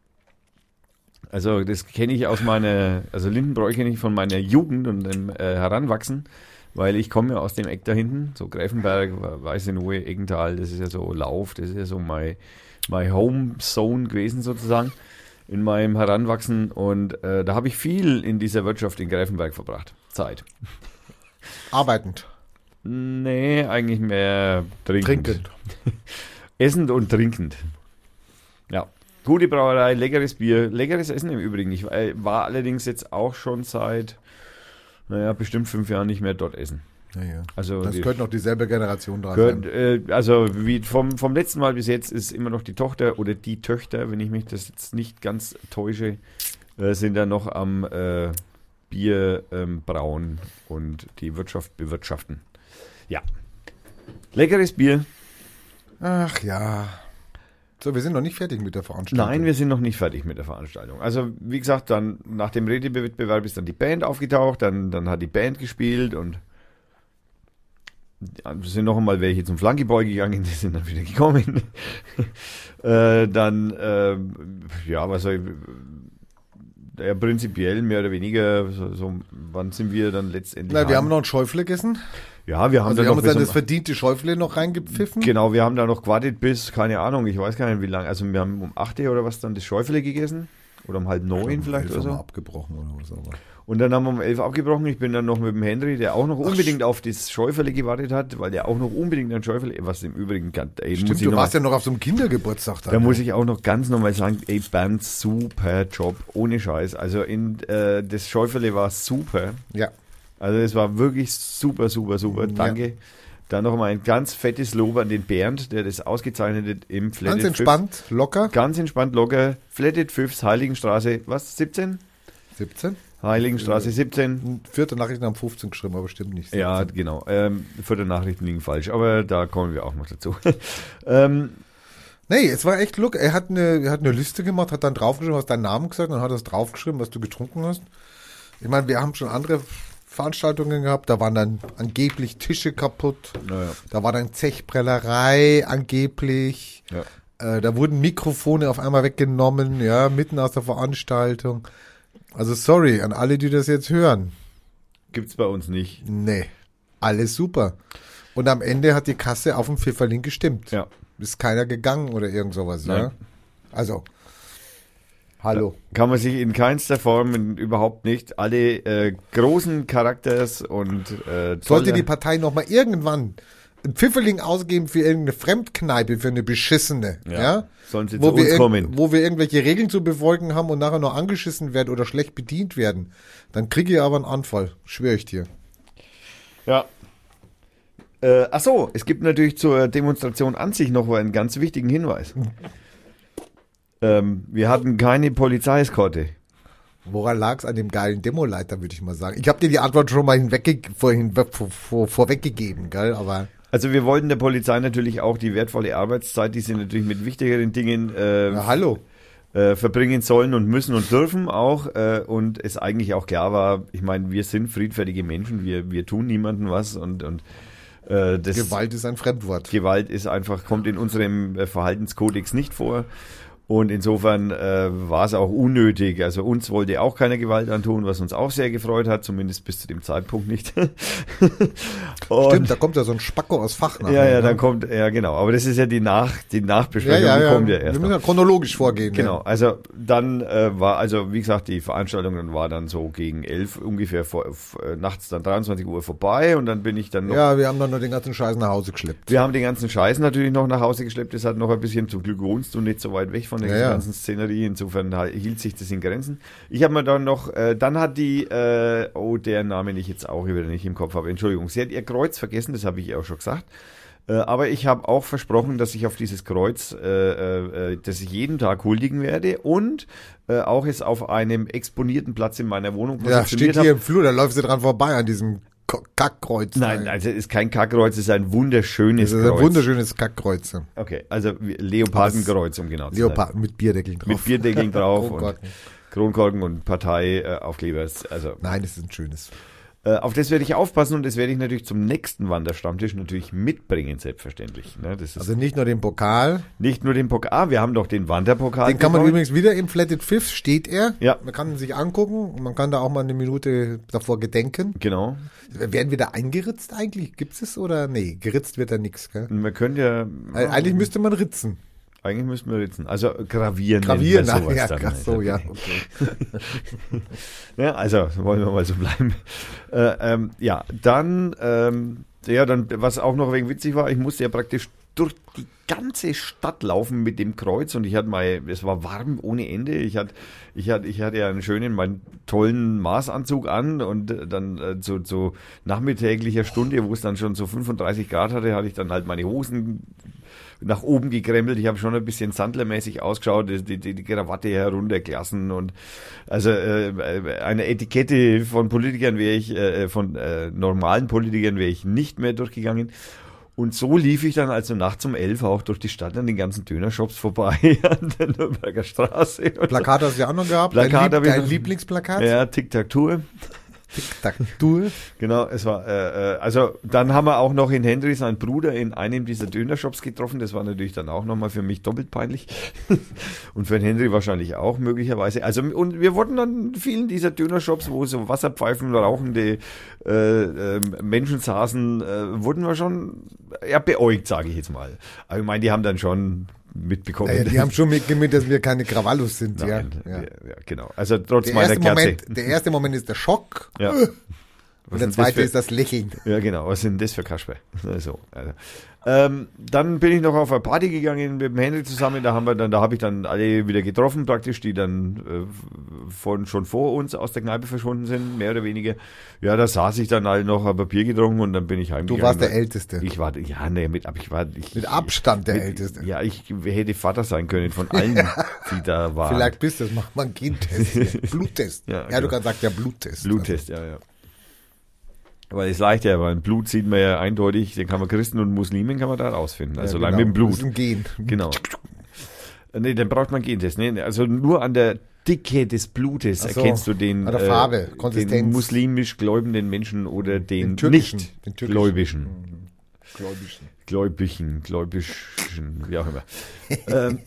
also das kenne ich aus meiner, also Lindenbräu kenne ich von meiner Jugend und dem Heranwachsen, weil ich komme ja aus dem Eck da hinten, so Greifenberg, Weiße Nuhe, Eggental, das ist ja so Lauf, das ist ja so my Home Zone gewesen sozusagen in meinem Heranwachsen und da habe ich viel in dieser Wirtschaft in Greifenberg verbracht, Zeit. Arbeitend. Nee, eigentlich mehr Trinkend. Essend und trinkend. Ja. Gute Brauerei, leckeres Bier, leckeres Essen im Übrigen. Ich war allerdings jetzt auch schon seit, bestimmt 5 Jahren nicht mehr dort essen. Naja. Also Das die- könnte noch dieselbe Generation da sein. also wie vom letzten Mal bis jetzt ist immer noch die Tochter oder die Töchter, wenn ich mich das jetzt nicht ganz täusche, sind da noch am Bier brauen und die Wirtschaft bewirtschaften. Ja. Leckeres Bier. Ach ja. So, wir sind noch nicht fertig mit der Veranstaltung. Nein, wir sind noch nicht fertig mit der Veranstaltung. Also, wie gesagt, dann nach dem Redewettbewerb ist dann die Band aufgetaucht, dann hat die Band gespielt und es sind noch einmal welche zum Flunkyball gegangen, die sind dann wieder gekommen. Was soll ich, ja, prinzipiell mehr oder weniger, so wann sind wir dann letztendlich? Na, wir heim? haben noch ein Schäufle gegessen. Ja, wir haben Also dann wir haben noch uns dann bis das verdiente Schäufle noch reingepfiffen. Genau, wir haben da noch gewartet bis, keine Ahnung, ich weiß gar nicht wie lange, also wir haben um 8 Uhr oder was dann das Schäufele gegessen oder um 8:30 vielleicht oder Haben wir so. abgebrochen oder was aber. Und dann haben wir um 11 abgebrochen, ich bin dann noch mit dem Henry, der auch noch unbedingt auf das Schäufele gewartet hat, weil der auch noch unbedingt ein Schäufele, was im Übrigen kann, Stimmt, du warst ja noch auf so einem Kindergeburtstag da. da muss ich auch noch ganz nochmal sagen, ey Bernd, super Job, ohne Scheiß, also das Schäufele war super. Ja. Also es war wirklich super, super, super. Ja. Danke. Dann noch mal ein ganz fettes Lob an den Bernd, der das ausgezeichnet hat im Flatted Ganz entspannt, locker. Fifth. Ganz entspannt, locker. Flatted Fifths, Heiligenstraße, was, 17? 17. Heiligenstraße 17. Vierte Nachrichten haben 15 geschrieben, aber stimmt nicht. 17. Ja, genau. Vierte Nachrichten liegen falsch, aber da kommen wir auch noch dazu. Nee, es war echt, look, er hat eine Liste gemacht, hat dann draufgeschrieben, hast deinen Namen gesagt, dann hat er es draufgeschrieben, was du getrunken hast. Ich meine, wir haben schon andere Veranstaltungen gehabt, da waren dann angeblich Tische kaputt, Naja. da war dann Zechprellerei angeblich, Ja. da wurden Mikrofone auf einmal weggenommen, ja, mitten aus der Veranstaltung. Also sorry an alle, die das jetzt hören. Gibt's bei uns nicht. Nee, alles super. Und am Ende hat die Kasse auf dem Pfifferling gestimmt. Ja. Ist keiner gegangen oder irgend sowas, Nein. ja? Also, hallo. Kann man sich in keinster Form überhaupt nicht. Alle großen Charakters und Sollte tolle- die Partei noch mal irgendwann ein Pfifferling ausgeben für irgendeine Fremdkneipe, für eine beschissene, ja? Sollen sie Wo zu wir, uns kommen. wo wir irgendwelche Regeln zu befolgen haben und nachher noch angeschissen werden oder schlecht bedient werden, dann kriege ich aber einen Anfall, schwöre ich dir. Ja. Ach so, es gibt natürlich zur Demonstration an sich noch einen ganz wichtigen Hinweis. Wir hatten keine Polizeieskorte. Woran lag es an dem geilen Demoleiter, würde ich mal sagen. Ich habe dir die Antwort schon mal vorweggegeben, gell, aber... Also wir wollten der Polizei natürlich auch die wertvolle Arbeitszeit, die sie natürlich mit wichtigeren Dingen Na, hallo. verbringen sollen und müssen und dürfen auch. Und es eigentlich auch klar war, ich meine, wir sind friedfertige Menschen, wir tun niemandem was und das Gewalt ist ein Fremdwort. Gewalt ist einfach, kommt in unserem Verhaltenskodex nicht vor. Und insofern war es auch unnötig. Also uns wollte auch keiner Gewalt antun, was uns auch sehr gefreut hat, zumindest bis zu dem Zeitpunkt nicht. Und Stimmt, da kommt ja so ein Spacko aus Fach ja, ne? dann kommt, ja genau, aber das ist ja die Nachbesprechung, ja, die ja. kommt ja Wir erst müssen noch. ja chronologisch vorgehen. Genau, also dann war, also wie gesagt, die Veranstaltung war dann so gegen 11 ungefähr nachts dann 23 Uhr vorbei und dann bin ich dann noch, Ja, wir haben dann noch den ganzen Scheiß nach Hause geschleppt. wir haben den ganzen Scheiß natürlich noch nach Hause geschleppt, das hat noch ein bisschen, zum Glück wohnst du nicht so weit weg von der Ja, ja. ganzen Szenerie, insofern hielt sich das in Grenzen. Ich habe mir dann noch, dann hat die, deren Namen ich jetzt auch wieder nicht im Kopf habe, Entschuldigung, sie hat ihr Kreuz vergessen, das habe ich ihr auch schon gesagt. Aber ich habe auch versprochen, dass ich auf dieses Kreuz, dass ich jeden Tag huldigen werde und auch es auf einem exponierten Platz in meiner Wohnung Ja, positioniert steht hier habe. im Flur, da läufst du dran vorbei an diesem Kackkreuz. Nein, also es ist kein Kackkreuz, es ist ein wunderschönes das ist ein Kreuz. wunderschönes Kackkreuz. Okay, also Leopardenkreuz, um genau zu sein. Leopard mit Bierdeckeln drauf. Mit Bierdeckeln drauf und Kronkorken. Kronkorken und Parteiaufkleber. Also Nein, das ist ein schönes. auf das werde ich aufpassen und das werde ich natürlich zum nächsten Wanderstammtisch natürlich mitbringen, selbstverständlich. Ne, das ist Also nicht nur den Pokal. nicht nur den Pokal, wir haben doch den Wanderpokal. Den kann man gebaut. übrigens wieder im Flatted Fifth, steht er. Ja. Man kann ihn sich angucken und man kann da auch mal eine Minute davor gedenken. Genau. Werden wir da eingeritzt eigentlich? Gibt's es oder? Nee, geritzt wird da nichts, gell? Und man könnte ja, Eigentlich müsste man ritzen. eigentlich müssten wir ritzen, also gravieren. Gravieren, nennen wir sowas ja, dann ach halt. so, ja, okay. Ja, also wollen wir mal so bleiben. Ja, dann, was auch noch ein wenig witzig war, ich musste ja praktisch durch die ganze Stadt laufen mit dem Kreuz und es war warm ohne Ende. Ich hatte ja einen schönen, meinen tollen Maßanzug an und dann zu nachmittäglicher Stunde, wo es dann schon so 35 Grad hatte ich dann halt meine Hosen nach oben gekrempelt. Ich habe schon ein bisschen sandlermäßig ausgeschaut, die Krawatte heruntergelassen und also eine Etikette von Politikern von normalen Politikern wäre ich nicht mehr durchgegangen. Und so lief ich dann also nachts um 11 auch durch die Stadt an den ganzen Dönershops vorbei an der Nürnberger Straße. Plakat hast du ja auch noch gehabt. Plakat habe ich dein noch. Lieblingsplakat? Ja, Tic-Tac-Tour. Tic-Tac-Tour. Genau, es war, also dann haben wir auch noch in Henry seinen Bruder in einem dieser Dönershops getroffen. Das war natürlich dann auch nochmal für mich doppelt peinlich. Und für den Henry wahrscheinlich auch möglicherweise. Also, und wir wurden dann in vielen dieser Dönershops, wo so Wasserpfeifen rauchende Menschen saßen, wurden wir schon beäugt, sage ich jetzt mal. Aber ich meine, die haben dann schon mitbekommen. Naja, die haben schon mitgemacht, dass wir keine Krawallos sind. Nein, ja. ja, genau. Also trotz meiner Kerze. Der erste Moment ist der Schock. Ja. Und der zweite ist das Lächeln. Ja, genau. Was sind denn das für Kasper? So, also. Dann bin ich noch auf eine Party gegangen mit dem Henry zusammen. Da habe ich dann alle wieder getroffen, praktisch, die dann schon vor uns aus der Kneipe verschwunden sind, mehr oder weniger. Ja, da saß ich dann halt noch, habe Bier getrunken und dann bin ich heimgegangen. Du warst der Älteste. Ich war, ja, nee, mit Abstand der Älteste. Ja, ich hätte Vater sein können von allen, die da waren. Vielleicht bist du es, mach mal einen Gentest. Hier. Bluttest. Ja, Du genau. kannst sagen, ja, Bluttest. Bluttest, ja. Weil es leicht ja, weil Blut sieht man ja eindeutig, den kann man Christen und Muslimen kann man da rausfinden. Also ja, allein genau. mit dem Blut. Das ist ein Gen. Genau. Nee, dann braucht man Gentest. Nee, also nur an der Dicke des Blutes Ach so, erkennst du den, an der Farbe, Konsistenz. den muslimisch gläubenden Menschen oder den türkischen, nicht den türkischen. gläubischen. Gläubischen. Gläubischen, wie auch immer.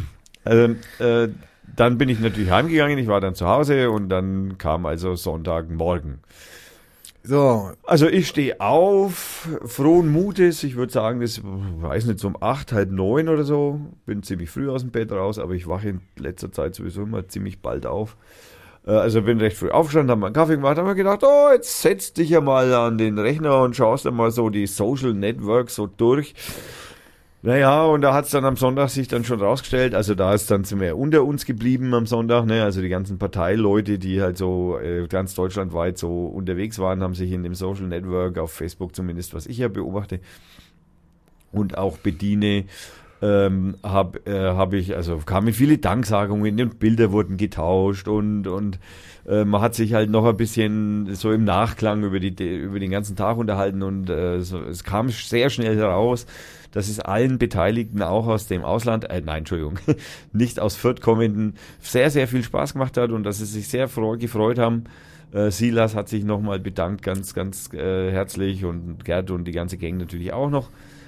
Dann bin ich natürlich heimgegangen, ich war dann zu Hause und dann kam also Sonntagmorgen. So, Also ich stehe auf, frohen Mutes, ich würde sagen, das weiß nicht, so um 8, halb 9 oder so, bin ziemlich früh aus dem Bett raus, aber ich wache in letzter Zeit sowieso immer ziemlich bald auf. Also bin recht früh aufgestanden, habe meinen Kaffee gemacht, habe mir gedacht, oh, jetzt setz dich ja mal an den Rechner und schaust dann mal so die Social Networks so durch. Naja, und da hat es dann am Sonntag sich dann schon rausgestellt, also da ist dann mehr unter uns geblieben am Sonntag, ne? Also die ganzen Parteileute, die halt so ganz deutschlandweit so unterwegs waren, haben sich in dem Social Network, auf Facebook zumindest, was ich ja beobachte und auch bediene, kamen viele Danksagungen und Bilder wurden getauscht und man hat sich halt noch ein bisschen so im Nachklang über den ganzen Tag unterhalten und es kam sehr schnell heraus, dass es allen Beteiligten auch aus dem Ausland, nicht aus Fürth kommenden, sehr, sehr viel Spaß gemacht hat und dass sie sich sehr gefreut haben. Silas hat sich nochmal bedankt, ganz, ganz herzlich und Gerd und die ganze Gang natürlich auch noch.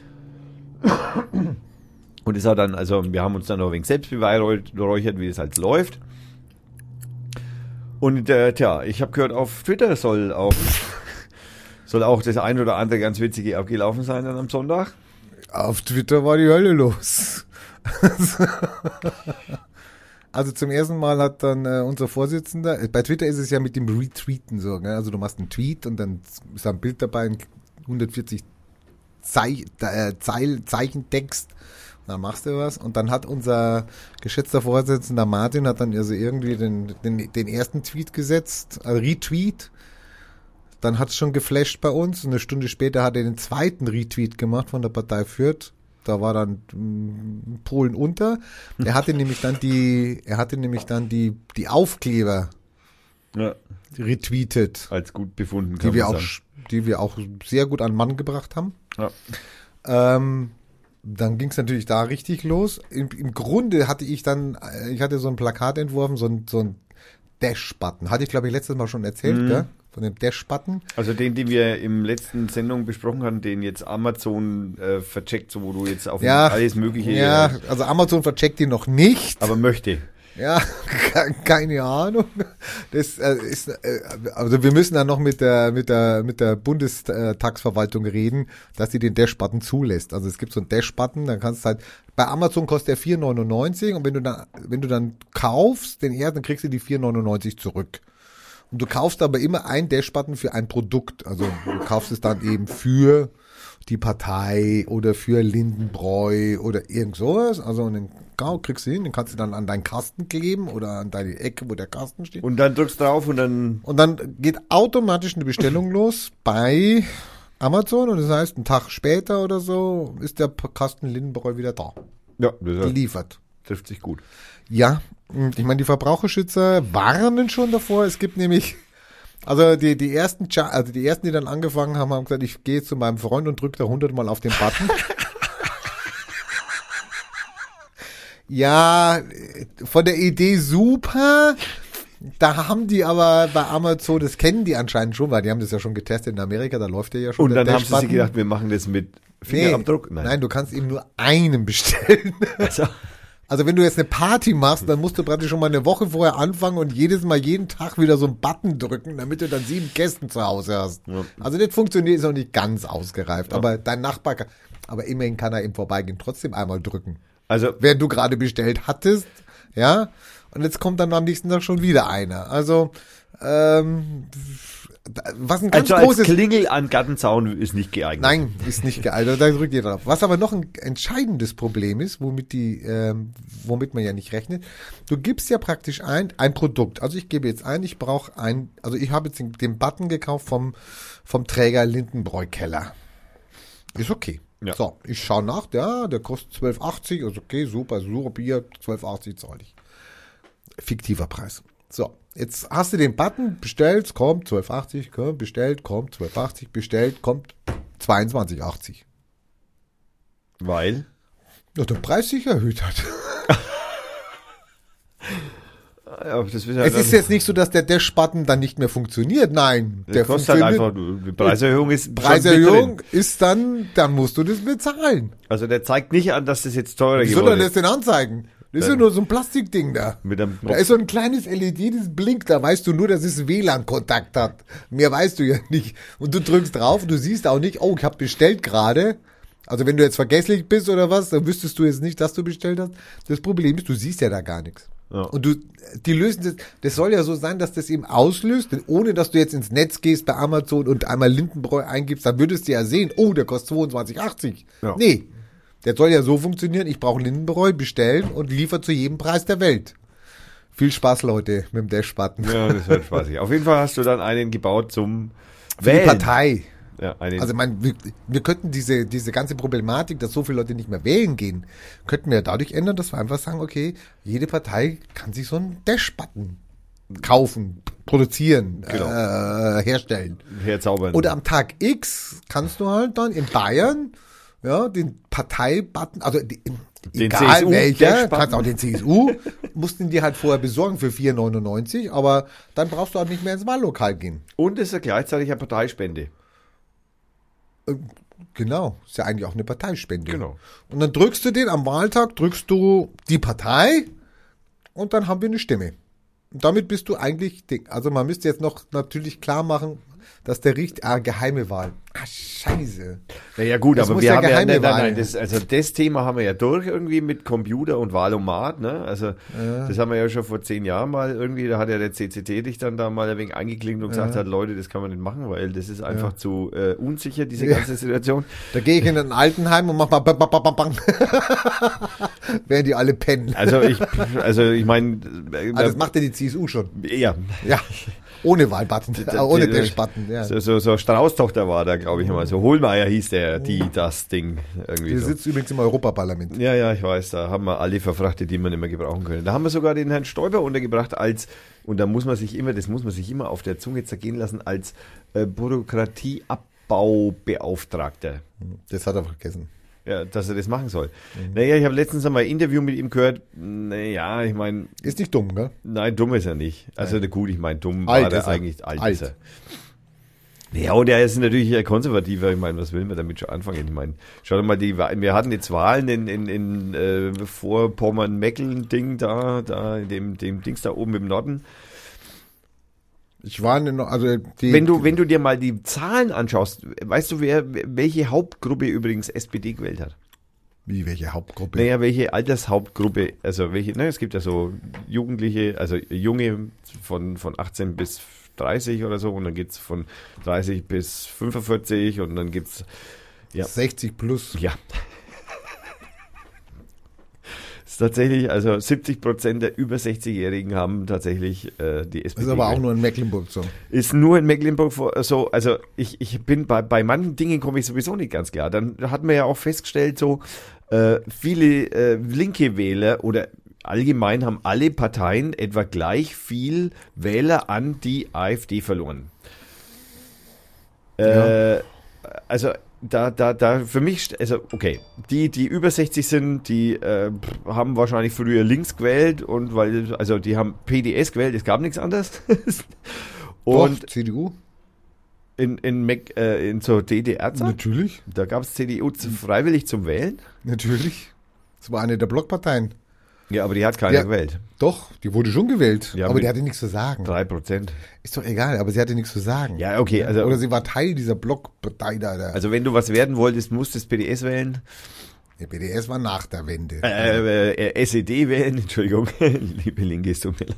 Und es hat dann, also wir haben uns dann noch ein wenig selbst beweihräuchert, wie es halt läuft. Und ich habe gehört, auf Twitter soll auch das ein oder andere ganz Witzige abgelaufen sein dann am Sonntag. auf Twitter war die Hölle los. Also zum ersten Mal hat dann unser Vorsitzender, bei Twitter ist es ja mit dem Retweeten so, ne? Also du machst einen Tweet und dann ist da ein Bild dabei, 140 Zeichen Text. Dann machst du was und dann hat unser geschätzter Vorsitzender Martin hat dann also irgendwie den ersten Tweet gesetzt, Retweet. Dann hat es schon geflasht bei uns. Und eine Stunde später hat er den zweiten Retweet gemacht von der Partei Fürth. Da war dann Polen unter. Er hatte nämlich dann die Aufkleber retweetet. Als gut befunden, die wir auch sehr gut an den Mann gebracht haben. Ja. Dann ging es natürlich da richtig los. Im Grunde hatte ich so ein Plakat entworfen, so ein Dash-Button. Hatte ich, glaube ich, letztes Mal schon erzählt, gell? Von dem Dash-Button. Also den wir im letzten Sendung besprochen haben, den jetzt Amazon vercheckt, so wo du jetzt auf alles Mögliche... Ja, also Amazon vercheckt ihn noch nicht. Aber möchte. Ja, keine Ahnung. Das also wir müssen dann noch mit der Bundestagsverwaltung reden, dass sie den Dash-Button zulässt. Also es gibt so einen Dash-Button, dann kannst du halt, bei Amazon kostet der 4,99 und wenn du dann kaufst, den ersten, dann kriegst du die 4,99 zurück. Und du kaufst aber immer einen Dash-Button für ein Produkt. Also du kaufst es dann eben für die Partei oder für Lindenbräu oder irgend sowas. Also und den kriegst du hin, den kannst du dann an deinen Kasten kleben oder an deine Ecke, wo der Kasten steht. Und dann drückst du drauf und dann geht automatisch eine Bestellung los bei Amazon und das heißt, einen Tag später oder so ist der Kasten Lindenbräu wieder da. Ja, das geliefert. Trifft sich gut. Ja, ich meine, die Verbraucherschützer warnen schon davor. Es gibt nämlich, also die ersten, die dann angefangen haben gesagt, ich gehe zu meinem Freund und drücke da 100-mal auf den Button. Ja, von der Idee super. Da haben die aber bei Amazon, das kennen die anscheinend schon, weil die haben das ja schon getestet in Amerika, da läuft der ja schon. Und dann haben sie sich gedacht, wir machen das mit Fingerabdruck? Nein, du kannst eben nur einen bestellen. Also wenn du jetzt eine Party machst, dann musst du praktisch schon mal eine Woche vorher anfangen und jeden Tag wieder so einen Button drücken, damit du dann 7 Kästen zu Hause hast. Ja. Also das funktioniert, ist noch nicht ganz ausgereift. Ja. Aber dein Nachbar aber immerhin kann er im Vorbeigehen trotzdem einmal drücken. Also während du gerade bestellt hattest, ja. Und jetzt kommt dann am nächsten Tag schon wieder einer. Also was ein ganz großes als Klingel an Gartenzaun ist nicht geeignet. Nein, ist nicht geeignet. Da drückt jeder drauf. Was aber noch ein entscheidendes Problem ist, womit man ja nicht rechnet. Du gibst ja praktisch ein Produkt. Also ich gebe jetzt ein, ich habe jetzt den Button gekauft vom Träger Lindenbräu-Keller. Ist okay. Ja. So, ich schaue nach, der kostet 12,80, ist okay, super Bier, 12,80 zahle ich. Fiktiver Preis. So, jetzt hast du den Button, bestellt, kommt 12,80, bestellt, kommt 12,80, bestellt, kommt 22,80. Weil? Ja, der Preis sich erhöht hat. Ja, das es ist jetzt nicht so, dass der Dash-Button dann nicht mehr funktioniert. Nein, der kostet halt einfach, die Preiserhöhung ist dann musst du das bezahlen. Also der zeigt nicht an, dass das jetzt teurer geworden ist. Wie soll er das denn anzeigen? Das ist ja nur so ein Plastikding da. Da ist so ein kleines LED, das blinkt, da weißt du nur, dass es WLAN-Kontakt hat. Mehr weißt du ja nicht. Und du drückst drauf und du siehst auch nicht, ich habe bestellt gerade. Also wenn du jetzt vergesslich bist oder was, dann wüsstest du jetzt nicht, dass du bestellt hast. Das Problem ist, du siehst ja da gar nichts. Ja. Und die lösen das soll ja so sein, dass das eben auslöst, denn ohne dass du jetzt ins Netz gehst bei Amazon und einmal Lindenbräu eingibst, dann würdest du ja sehen, der kostet 22,80. Ja. Nee, der soll ja so funktionieren, ich brauche Lindenbräu, bestellen und liefert zu jedem Preis der Welt. Viel Spaß, Leute, mit dem Dash-Button. Ja, das wird spaßig. Auf jeden Fall hast du dann einen gebaut zum Wählen. Die Partei. Ja, also wir könnten diese ganze Problematik, dass so viele Leute nicht mehr wählen gehen, könnten wir dadurch ändern, dass wir einfach sagen, okay, jede Partei kann sich so einen Dash-Button kaufen, produzieren, herstellen. Herzaubern. Oder am Tag X kannst du halt dann in Bayern den Partei-Button, also egal CSU, welcher, kannst auch den CSU, mussten die halt vorher besorgen für 4,99, aber dann brauchst du auch nicht mehr ins Wahllokal gehen. Und ist ja gleichzeitig eine Parteispende. Genau, ist ja eigentlich auch eine Parteispende. Genau. Und dann drückst du am Wahltag, die Partei und dann haben wir eine Stimme. Und damit bist du eigentlich, also man müsste jetzt noch natürlich klar machen, dass der geheime Wahl. Scheiße. Naja gut, das aber wir haben ja, das Thema haben wir ja durch irgendwie mit Computer und Wahlomat, ne? Also das haben wir ja schon vor 10 Jahren mal irgendwie, da hat ja der CCT dich dann da mal ein wenig eingeklinkt und gesagt hat, Leute, das kann man nicht machen, weil das ist einfach zu unsicher, diese ganze Situation. Da gehe ich in ein Altenheim und mach mal bang. Während die alle pennen. Also ich meine... das macht ja die CSU schon. Ja. Ohne Wahlbutton, ohne Dash-Button. Ja. So Strauß-Tochter war da, glaube ich mal. So Hohlmeier hieß der, das Ding. Irgendwie Der so. sitzt übrigens im Europaparlament. Ja, ich weiß, da haben wir alle verfrachtet, die man nicht mehr gebrauchen können. Da haben wir sogar den Herrn Stoiber untergebracht als, und da muss man sich immer auf der Zunge zergehen lassen, als Bürokratieabbaubeauftragter. Das hat er vergessen. Ja, dass er das machen soll. Naja, ich habe letztens einmal ein Interview mit ihm gehört. Naja, ich meine, Ist nicht dumm, gell? nein, dumm ist er nicht. Also gut, ich meine, dumm Alt war er ist er. eigentlich. Alt Alt. ist er. Ja, und er ist natürlich eher konservativer. Ich meine, was will man damit schon anfangen? Ich meine, schau dir mal, wir hatten jetzt Wahlen in Vorpommern-Meckeln-Ding da in dem Dings da oben im Norden. Ich war also die. Wenn du dir mal die Zahlen anschaust, weißt du, welche Hauptgruppe übrigens SPD gewählt hat? Wie, welche Hauptgruppe? Naja, welche Altershauptgruppe, also es gibt ja so Jugendliche, also Junge von 18 bis 30 oder so, und dann geht's von 30 bis 45 und dann gibt's 60 plus. ja. Ist tatsächlich, also 70% der über 60-Jährigen haben tatsächlich die SPD. Das ist aber auch nur in Mecklenburg so. Ist nur in Mecklenburg so, also ich bin bei manchen Dingen komme ich sowieso nicht ganz klar. Dann hat man ja auch festgestellt, so viele linke Wähler oder allgemein haben alle Parteien etwa gleich viel Wähler an die AfD verloren. Ja. Also da für mich, also okay, die über 60 sind, die haben wahrscheinlich früher links gewählt und also die haben PDS gewählt, es gab nichts anderes. Und Doch, CDU? in zur DDR-Zeit, Natürlich. da gab es CDU freiwillig zum Wählen. Natürlich. Das war eine der Blockparteien. Ja, aber die hat keiner Ja. gewählt. Doch, die wurde schon gewählt. Ja, aber mit die hatte nichts zu sagen. 3%. Ist doch egal, aber sie hatte nichts zu sagen. Ja, okay, also Oder sie war Teil dieser Blockpartei da. also wenn du was werden wolltest, musstest PDS wählen. Der BDS war nach der Wende. SED wählen, Entschuldigung, liebe Linke, es tut mir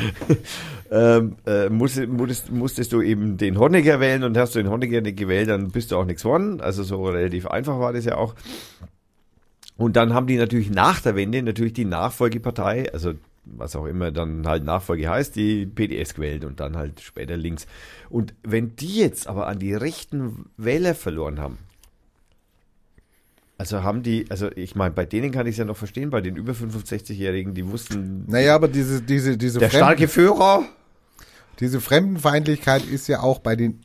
leid. Musstest du eben den Honecker wählen, und hast du den Honecker nicht gewählt, dann bist du auch nichts geworden. Also so relativ einfach war das ja auch. Und dann haben die natürlich nach der Wende die Nachfolgepartei, also was auch immer dann halt Nachfolge heißt, die PDS gewählt und dann halt später links. Und wenn die jetzt aber an die rechten Wähler verloren haben, also ich meine, bei denen kann ich es ja noch verstehen, bei den über 65-Jährigen, die wussten, Naja, aber diese der starke Führer. diese Fremdenfeindlichkeit ist ja auch bei den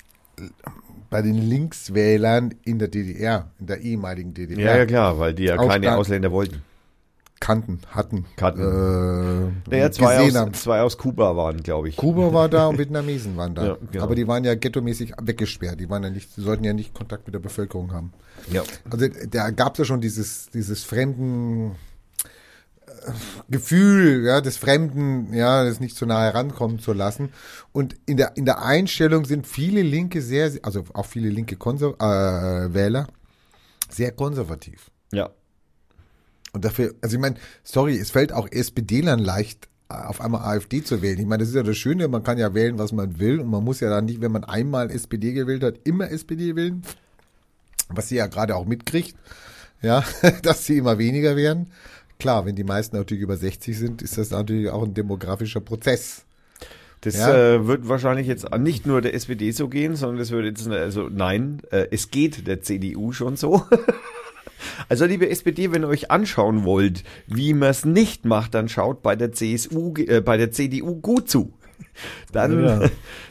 Linkswählern in der DDR, in der ehemaligen DDR. Ja, klar, weil die ja Auch keine stark. Ausländer wollten. Hatten. Naja, gesehen haben. zwei aus Kuba waren, glaube ich. Kuba war da und Vietnamesen waren da. Ja, genau. Aber die waren ja ghettomäßig weggesperrt. Die sollten ja nicht Kontakt mit der Bevölkerung haben. Ja. Also da gab es ja schon dieses fremden Gefühl, ja, des Fremden, ja, das nicht so nah herankommen zu lassen. Und in der Einstellung sind viele Linke also auch viele linke Wähler sehr konservativ. Ja. Und dafür, also ich meine, sorry, es fällt auch SPD-Lern leicht, auf einmal AfD zu wählen. Ich meine, das ist ja das Schöne, man kann ja wählen, was man will, und man muss ja dann nicht, wenn man einmal SPD gewählt hat, immer SPD wählen, was sie ja gerade auch mitkriegt, ja, dass sie immer weniger werden. Klar, wenn die meisten natürlich über 60 sind, ist das natürlich auch ein demografischer Prozess. Das Ja. wird wahrscheinlich jetzt nicht nur der SPD so gehen, sondern es wird jetzt, es geht der CDU schon so. Also liebe SPD, wenn ihr euch anschauen wollt, wie man es nicht macht, dann schaut bei der CDU gut zu. Dann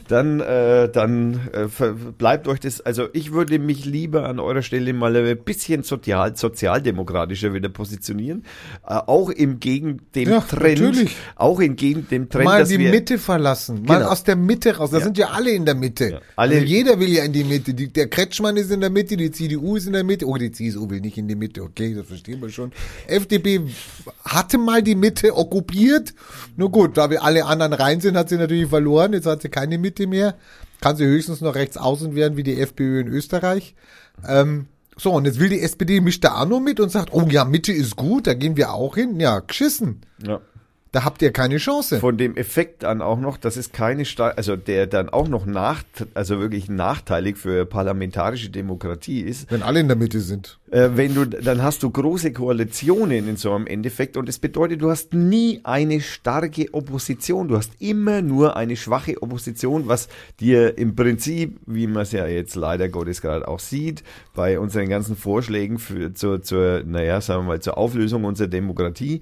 bleibt euch das, also ich würde mich lieber an eurer Stelle mal ein bisschen sozialdemokratischer wieder positionieren, auch gegen dem Ja, Trend, natürlich. auch entgegen dem Trend, Mal dass die wir Mitte verlassen, mal Genau. aus der Mitte raus. Da sind ja alle in der Mitte. Ja, alle- Also jeder will ja in die Mitte. Der Kretschmann ist in der Mitte, die CDU ist in der Mitte. Oh, die CSU will nicht in die Mitte. Okay, das verstehen wir schon. FDP hatte mal die Mitte okkupiert. Nur gut, da wir alle anderen rein sind, hat sie natürlich verloren. Jetzt hat sie keine Mitte mehr. Kann sie höchstens noch rechts außen werden wie die FPÖ in Österreich. So, und jetzt will die SPD, mischt da auch noch mit und sagt, oh ja, Mitte ist gut, da gehen wir auch hin. Ja, geschissen. ja. Da habt ihr keine Chance. Von dem Effekt dann auch noch, das ist also der dann auch noch wirklich nachteilig für parlamentarische Demokratie ist, Wenn alle in der Mitte sind. dann hast du große Koalitionen in so einem Endeffekt und das bedeutet, du hast nie eine starke Opposition, du hast immer nur eine schwache Opposition, was dir im Prinzip, wie man es ja jetzt leider Gottes gerade auch sieht, bei unseren ganzen Vorschlägen zur Auflösung unserer Demokratie,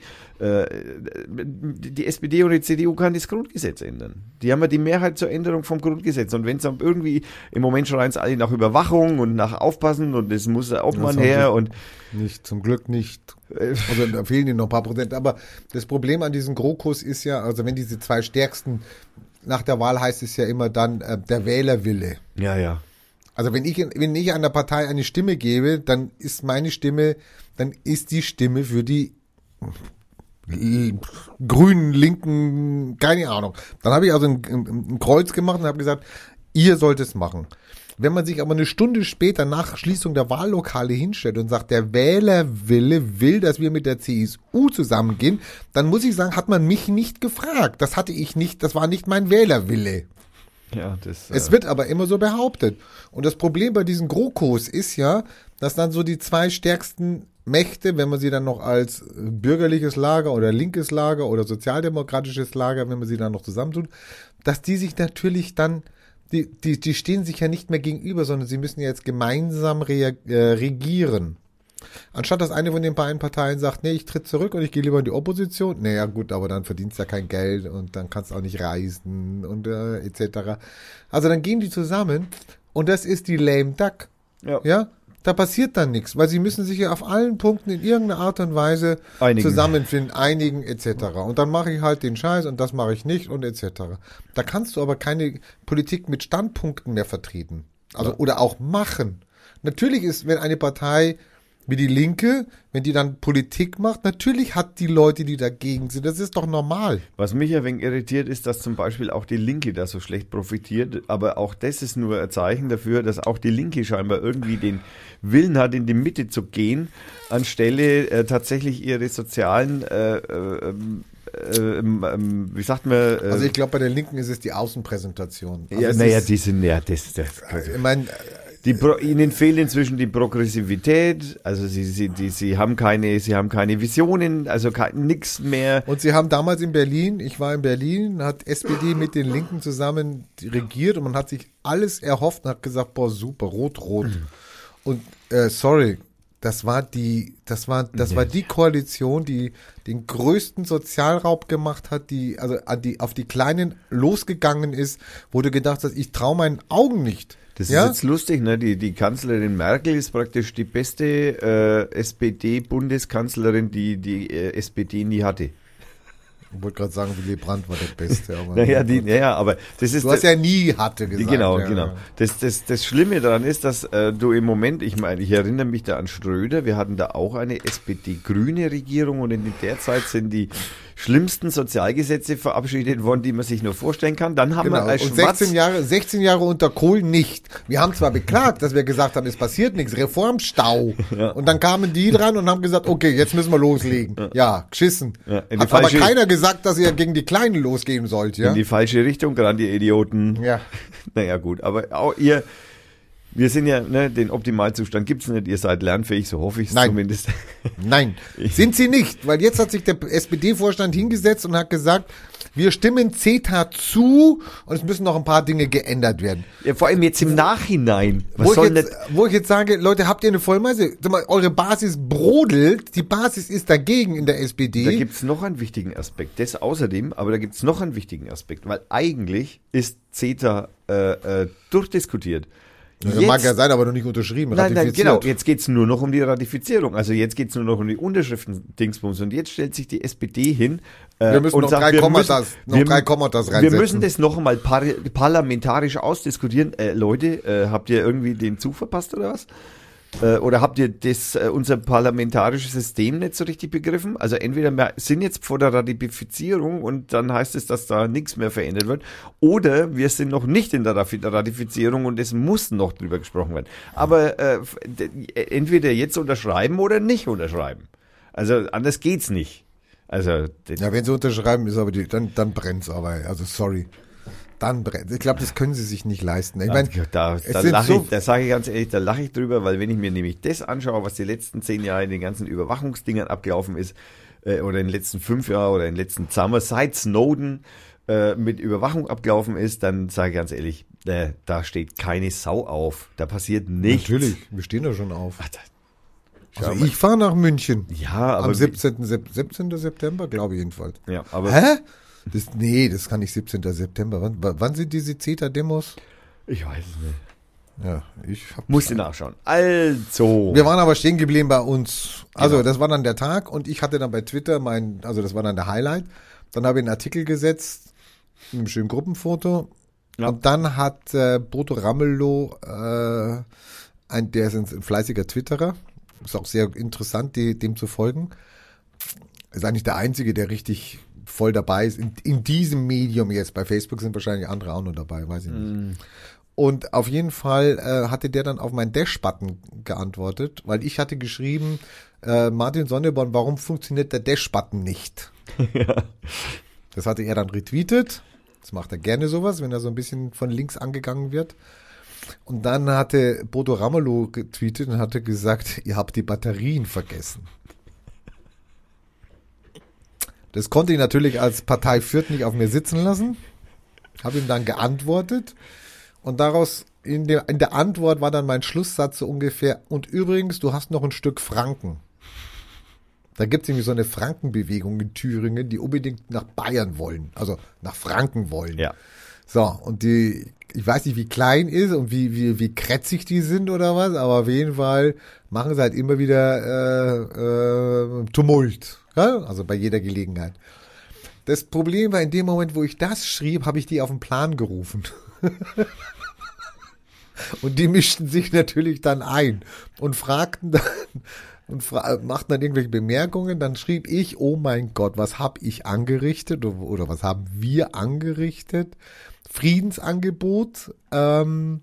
die SPD und die CDU kann das Grundgesetz ändern. Die haben ja die Mehrheit zur Änderung vom Grundgesetz und wenn es irgendwie, im Moment schreien es alle nach Überwachung und nach Aufpassen und es muss der Obmann her und nicht, zum Glück nicht. Also da fehlen ihnen noch ein paar Prozent. Aber das Problem an diesen GroKos ist ja, also wenn diese zwei Stärksten, nach der Wahl heißt es ja immer dann der Wählerwille. Ja. Also wenn ich einer Partei eine Stimme gebe, dann ist die Stimme für die Grünen, Linken, keine Ahnung. Dann habe ich also ein Kreuz gemacht und habe gesagt, ihr sollt es machen. Wenn man sich aber eine Stunde später nach Schließung der Wahllokale hinstellt und sagt, der Wählerwille will, dass wir mit der CSU zusammengehen, dann muss ich sagen, hat man mich nicht gefragt. Das hatte ich nicht, das war nicht mein Wählerwille. Ja, es wird aber immer so behauptet. Und das Problem bei diesen GroKos ist ja, dass dann so die zwei stärksten Mächte, wenn man sie dann noch als bürgerliches Lager oder linkes Lager oder sozialdemokratisches Lager, wenn man sie dann noch zusammentut, dass die sich natürlich dann, die stehen sich ja nicht mehr gegenüber, sondern sie müssen ja jetzt gemeinsam regieren. Anstatt dass eine von den beiden Parteien sagt, nee, ich tritt zurück und ich gehe lieber in die Opposition. Naja gut, aber dann verdienst du ja kein Geld und dann kannst du auch nicht reisen und etc. Also dann gehen die zusammen und das ist die lame duck. Ja? Da passiert dann nichts, weil sie müssen sich ja auf allen Punkten in irgendeiner Art und Weise zusammenfinden, einigen etc. Und dann mache ich halt den Scheiß und das mache ich nicht und etc. Da kannst du aber keine Politik mit Standpunkten mehr vertreten. Also oder auch machen. Natürlich ist, wenn eine Partei wie die Linke, wenn die dann Politik macht, natürlich hat die Leute, die dagegen sind. Das ist doch normal. Was mich ein wenig irritiert, ist, dass zum Beispiel auch die Linke da so schlecht profitiert. Aber auch das ist nur ein Zeichen dafür, dass auch die Linke scheinbar irgendwie den Willen hat, in die Mitte zu gehen, anstelle tatsächlich ihre sozialen wie sagt man? Also ich glaube, bei der Linken ist es die Außenpräsentation. Also die sind ich meine, ihnen fehlt inzwischen die Progressivität, also sie haben keine Visionen, also nix mehr. Und sie haben damals ich war in Berlin, hat SPD mit den Linken zusammen regiert und man hat sich alles erhofft und hat gesagt, boah, super, rot. Und sorry, das war die Koalition, die den größten Sozialraub gemacht hat, die auf die Kleinen losgegangen ist, wo du gedacht hast, ich traue meinen Augen nicht. Das ist jetzt lustig, ne? Die Kanzlerin Merkel ist praktisch die beste SPD-Bundeskanzlerin, die SPD nie hatte. Ich wollte gerade sagen, Willy Brandt war der Beste. Aber aber das ist... Du hast ja nie hatte gesagt. Genau. Das Schlimme daran ist, dass du im Moment, ich erinnere mich da an Schröder, wir hatten da auch eine SPD-grüne Regierung und in der Zeit sind die schlimmsten Sozialgesetze verabschiedet worden, die man sich nur vorstellen kann. Dann haben wir als und 16 Jahre unter Kohl nicht. Wir haben zwar beklagt, dass wir gesagt haben, es passiert nichts, Reformstau. Ja. Und dann kamen die dran und haben gesagt, okay, jetzt müssen wir loslegen. Ja, geschissen. Ja, hat aber keiner gesagt, dass ihr gegen die Kleinen losgehen sollt. Ja? In die falsche Richtung, gerade die Idioten. Ja. Naja gut, aber auch wir sind ja, den Optimalzustand gibt's nicht, ihr seid lernfähig, so hoffe ich es zumindest. Nein, sind sie nicht, weil jetzt hat sich der SPD-Vorstand hingesetzt und hat gesagt, wir stimmen CETA zu und es müssen noch ein paar Dinge geändert werden. Ja, vor allem jetzt im Nachhinein. Wo ich jetzt sage, Leute, habt ihr eine Vollmeise? Sag mal, eure Basis brodelt, die Basis ist dagegen in der SPD. Da gibt's noch einen wichtigen Aspekt, das außerdem, aber da gibt's noch einen wichtigen Aspekt, weil eigentlich ist CETA durchdiskutiert. Das mag ja sein, aber noch nicht unterschrieben. Nein, genau. Jetzt geht's nur noch um die Ratifizierung. Also jetzt geht's nur noch um die Unterschriften-Dingsbums. Und jetzt stellt sich die SPD hin wir müssen und noch sagt, 3 Kommatas reinsetzen. Wir müssen das noch einmal parlamentarisch ausdiskutieren. Leute, habt ihr irgendwie den Zug verpasst oder was? Oder habt ihr unser parlamentarisches System nicht so richtig begriffen? Also entweder wir sind jetzt vor der Ratifizierung und dann heißt es, dass da nichts mehr verändert wird, oder wir sind noch nicht in der Ratifizierung und es muss noch drüber gesprochen werden. Aber entweder jetzt unterschreiben oder nicht unterschreiben. Also anders geht's nicht. Also ja, wenn sie unterschreiben, ist aber dann brennt's aber. Also sorry. Dann brennt. Ich glaube, das können sie sich nicht leisten. Ich Ja, meine, da sage ich ganz ehrlich, da lache ich drüber, weil wenn ich mir nämlich das anschaue, was die letzten 10 Jahre in den ganzen Überwachungsdingern abgelaufen ist, oder in den letzten 5 Jahren oder in den letzten Sommer, seit Snowden mit Überwachung abgelaufen ist, dann sage ich ganz ehrlich, da steht keine Sau auf. Da passiert nichts. natürlich, wir stehen da schon auf. Ach, Also schau mal. ich fahre nach München. Ja, aber Am 17. September, glaube ich jedenfalls. Ja, aber Hä? Das kann nicht 17. September. Wann sind diese CETA-Demos? ich weiß es nicht. Ja, ich hab Musste nachschauen. Also. Wir waren aber stehen geblieben bei uns. Also Genau. das war dann der Tag und ich hatte dann bei Twitter also das war dann der Highlight. Dann habe ich einen Artikel gesetzt, mit einem schönen Gruppenfoto. Ja. Und dann hat Bodo Ramelow, der ist ein fleißiger Twitterer, ist auch sehr interessant, dem zu folgen. Ist eigentlich der Einzige, der richtig voll dabei ist. In diesem Medium jetzt. Bei Facebook sind wahrscheinlich andere auch noch dabei, weiß ich nicht. Und auf jeden Fall hatte der dann auf meinen Dash-Button geantwortet, weil ich hatte geschrieben, Martin Sonneborn, warum funktioniert der Dash-Button nicht? Ja. Das hatte er dann retweetet. Das macht er gerne sowas, wenn er so ein bisschen von links angegangen wird. Und dann hatte Bodo Ramelow getweetet und hatte gesagt, ihr habt die Batterien vergessen. Das konnte ich natürlich als Partei Fürth nicht auf mir sitzen lassen. Habe ihm dann geantwortet. Und daraus, in der Antwort war dann mein Schlusssatz so ungefähr, und übrigens, du hast noch ein Stück Franken. Da gibt es irgendwie so eine Frankenbewegung in Thüringen, die unbedingt nach Bayern wollen, also nach Franken wollen. Ja. So, und ich weiß nicht, wie klein ist und wie krätzig die sind oder was, aber auf jeden Fall machen sie halt immer wieder Tumult, ja? Also bei jeder Gelegenheit. Das Problem war, in dem Moment, wo ich das schrieb, habe ich die auf den Plan gerufen. Und die mischten sich natürlich dann ein und fragten dann und machten dann irgendwelche Bemerkungen. Dann schrieb ich, oh mein Gott, was habe ich angerichtet oder was haben wir angerichtet? Friedensangebot, ihr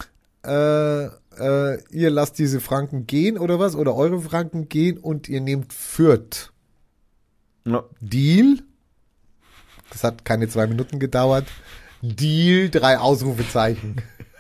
lasst diese Franken gehen oder was? Oder eure Franken gehen und ihr nehmt Fürth. Ja. Deal? Das hat keine 2 Minuten gedauert. Deal, 3 Ausrufezeichen.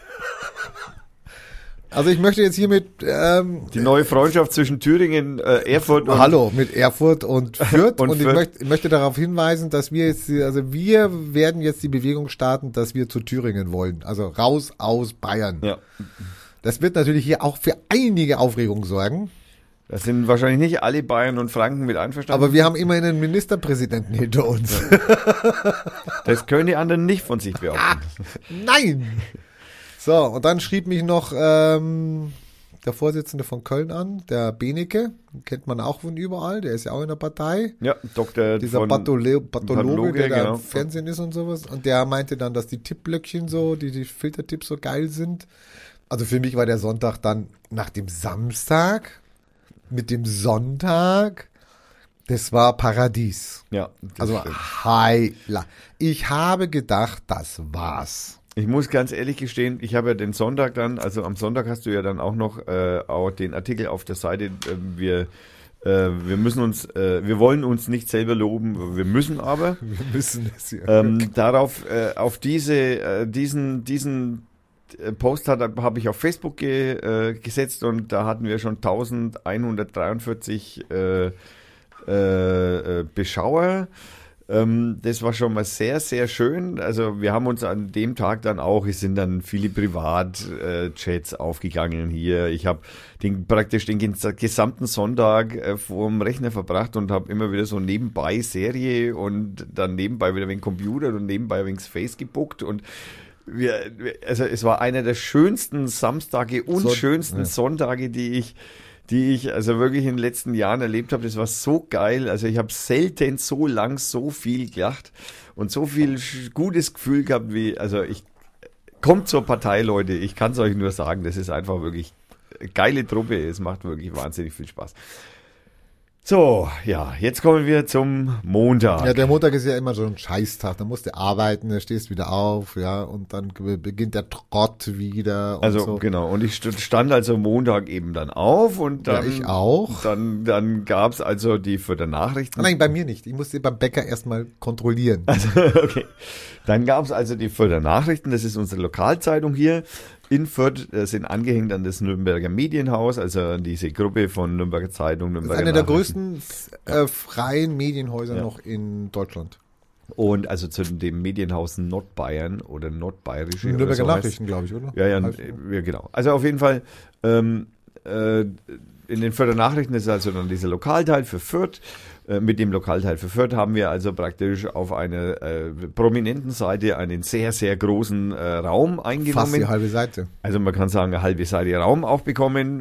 Also ich möchte jetzt hiermit Die neue Freundschaft zwischen Thüringen, Erfurt und Hallo mit Erfurt und Fürth Und und Fürth. ich möchte darauf hinweisen, dass wir werden jetzt die Bewegung starten, dass wir zu Thüringen wollen. Also raus aus Bayern. Ja. Das wird natürlich hier auch für einige Aufregung sorgen. Da sind wahrscheinlich nicht alle Bayern und Franken mit einverstanden. Aber wir haben immerhin einen Ministerpräsidenten hinter uns. Das können die anderen nicht von sich behaupten. Nein! So, und dann schrieb mich noch der Vorsitzende von Köln an, der Benecke, den kennt man auch von überall, der ist ja auch in der Partei. Ja, Dr. Dieser von Pathologe, der da genau. im Fernsehen ist und sowas. Und der meinte dann, dass die Tippblöckchen so, die Filtertipps so geil sind. Also für mich war der Sonntag dann nach dem Samstag mit dem Sonntag, das war Paradies. Ja, das Also stimmt. Highlight. Ich habe gedacht, das war's. Ich muss ganz ehrlich gestehen, ich habe ja den Sonntag dann, also am Sonntag hast du ja dann auch noch auch den Artikel auf der Seite, wir wollen uns nicht selber loben, wir müssen aber. Wir müssen es hier. Auf diesen Post habe ich auf Facebook gesetzt und da hatten wir schon 1143 Beschauer. Das war schon mal sehr, sehr schön. Also wir haben uns an dem Tag dann auch, es sind dann viele Privatchats aufgegangen hier. Ich habe praktisch den gesamten Sonntag vor dem Rechner verbracht und habe immer wieder so nebenbei Serie und dann nebenbei wieder wegen Computer und nebenbei wegen Face gebuckt und also es war einer der schönsten Samstage und schönsten Sonntage, die ich also wirklich in den letzten Jahren erlebt habe. Das war so geil. Also ich habe selten so lang so viel gelacht und so viel gutes Gefühl gehabt kommt zur Partei, Leute. Ich kann es euch nur sagen, das ist einfach wirklich eine geile Truppe. Es macht wirklich wahnsinnig viel Spaß. So, ja, jetzt kommen wir zum Montag. Ja, der Montag ist ja immer so ein Scheißtag. Da musst du arbeiten, da stehst wieder auf, ja, und dann beginnt der Trott wieder. Und Also so. genau, und ich stand also Montag eben dann auf und dann, Ja, ich auch. Dann gab's also die Fürther Nachrichten. Nein, bei mir nicht. Ich musste beim Bäcker erstmal kontrollieren. Also, okay. Dann gab's also die Fürther Nachrichten, das ist unsere Lokalzeitung hier in Fürth, sind angehängt an das Nürnberger Medienhaus, also diese Gruppe von Nürnberger Zeitung, Das ist Nürnberger einer der Nachrichten. größten freien Medienhäuser Ja. noch in Deutschland. Und also zu dem Medienhaus Nordbayern oder Nordbayerische. oder Nürnberger so heißt- Nachrichten, glaube ich, oder? Ja, Heißt- ja, genau. Also auf jeden Fall, in den Fürther Nachrichten ist also dann dieser Lokalteil für Fürth. Mit dem Lokalteil für Fürth haben wir also praktisch auf einer prominenten Seite einen sehr, sehr großen Raum Fast eingenommen. die halbe Seite. Also man kann sagen, eine halbe Seite Raum auch bekommen.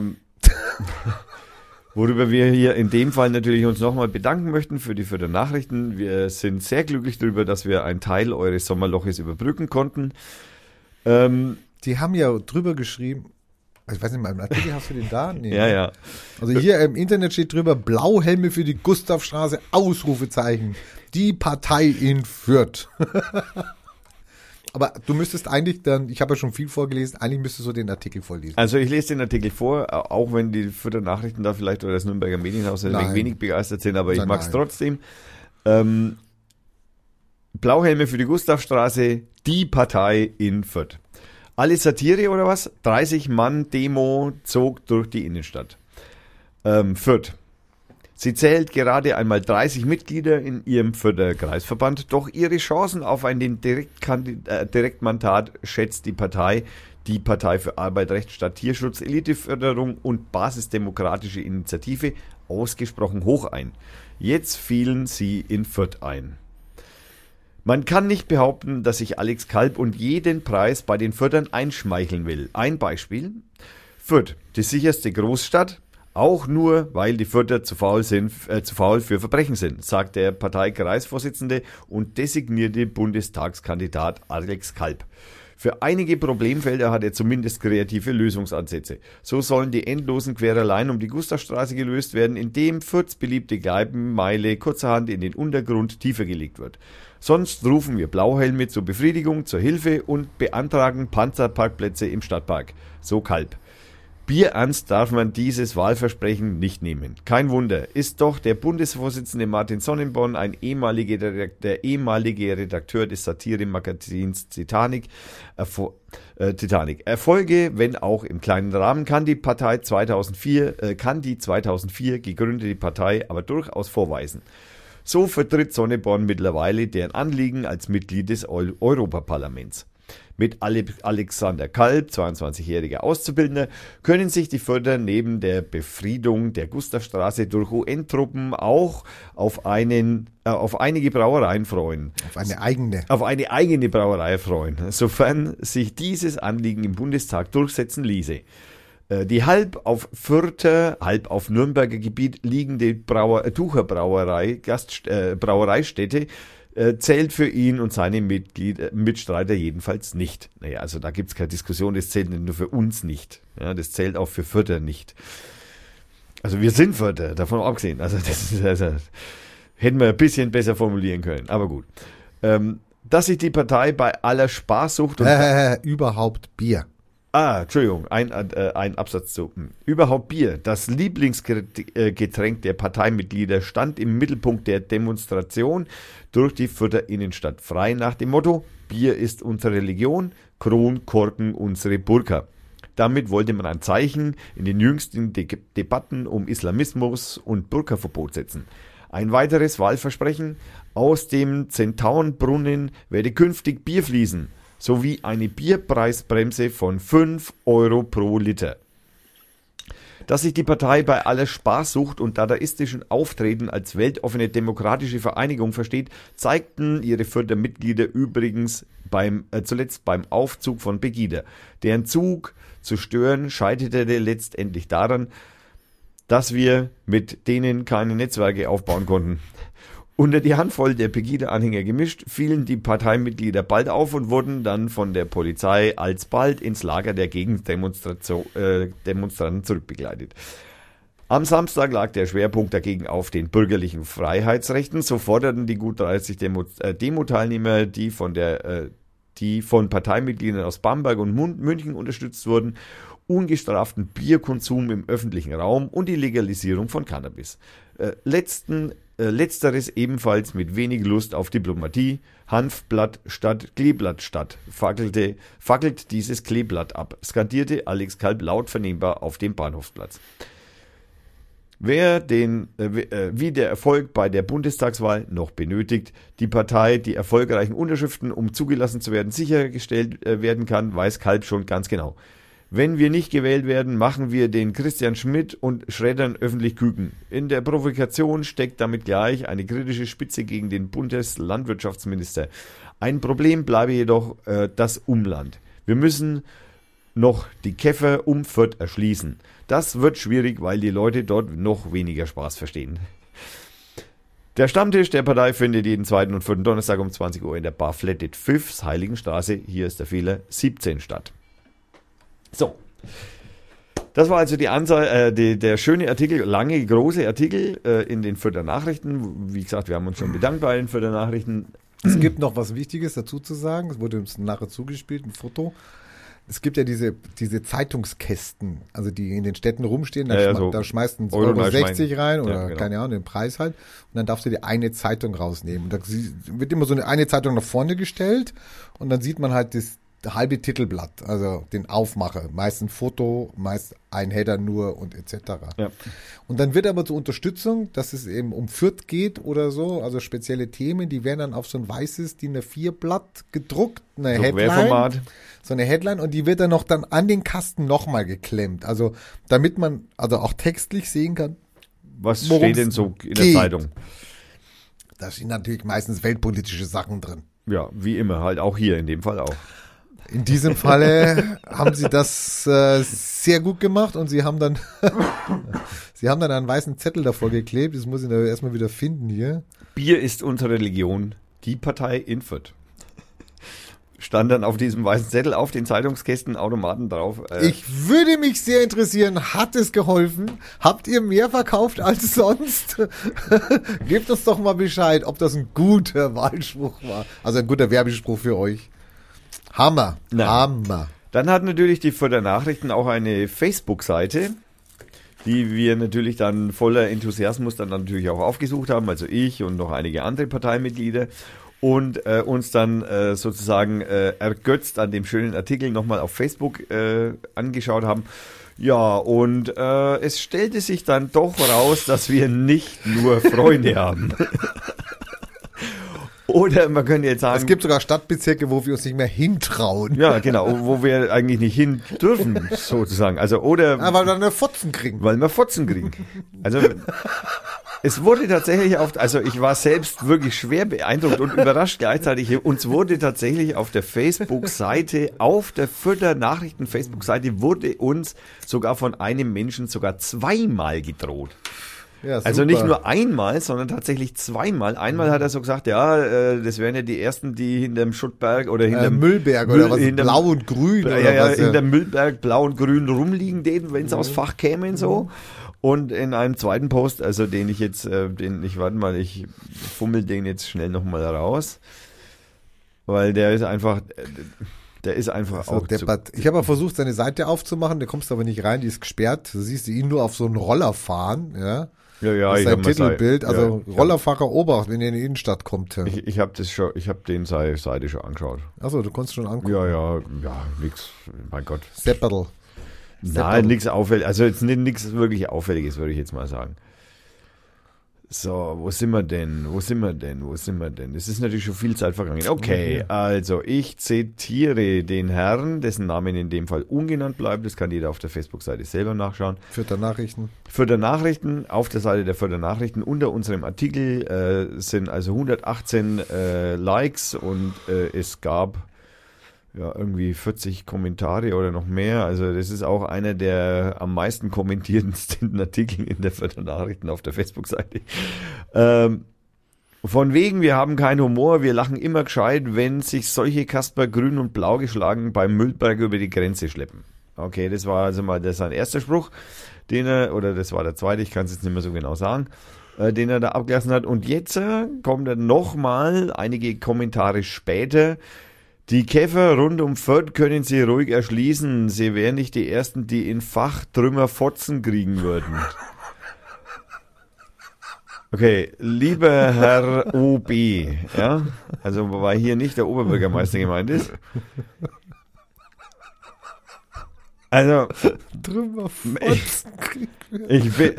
Worüber wir hier in dem Fall natürlich uns nochmal bedanken möchten für die Fürther Nachrichten. Wir sind sehr glücklich darüber, dass wir einen Teil eures Sommerloches überbrücken konnten. Die haben ja drüber geschrieben, ich weiß nicht mal, im Artikel hast du den da? Nee. Ja, ja. Also hier im Internet steht drüber, Blauhelme für die Gustavstraße, Ausrufezeichen. Die Partei in Fürth. Aber du müsstest eigentlich dann, ich habe ja schon viel vorgelesen, eigentlich müsstest du den Artikel vorlesen. Also ich lese den Artikel vor, auch wenn die Fürther Nachrichten da vielleicht oder das Nürnberger Medienhaus ein Nein. wenig begeistert sind, aber ich Nein, mag es nein. trotzdem. Blauhelme für die Gustavstraße, die Partei in Fürth. Alle Satire oder was? 30 Mann Demo zog durch die Innenstadt. Fürth. Sie zählt gerade einmal 30 Mitglieder in ihrem Fürther Kreisverband, doch ihre Chancen auf ein Direktmandat schätzt die Partei für Arbeit, Recht, Stadt, Tierschutz, Eliteförderung und basisdemokratische Initiative ausgesprochen hoch ein. Jetzt fielen sie in Fürth ein. Man kann nicht behaupten, dass sich Alex Kalb und jeden Preis bei den Fürthern einschmeicheln will. Ein Beispiel. Fürth, die sicherste Großstadt, auch nur, weil die Fürther zu faul für Verbrechen sind, sagt der Parteikreisvorsitzende und designierte Bundestagskandidat Alex Kalb. Für einige Problemfelder hat er zumindest kreative Lösungsansätze. So sollen die endlosen Quereleien um die Gustavstraße gelöst werden, indem Fürths beliebte Geibenmeile kurzerhand in den Untergrund tiefer gelegt wird. Sonst rufen wir Blauhelme zur Befriedigung, zur Hilfe und beantragen Panzerparkplätze im Stadtpark. So Kalb. Bierernst darf man dieses Wahlversprechen nicht nehmen. Kein Wunder, ist doch der Bundesvorsitzende Martin Sonnenborn, der ehemalige Redakteur des Satiremagazins Titanic. Erfolge, wenn auch im kleinen Rahmen, kann die 2004 gegründete Partei aber durchaus vorweisen. So vertritt Sonneborn mittlerweile deren Anliegen als Mitglied des Europaparlaments. Mit Alexander Kalb, 22-jähriger Auszubildender, können sich die Fürther neben der Befriedung der Gustavstraße durch UN-Truppen auch auf einige Brauereien freuen. Auf eine eigene. Auf eine eigene Brauerei freuen, sofern sich dieses Anliegen im Bundestag durchsetzen ließe. Die halb auf Fürther, halb auf Nürnberger Gebiet liegende Tucher Brauereistätte zählt für ihn und seine Mitstreiter jedenfalls nicht. Naja, also da gibt's keine Diskussion, das zählt nicht nur für uns nicht. Ja, das zählt auch für Fürther nicht. Also wir sind Fürther, davon abgesehen. Also das ist, hätten wir ein bisschen besser formulieren können, aber gut. Dass sich die Partei bei aller Spaßsucht und Überhaupt Bier. Entschuldigung, ein Absatz zu. Überhaupt Bier, das Lieblingsgetränk der Parteimitglieder, stand im Mittelpunkt der Demonstration durch die Fürther Innenstadt. Frei nach dem Motto, Bier ist unsere Religion, Kronkorken unsere Burka. Damit wollte man ein Zeichen in den jüngsten Debatten um Islamismus und Burka-Verbot setzen. Ein weiteres Wahlversprechen, aus dem Zentaurenbrunnen werde künftig Bier fließen, sowie eine Bierpreisbremse von 5 Euro pro Liter. Dass sich die Partei bei aller Spaßsucht und dadaistischen Auftreten als weltoffene demokratische Vereinigung versteht, zeigten ihre Fürther Mitglieder übrigens zuletzt beim Aufzug von Pegida. Deren Zug zu stören scheiterte letztendlich daran, dass wir mit denen keine Netzwerke aufbauen konnten. Unter die Handvoll der Pegida-Anhänger gemischt, fielen die Parteimitglieder bald auf und wurden dann von der Polizei alsbald ins Lager der Gegendemonstranten zurückbegleitet. Am Samstag lag der Schwerpunkt dagegen auf den bürgerlichen Freiheitsrechten. So forderten die gut 30 Demo-Teilnehmer, die von Parteimitgliedern aus Bamberg und München unterstützt wurden, ungestraften Bierkonsum im öffentlichen Raum und die Legalisierung von Cannabis. Letzteres ebenfalls mit wenig Lust auf Diplomatie. Hanfblatt statt Kleeblatt statt. Fackelt dieses Kleeblatt ab, skandierte Alex Kalb laut vernehmbar auf dem Bahnhofsplatz. Wie der Erfolg bei der Bundestagswahl noch benötigt, die Partei die erfolgreichen Unterschriften, um zugelassen zu werden, sichergestellt werden kann, weiß Kalb schon ganz genau. Wenn wir nicht gewählt werden, machen wir den Christian Schmidt und schreddern öffentlich Küken. In der Provokation steckt damit gleich eine kritische Spitze gegen den Bundeslandwirtschaftsminister. Ein Problem bleibe jedoch das Umland. Wir müssen noch die Käfer um Fürth erschließen. Das wird schwierig, weil die Leute dort noch weniger Spaß verstehen. Der Stammtisch der Partei findet jeden zweiten und vierten Donnerstag um 20 Uhr in der Bar Flatted Fifths, Heiligenstraße, hier ist der Fehler, 17 statt. So, das war also der schöne Artikel, lange, große Artikel in den Fürther Nachrichten. Wie gesagt, wir haben uns schon bedankt bei den Fürther Nachrichten. Es gibt noch was Wichtiges dazu zu sagen, es wurde uns nachher zugespielt, ein Foto. Es gibt ja diese Zeitungskästen, also die in den Städten rumstehen, da schmeißt ein Euro 60 rein oder ja, genau. Keine Ahnung, den Preis halt. Und dann darfst du dir eine Zeitung rausnehmen. Und da wird immer so eine Zeitung nach vorne gestellt und dann sieht man halt das halbe Titelblatt, also den Aufmacher, meist ein Foto, meist ein Header nur und etc. Ja. Und dann wird aber zur Unterstützung, dass es eben um Fürth geht oder so, also spezielle Themen, die werden dann auf so ein weißes DIN A4-Blatt gedruckt, eine Headline, so eine Headline und die wird dann noch dann an den Kasten nochmal geklemmt, also damit man also auch textlich sehen kann, was steht denn so in der Zeitung? Da stehen natürlich meistens weltpolitische Sachen drin. Ja, wie immer, halt auch hier in dem Fall auch. In diesem Falle haben sie das sehr gut gemacht und sie haben dann einen weißen Zettel davor geklebt. Das muss ich da erstmal wieder finden hier. Bier ist unsere Religion, die Partei in Fürth. Stand dann auf diesem weißen Zettel auf den Zeitungskästen Automaten drauf. Ich würde mich sehr interessieren, hat es geholfen? Habt ihr mehr verkauft als sonst? Gebt uns doch mal Bescheid, ob das ein guter Wahlspruch war. Also ein guter Werbespruch für euch. Hammer. Hammer. Dann hat natürlich die Fürther Nachrichten auch eine Facebook-Seite, die wir natürlich dann voller Enthusiasmus dann natürlich auch aufgesucht haben, also ich und noch einige andere Parteimitglieder und uns dann sozusagen ergötzt an dem schönen Artikel nochmal auf Facebook angeschaut haben. Ja, und es stellte sich dann doch raus, dass wir nicht nur Freunde haben. Oder man könnte jetzt sagen... Es gibt sogar Stadtbezirke, wo wir uns nicht mehr hintrauen. Ja, genau, wo wir eigentlich nicht hin dürfen, sozusagen. Also, oder... Ja, weil wir eine Fotzen kriegen. Weil wir Fotzen kriegen. Also, es wurde tatsächlich also ich war selbst wirklich schwer beeindruckt und überrascht gleichzeitig. Uns wurde tatsächlich auf der Facebook-Seite, auf der Fürther Nachrichten Facebook-Seite, wurde uns sogar von einem Menschen sogar zweimal gedroht. Ja, also nicht nur einmal, sondern tatsächlich zweimal. Einmal hat er so gesagt, ja, das wären ja die ersten, die hinterm Schuttberg oder hinterm Müllberg oder was, blau und grün oder was. Ja, hinterm Müllberg blau und grün rumliegen, wenn es aus Fach kämen so. Und in einem zweiten Post, also den ich jetzt, ich fummel den jetzt schnell nochmal raus, weil der ist einfach auch deppert. Ich habe versucht, seine Seite aufzumachen, da kommst du aber nicht rein, die ist gesperrt. Du siehst ihn nur auf so einen Roller fahren, ja. Ja, das ist sein Titelbild, also ja, Rollerfahrer Obacht, wenn ihr in die Innenstadt kommt. Ja. Ich habe den seine Seite schon angeschaut. Achso, du konntest schon angucken. Ja, nix, mein Gott. Sepperl. Nein, nix auffällig, also jetzt nichts wirklich Auffälliges, würde ich jetzt mal sagen. So, wo sind wir denn? Es ist natürlich schon viel Zeit vergangen. Okay, also ich zitiere den Herrn, dessen Name in dem Fall ungenannt bleibt. Das kann jeder auf der Facebook-Seite selber nachschauen. Fürther Nachrichten. Fürther Nachrichten, auf der Seite der Fürther Nachrichten unter unserem Artikel sind also 118 Likes und es gab ja irgendwie 40 Kommentare oder noch mehr. Also das ist auch einer der am meisten kommentierendsten Artikel in der Fürther Nachrichten auf der Facebook-Seite. Von wegen, wir haben keinen Humor, wir lachen immer gescheit, wenn sich solche Kasper grün und blau geschlagen beim Müllberg über die Grenze schleppen. Okay, das war also mal sein erster Spruch. oder das war der zweite, ich kann es jetzt nicht mehr so genau sagen, den er da abgelassen hat. Und jetzt kommt er nochmal einige Kommentare später. Die Käfer rund um Fürth können Sie ruhig erschließen. Sie wären nicht die Ersten, die in Fachtrümmer Fotzen kriegen würden. Okay, lieber Herr OB, ja, also wobei hier nicht der Oberbürgermeister gemeint ist. Also, Drüber Fotzen. ich bin...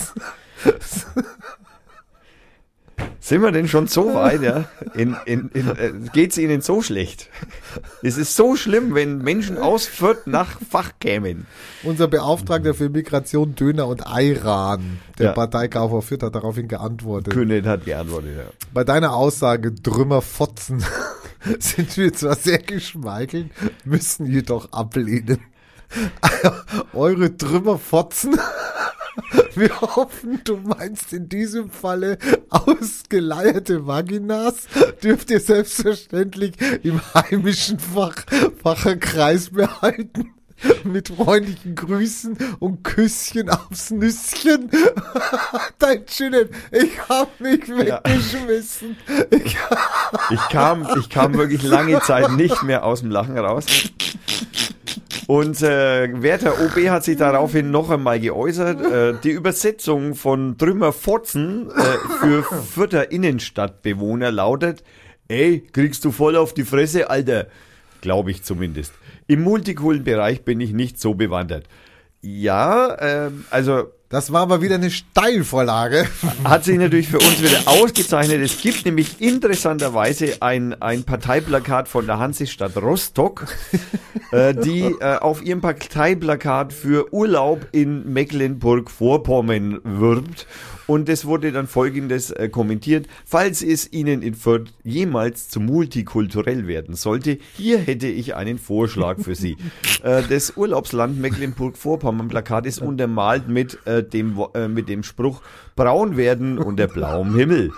Sind wir denn schon so weit, ja? Geht's Ihnen so schlecht? Es ist so schlimm, wenn Menschen aus Fürth nach Fach kämen. Unser Beauftragter für Migration, Döner und Ayran, der Ja. Partei KV Fürth, hat daraufhin geantwortet. Kühnet hat geantwortet, ja. Bei deiner Aussage Drümmer Fotzen sind wir zwar sehr geschmeichelt, müssen jedoch ablehnen. Eure Trümmerfotzen, wir hoffen, du meinst in diesem Falle ausgeleierte Vaginas, dürft ihr selbstverständlich im heimischen Facherkreis behalten. Mit freundlichen Grüßen und Küsschen aufs Nüsschen. Dein Schönen, ich hab mich weggeschmissen. Ich kam wirklich lange Zeit nicht mehr aus dem Lachen raus. Und werter OB hat sich daraufhin noch einmal geäußert. Die Übersetzung von Trümmerfotzen für Fürther Innenstadtbewohner lautet: Ey, kriegst du voll auf die Fresse, Alter. Glaube ich zumindest. Im Multikulten-Bereich bin ich nicht so bewandert. Ja, also... Das war aber wieder eine Steilvorlage. Hat sich natürlich für uns wieder ausgezeichnet. Es gibt nämlich interessanterweise ein Parteiplakat von der Hansestadt Rostock, die auf ihrem Parteiplakat für Urlaub in Mecklenburg-Vorpommern wirbt. Und es wurde dann Folgendes kommentiert: Falls es Ihnen in Fürth jemals zu multikulturell werden sollte, hier hätte ich einen Vorschlag für Sie. Das Urlaubsland Mecklenburg-Vorpommern-Plakat ist untermalt mit dem Spruch braun werden unter blauem Himmel.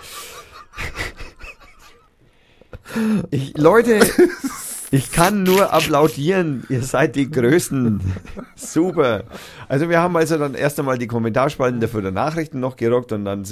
Leute, ich kann nur applaudieren. Ihr seid die Größten. Super. Also wir haben also dann erst einmal die Kommentarspalten der Fürther Nachrichten noch gerockt und dann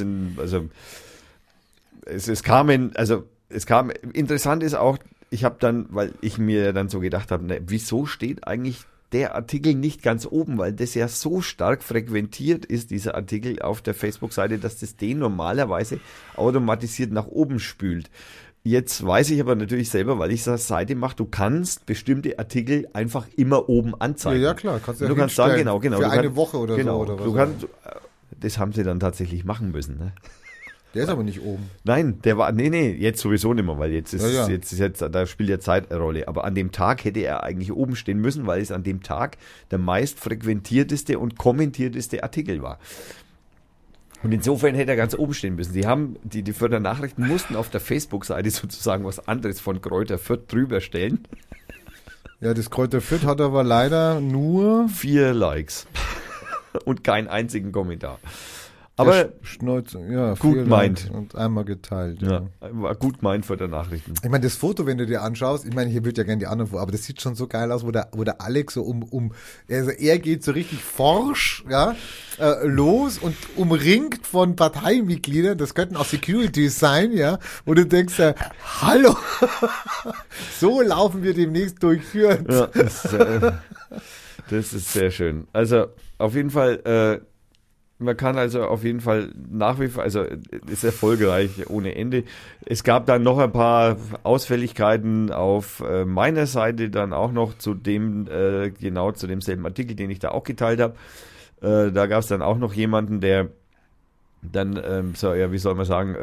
interessant ist auch, ich habe dann, weil ich mir dann so gedacht habe, ne, wieso steht eigentlich der Artikel nicht ganz oben, weil das ja so stark frequentiert ist, dieser Artikel auf der Facebook-Seite, dass das den normalerweise automatisiert nach oben spült. Jetzt weiß ich aber natürlich selber, weil ich das Seite mache, du kannst bestimmte Artikel einfach immer oben anzeigen. Ja, klar. Kannst du kannst sagen, genau. Für eine Woche oder so. Oder was das haben sie dann tatsächlich machen müssen, ne? Der ist aber nicht oben. Nein, jetzt sowieso nicht mehr, weil jetzt da spielt ja Zeit eine Rolle. Aber an dem Tag hätte er eigentlich oben stehen müssen, weil es an dem Tag der meist frequentierteste und kommentierteste Artikel war. Und insofern hätte er ganz oben stehen müssen. Die Fürther Nachrichten mussten auf der Facebook-Seite sozusagen was anderes von Kräuter Fürth drüber stellen. Ja, das Kräuter Fürth hat aber leider nur 4 Likes und keinen einzigen Kommentar. Aber gut meint. Und einmal geteilt. Ja, war gut meint für die Nachrichten. Ich meine, das Foto, wenn du dir anschaust, ich meine, hier wird ja gerne die anderen Fotos, aber das sieht schon so geil aus, wo der Alex so also er geht so richtig forsch, ja, los und umringt von Parteimitgliedern, das könnten auch Securities sein, ja, wo du denkst, hallo, so laufen wir demnächst durch Fürth. Ja, das ist sehr schön. Also, auf jeden Fall, man kann also auf jeden Fall nach wie vor, also ist erfolgreich ohne Ende. Es gab dann noch ein paar Ausfälligkeiten auf meiner Seite dann auch noch zu demselben Artikel, den ich da auch geteilt habe. Da gab es dann auch noch jemanden, der dann, wie soll man sagen,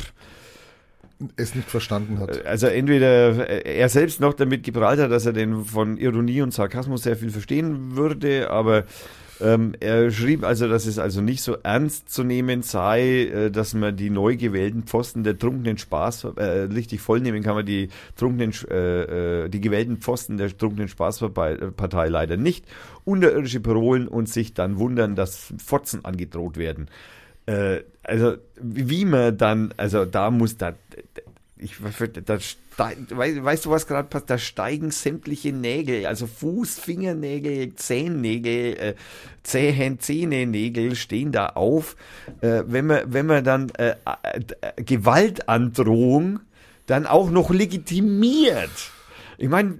es nicht verstanden hat. Also entweder er selbst noch damit geprahlt hat, dass er den von Ironie und Sarkasmus sehr viel verstehen würde, aber er schrieb also, dass es also nicht so ernst zu nehmen sei, dass man die neu gewählten Pfosten der trunkenen richtig vollnehmen kann man die gewählten Pfosten der trunkenen Spaßpartei leider nicht. Unterirdische Parolen und sich dann wundern, dass Fotzen angedroht werden. Also wie man dann, also da muss da weißt du, was gerade passiert? Da steigen sämtliche Nägel, also Fuß, Fingernägel, Zehennägel, Zehennägel stehen da auf. Wenn man dann Gewaltandrohung dann auch noch legitimiert. Ich meine,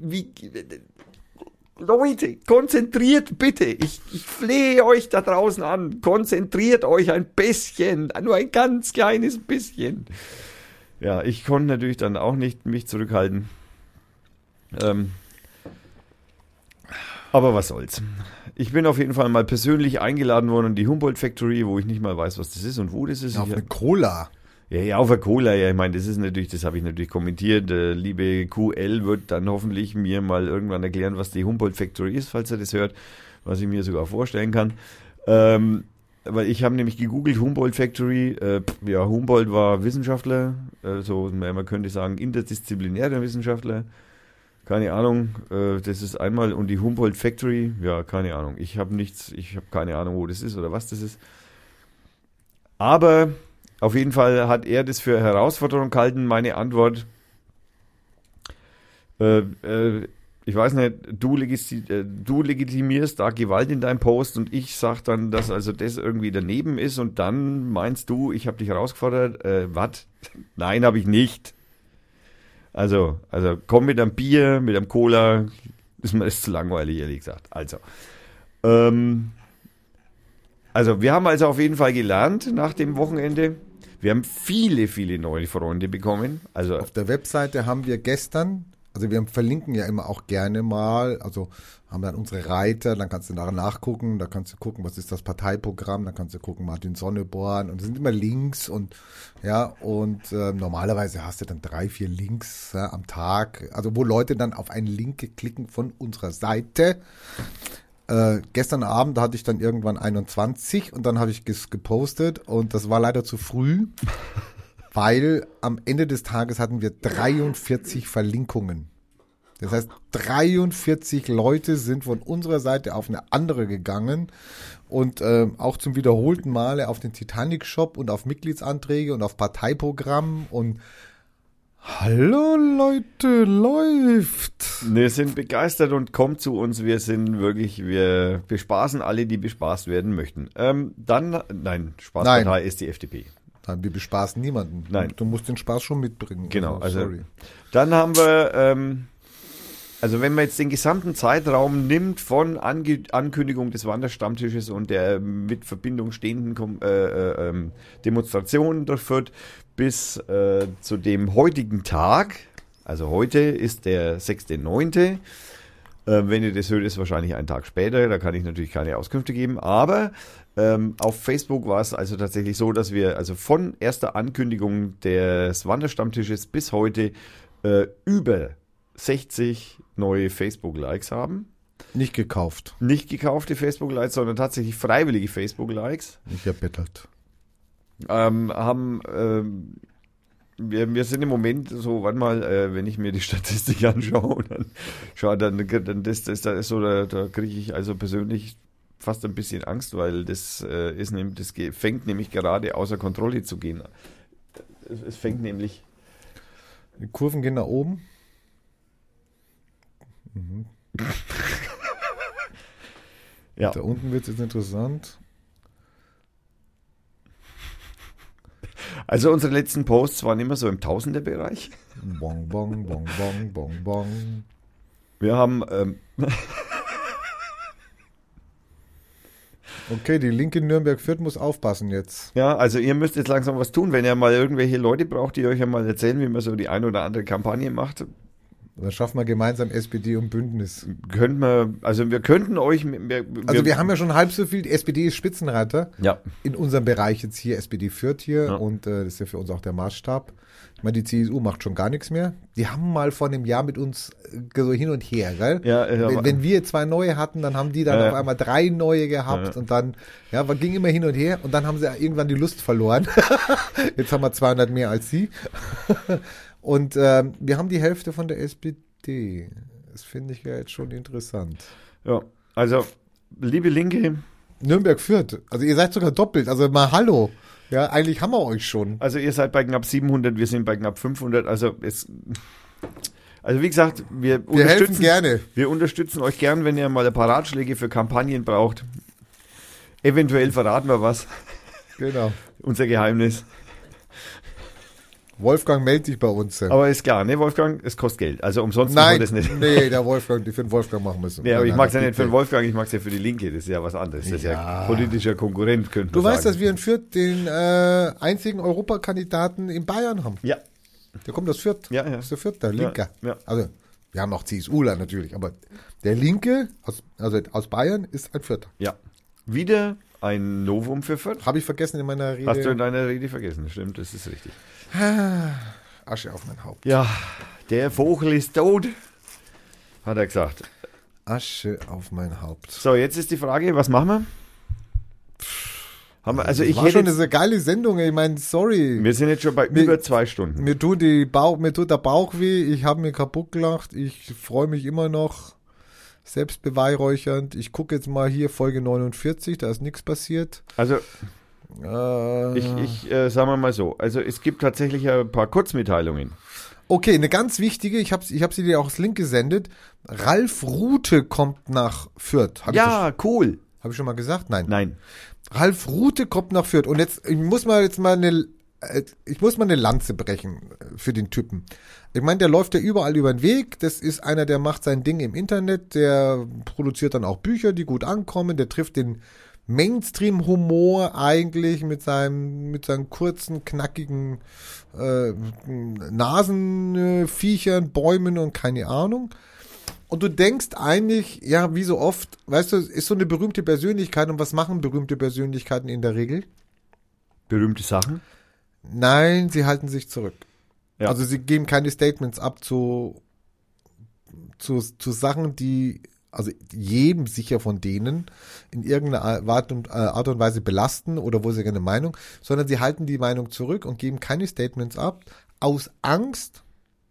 Leute, konzentriert bitte. Ich flehe euch da draußen an. Konzentriert euch ein bisschen. Nur ein ganz kleines bisschen. Ja, ich konnte natürlich dann auch nicht mich zurückhalten. Aber was soll's. Ich bin auf jeden Fall mal persönlich eingeladen worden in die Humboldt Factory, wo ich nicht mal weiß, was das ist und wo das ist. Auf eine Cola. Ja, auf der Cola, ja, ich meine, das habe ich natürlich kommentiert. Liebe QL wird dann hoffentlich mir mal irgendwann erklären, was die Humboldt Factory ist, falls er das hört, was ich mir sogar vorstellen kann. Weil ich habe nämlich gegoogelt, Humboldt Factory, Humboldt war Wissenschaftler, man könnte sagen interdisziplinärer Wissenschaftler, keine Ahnung, das ist einmal, und die Humboldt Factory, ja, keine Ahnung, ich habe keine Ahnung, wo das ist oder was das ist. Aber auf jeden Fall hat er das für Herausforderung gehalten, meine Antwort. Ich weiß nicht, du legitimierst da Gewalt in deinem Post und ich sag dann, dass also das irgendwie daneben ist und dann meinst du, ich habe dich herausgefordert. Was? Nein, habe ich nicht. Also komm mit einem Bier, mit einem Cola, ist mir das zu langweilig, ehrlich gesagt. Also wir haben also auf jeden Fall gelernt nach dem Wochenende. Wir haben viele, viele neue Freunde bekommen. Also auf der Webseite haben wir gestern, also wir verlinken ja immer auch gerne mal, also haben dann unsere Reiter, dann kannst du nachgucken, da kannst du gucken, was ist das Parteiprogramm, dann kannst du gucken, Martin Sonneborn, und es sind immer Links und normalerweise hast du dann 3-4 Links am Tag, also wo Leute dann auf einen Link klicken von unserer Seite. Gestern Abend hatte ich dann irgendwann 21 und dann habe ich gepostet und das war leider zu früh, weil am Ende des Tages hatten wir 43 Verlinkungen. Das heißt, 43 Leute sind von unserer Seite auf eine andere gegangen und auch zum wiederholten Male auf den Titanic-Shop und auf Mitgliedsanträge und auf Parteiprogramm und hallo Leute, läuft. Wir sind begeistert und kommt zu uns. Wir bespaßen alle, die bespaßt werden möchten. Spaßpartei ist die FDP. Nein, wir bespaßen niemanden. Nein. Du musst den Spaß schon mitbringen. Genau, sorry. Dann haben wir, wenn man jetzt den gesamten Zeitraum nimmt von Ankündigung des Wanderstammtisches und der mit Verbindung stehenden Demonstrationen durchführt, bis zu dem heutigen Tag, also heute ist der 6.9., wenn ihr das hört, ist wahrscheinlich ein Tag später, da kann ich natürlich keine Auskünfte geben, aber auf Facebook war es also tatsächlich so, dass wir also von erster Ankündigung des Wanderstammtisches bis heute über 60 neue Facebook-Likes haben. Nicht gekauft. Nicht gekaufte Facebook-Likes, sondern tatsächlich freiwillige Facebook-Likes. Nicht erbettelt. Wir sind im Moment so, warte mal, wenn ich mir die Statistik anschaue, da kriege ich also persönlich fast ein bisschen Angst, weil das fängt nämlich gerade außer Kontrolle zu gehen. Es fängt nämlich. Die Kurven gehen nach oben. Mhm. Ja. Da unten wird es jetzt interessant. Also unsere letzten Posts waren immer so im Tausenderbereich. Bong, bong, bong, bong, bong, bong. Wir haben... Okay, die Linke Nürnberg-Fürth muss aufpassen jetzt. Ja, also ihr müsst jetzt langsam was tun, wenn ihr mal irgendwelche Leute braucht, die euch ja mal erzählen, wie man so die eine oder andere Kampagne macht. Dann schaffen wir gemeinsam SPD und Bündnis. Wir könnten euch... wir haben ja schon halb so viel, die SPD ist Spitzenreiter. Ja. In unserem Bereich jetzt hier, SPD Fürth hier. Ja. Und das ist ja für uns auch der Maßstab. Ich meine, die CSU macht schon gar nichts mehr. Die haben mal vor einem Jahr mit uns so hin und her, gell? Ja, wenn wir 2 neue hatten, dann haben die dann auf einmal 3 neue gehabt und dann, ging immer hin und her und dann haben sie irgendwann die Lust verloren. Jetzt haben wir 200 mehr als sie. Und wir haben die Hälfte von der SPD. Das finde ich ja jetzt schon interessant. Ja, also, liebe Linke. Nürnberg-Fürth. Also ihr seid sogar doppelt. Also mal hallo. Ja, eigentlich haben wir euch schon. Also ihr seid bei knapp 700, wir sind bei knapp 500. Also wie gesagt, Wir helfen gerne. Wir unterstützen euch gern, wenn ihr mal ein paar Ratschläge für Kampagnen braucht. Eventuell verraten wir was. Genau. Unser Geheimnis. Wolfgang meldet sich bei uns. Aber ist klar, ne, Wolfgang? Es kostet Geld. Also umsonst machen wir Nein, das nicht. nee, der Wolfgang, für den Wolfgang machen wir es. Ja, aber ich mag es ja nicht für den Wolfgang, ich mag es ja für die Linke. Das ist ja was anderes. Das ist ja Ja. politischer Konkurrent, könnte Du man weißt, sagen. dass wir in Fürth den einzigen Europakandidaten in Bayern haben. Ja, Der kommt aus Fürth. Ja, ja. Das ist der Fürth, der Linke. ja. Also, wir haben noch CSUler natürlich, aber der Linke aus Bayern ist ein Fürther. ja. Wieder ein Novum für Fürth. Habe ich vergessen in meiner Rede. Hast du in deiner Rede vergessen, stimmt, das ist richtig. Asche auf mein Haupt. Ja, der Vogel ist tot, hat er gesagt. Asche auf mein Haupt. So, jetzt ist die Frage, was machen wir? Also Das ich war hätte schon jetzt, eine geile Sendung. Ich meine, sorry. wir sind jetzt schon bei über 2 Stunden. Mir tut der Bauch weh. Ich habe mir kaputt gelacht. Ich freue mich immer noch. Selbstbeweihräuchernd. Ich gucke jetzt mal hier Folge 49. Da ist nichts passiert. Also Äh, ich sagen wir mal so, also es gibt tatsächlich ein paar Kurzmitteilungen. Okay, eine ganz wichtige. Ich hab sie dir auch als Link gesendet. Ralf Rute kommt nach Fürth. Hab Ja, cool. Habe ich schon mal gesagt? Nein. Nein. Ralf Rute kommt nach Fürth. Und jetzt, ich muss mal eine Lanze brechen für den Typen. Ich meine, der läuft ja überall über den Weg. Das ist einer, der macht sein Ding im Internet. Der produziert dann auch Bücher, die gut ankommen. Der trifft den Mainstream-Humor eigentlich mit seinen kurzen, knackigen Nasenviechern, Bäumen und keine Ahnung. Und du denkst eigentlich, ja, wie so oft, weißt du, ist so eine berühmte Persönlichkeit. Und was machen berühmte Persönlichkeiten in der Regel? Berühmte Sachen. Nein, sie halten sich zurück. Ja. Also sie geben keine Statements ab zu Sachen, die also jedem sicher von denen in irgendeiner Art und Weise belasten oder wo sie eine Meinung, sondern sie halten die Meinung zurück und geben keine Statements ab, aus Angst,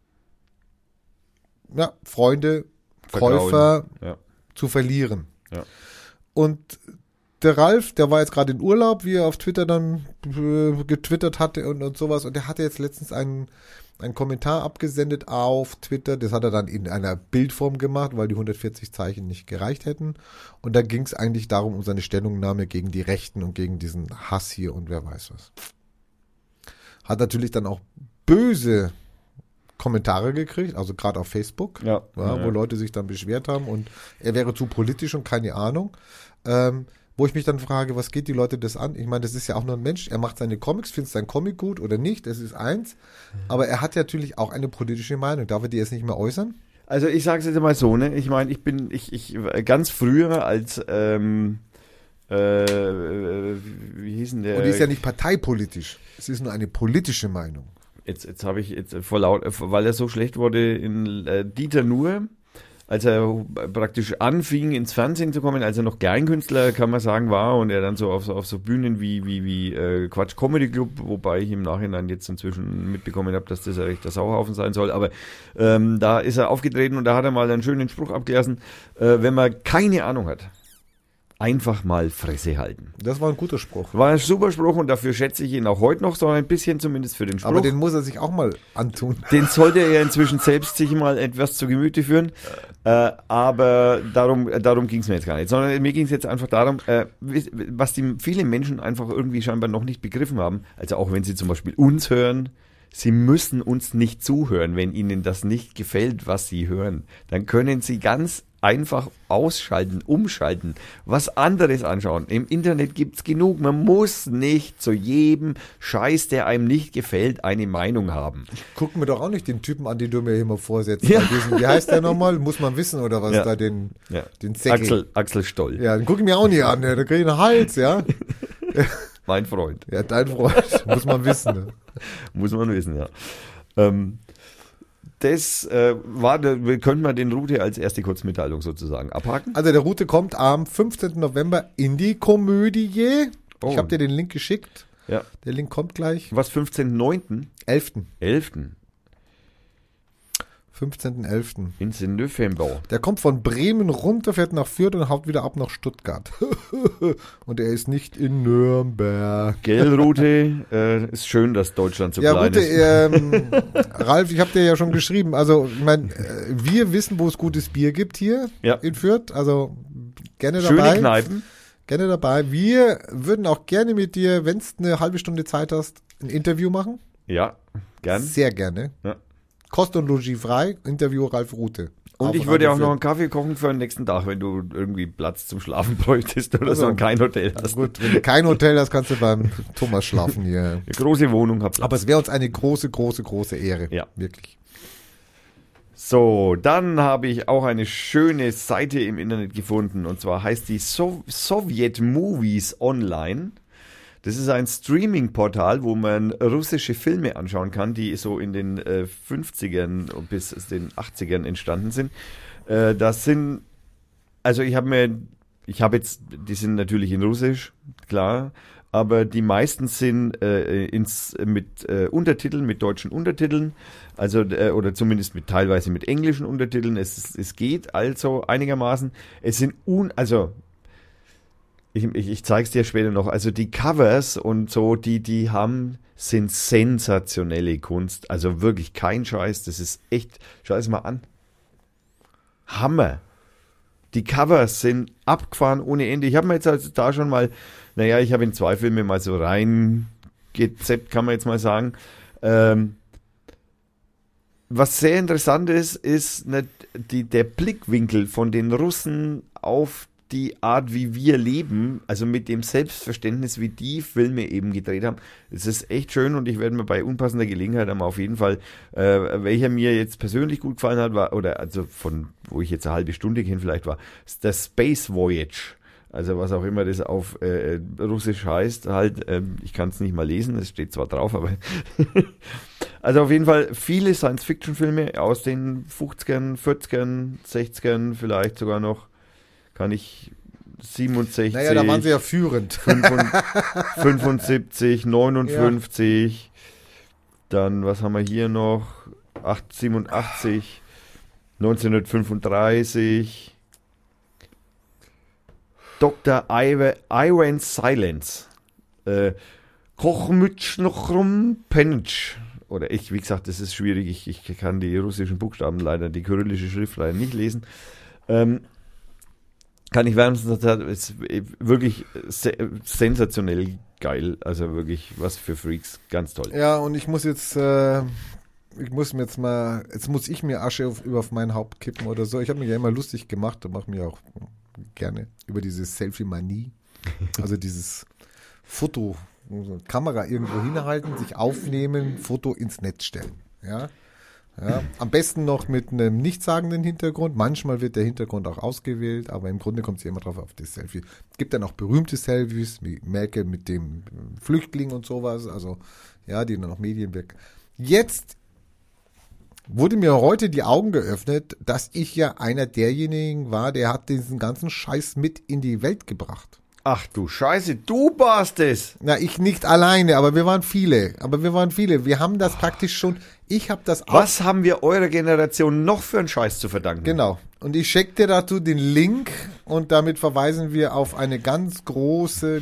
ja, Freunde, Käufer Ja. zu verlieren. Ja. Und der Ralf, der war jetzt gerade in Urlaub, wie er auf Twitter dann getwittert hatte und sowas. Und der hatte jetzt letztens einen Kommentar abgesendet auf Twitter. Das hat er dann in einer Bildform gemacht, weil die 140 Zeichen nicht gereicht hätten. Und da ging es eigentlich darum, um seine Stellungnahme gegen die Rechten und gegen diesen Hass hier und wer weiß was. Hat natürlich dann auch böse Kommentare gekriegt, also gerade auf Facebook, Ja. wo Leute sich dann beschwert haben und er wäre zu politisch und keine Ahnung. Wo ich mich dann frage, was geht die Leute das an? Ich meine, das ist ja auch nur ein Mensch, er macht seine Comics, findet sein Comic gut oder nicht, das ist eins, aber er hat natürlich auch eine politische Meinung. Darf er die jetzt nicht mehr äußern? Also ich sage es jetzt mal so, ne? Ich meine, ich ganz früher als wie hieß denn der? Und die ist ja nicht parteipolitisch, es ist nur eine politische Meinung. Jetzt habe ich jetzt vor laut, weil er so schlecht wurde in Dieter Nuhr, als er praktisch anfing ins Fernsehen zu kommen, als er noch Kleinkünstler, kann man sagen, war und er dann so auf so Bühnen wie Quatsch Comedy Club, wobei ich im Nachhinein jetzt inzwischen mitbekommen habe, dass das ein rechter Sauhaufen sein soll, aber da ist er aufgetreten und da hat er mal einen schönen Spruch abgelassen, wenn man keine Ahnung hat, einfach mal Fresse halten. Das war ein guter Spruch. War ein super Spruch und dafür schätze ich ihn auch heute noch so ein bisschen, zumindest für den Spruch. Aber den muss er sich auch mal antun. Den sollte er inzwischen selbst sich mal etwas zu Gemüte führen. Aber darum ging es mir jetzt gar nicht. Sondern mir ging es jetzt einfach darum, was viele Menschen einfach irgendwie scheinbar noch nicht begriffen haben. Also auch wenn sie zum Beispiel uns hören, sie müssen uns nicht zuhören, wenn ihnen das nicht gefällt, was sie hören. Dann können sie ganz einfach ausschalten, umschalten, was anderes anschauen. Im Internet gibt's genug. Man muss nicht zu jedem Scheiß, der einem nicht gefällt, eine Meinung haben. Guck mir doch auch nicht den Typen an, den du mir immer vorsetzt. Ja. Bei diesem, wie heißt der nochmal? Muss man wissen, oder was? Ja. Da den Ja. Säckel. Axel Stoll, Ja, den guck ich mir auch nicht an. Ja. Da krieg ich einen Hals, ja. mein Freund. Ja, dein Freund. Muss man wissen. Ne? Muss man wissen, ja. Das können wir den Route als erste Kurzmitteilung sozusagen abhaken. Also der Route kommt am 15. November in die Komödie. Oh. Ich habe dir den Link geschickt. Ja. Der Link kommt gleich. Was, 15.09.? 11. 11. 15.11. ins November. Der kommt von Bremen runter, fährt nach Fürth und haut wieder ab nach Stuttgart. Und er ist nicht in Nürnberg. Gell, Rute, ist schön, dass Deutschland so Ja, klein Rute, ist. Ralf, ich habe dir ja schon geschrieben, also ich meine, wir wissen, wo es gutes Bier gibt hier Ja. in Fürth, also gerne Schöne dabei. Kneipen. Gerne dabei. Wir würden auch gerne mit dir, wenn du eine halbe Stunde Zeit hast, ein Interview machen. Ja, gern. Sehr gerne. Ja. Kost und Logis frei, Interview Ralf Rute. Und Auf ich würde auch Radio noch einen Kaffee kochen für den nächsten Tag, wenn du irgendwie Platz zum Schlafen bräuchtest oder Also, so und kein Hotel hast. Gut, wenn du kein Hotel hast, kannst du beim Thomas schlafen hier. Eine große Wohnung habt. Aber es wäre uns eine große, große, große Ehre. Ja. Wirklich. So, dann habe ich auch eine schöne Seite im Internet gefunden und zwar heißt die Soviet Movies Online. Das ist ein Streaming-Portal, wo man russische Filme anschauen kann, die so in den 50ern bis den 80ern entstanden sind. Das sind, also die sind natürlich in Russisch, klar, aber die meisten sind mit Untertiteln, mit deutschen Untertiteln, also oder zumindest teilweise mit englischen Untertiteln. Es geht also einigermaßen. Es sind ich zeig's dir später noch. Also die Covers und so, die sind sensationelle Kunst. Also wirklich kein Scheiß. Das ist echt, schau es mal an. Hammer. Die Covers sind abgefahren ohne Ende. Ich habe mir jetzt also da schon mal, ich habe in 2 Filme mal so reingezeppt, kann man jetzt mal sagen. Was sehr interessant ist der Blickwinkel von den Russen auf die Art, wie wir leben, also mit dem Selbstverständnis, wie die Filme eben gedreht haben. Es ist echt schön und ich werde mir bei unpassender Gelegenheit aber auf jeden Fall, welcher mir jetzt persönlich gut gefallen hat, von wo ich jetzt eine halbe Stunde kenne vielleicht war, der Space Voyage. Also was auch immer das auf Russisch heißt, halt, ich kann es nicht mal lesen, es steht zwar drauf, aber also auf jeden Fall viele Science-Fiction-Filme aus den 50ern, 40ern, 60ern, vielleicht sogar noch, kann ich 67, Naja, da waren sie ja führend. 75, 59, dann, was haben wir hier noch, 87, 1935, Dr. Ivan Silence, Kochmütschnochrum Penitsch. Oder wie gesagt, das ist schwierig, ich kann die russischen Buchstaben leider, die kyrillische Schrift leider nicht lesen. Kann ich wärmstens sagen, ist wirklich sensationell geil. Also wirklich was für Freaks, ganz toll. Ja, und jetzt muss ich mir Asche auf mein Haupt kippen oder so. Ich habe mich ja immer lustig gemacht und mache mir auch gerne über diese Selfie-Manie. Also dieses Foto, Kamera irgendwo hinhalten, sich aufnehmen, Foto ins Netz stellen. Ja. Ja, am besten noch mit einem nichtssagenden Hintergrund. Manchmal wird der Hintergrund auch ausgewählt, aber im Grunde kommt es ja immer drauf auf das Selfie. Es gibt dann auch berühmte Selfies, wie Merkel mit dem Flüchtling und sowas, also ja, die dann auch Medien wirken. Jetzt wurde mir heute die Augen geöffnet, dass ich ja einer derjenigen war, der hat diesen ganzen Scheiß mit in die Welt gebracht. Ach du Scheiße, du warst es. Na, ich nicht alleine, aber wir waren viele. Wir haben das praktisch schon, ich habe das auch. Was haben wir eurer Generation noch für einen Scheiß zu verdanken? Genau. Und ich schicke dir dazu den Link und damit verweisen wir auf eine ganz große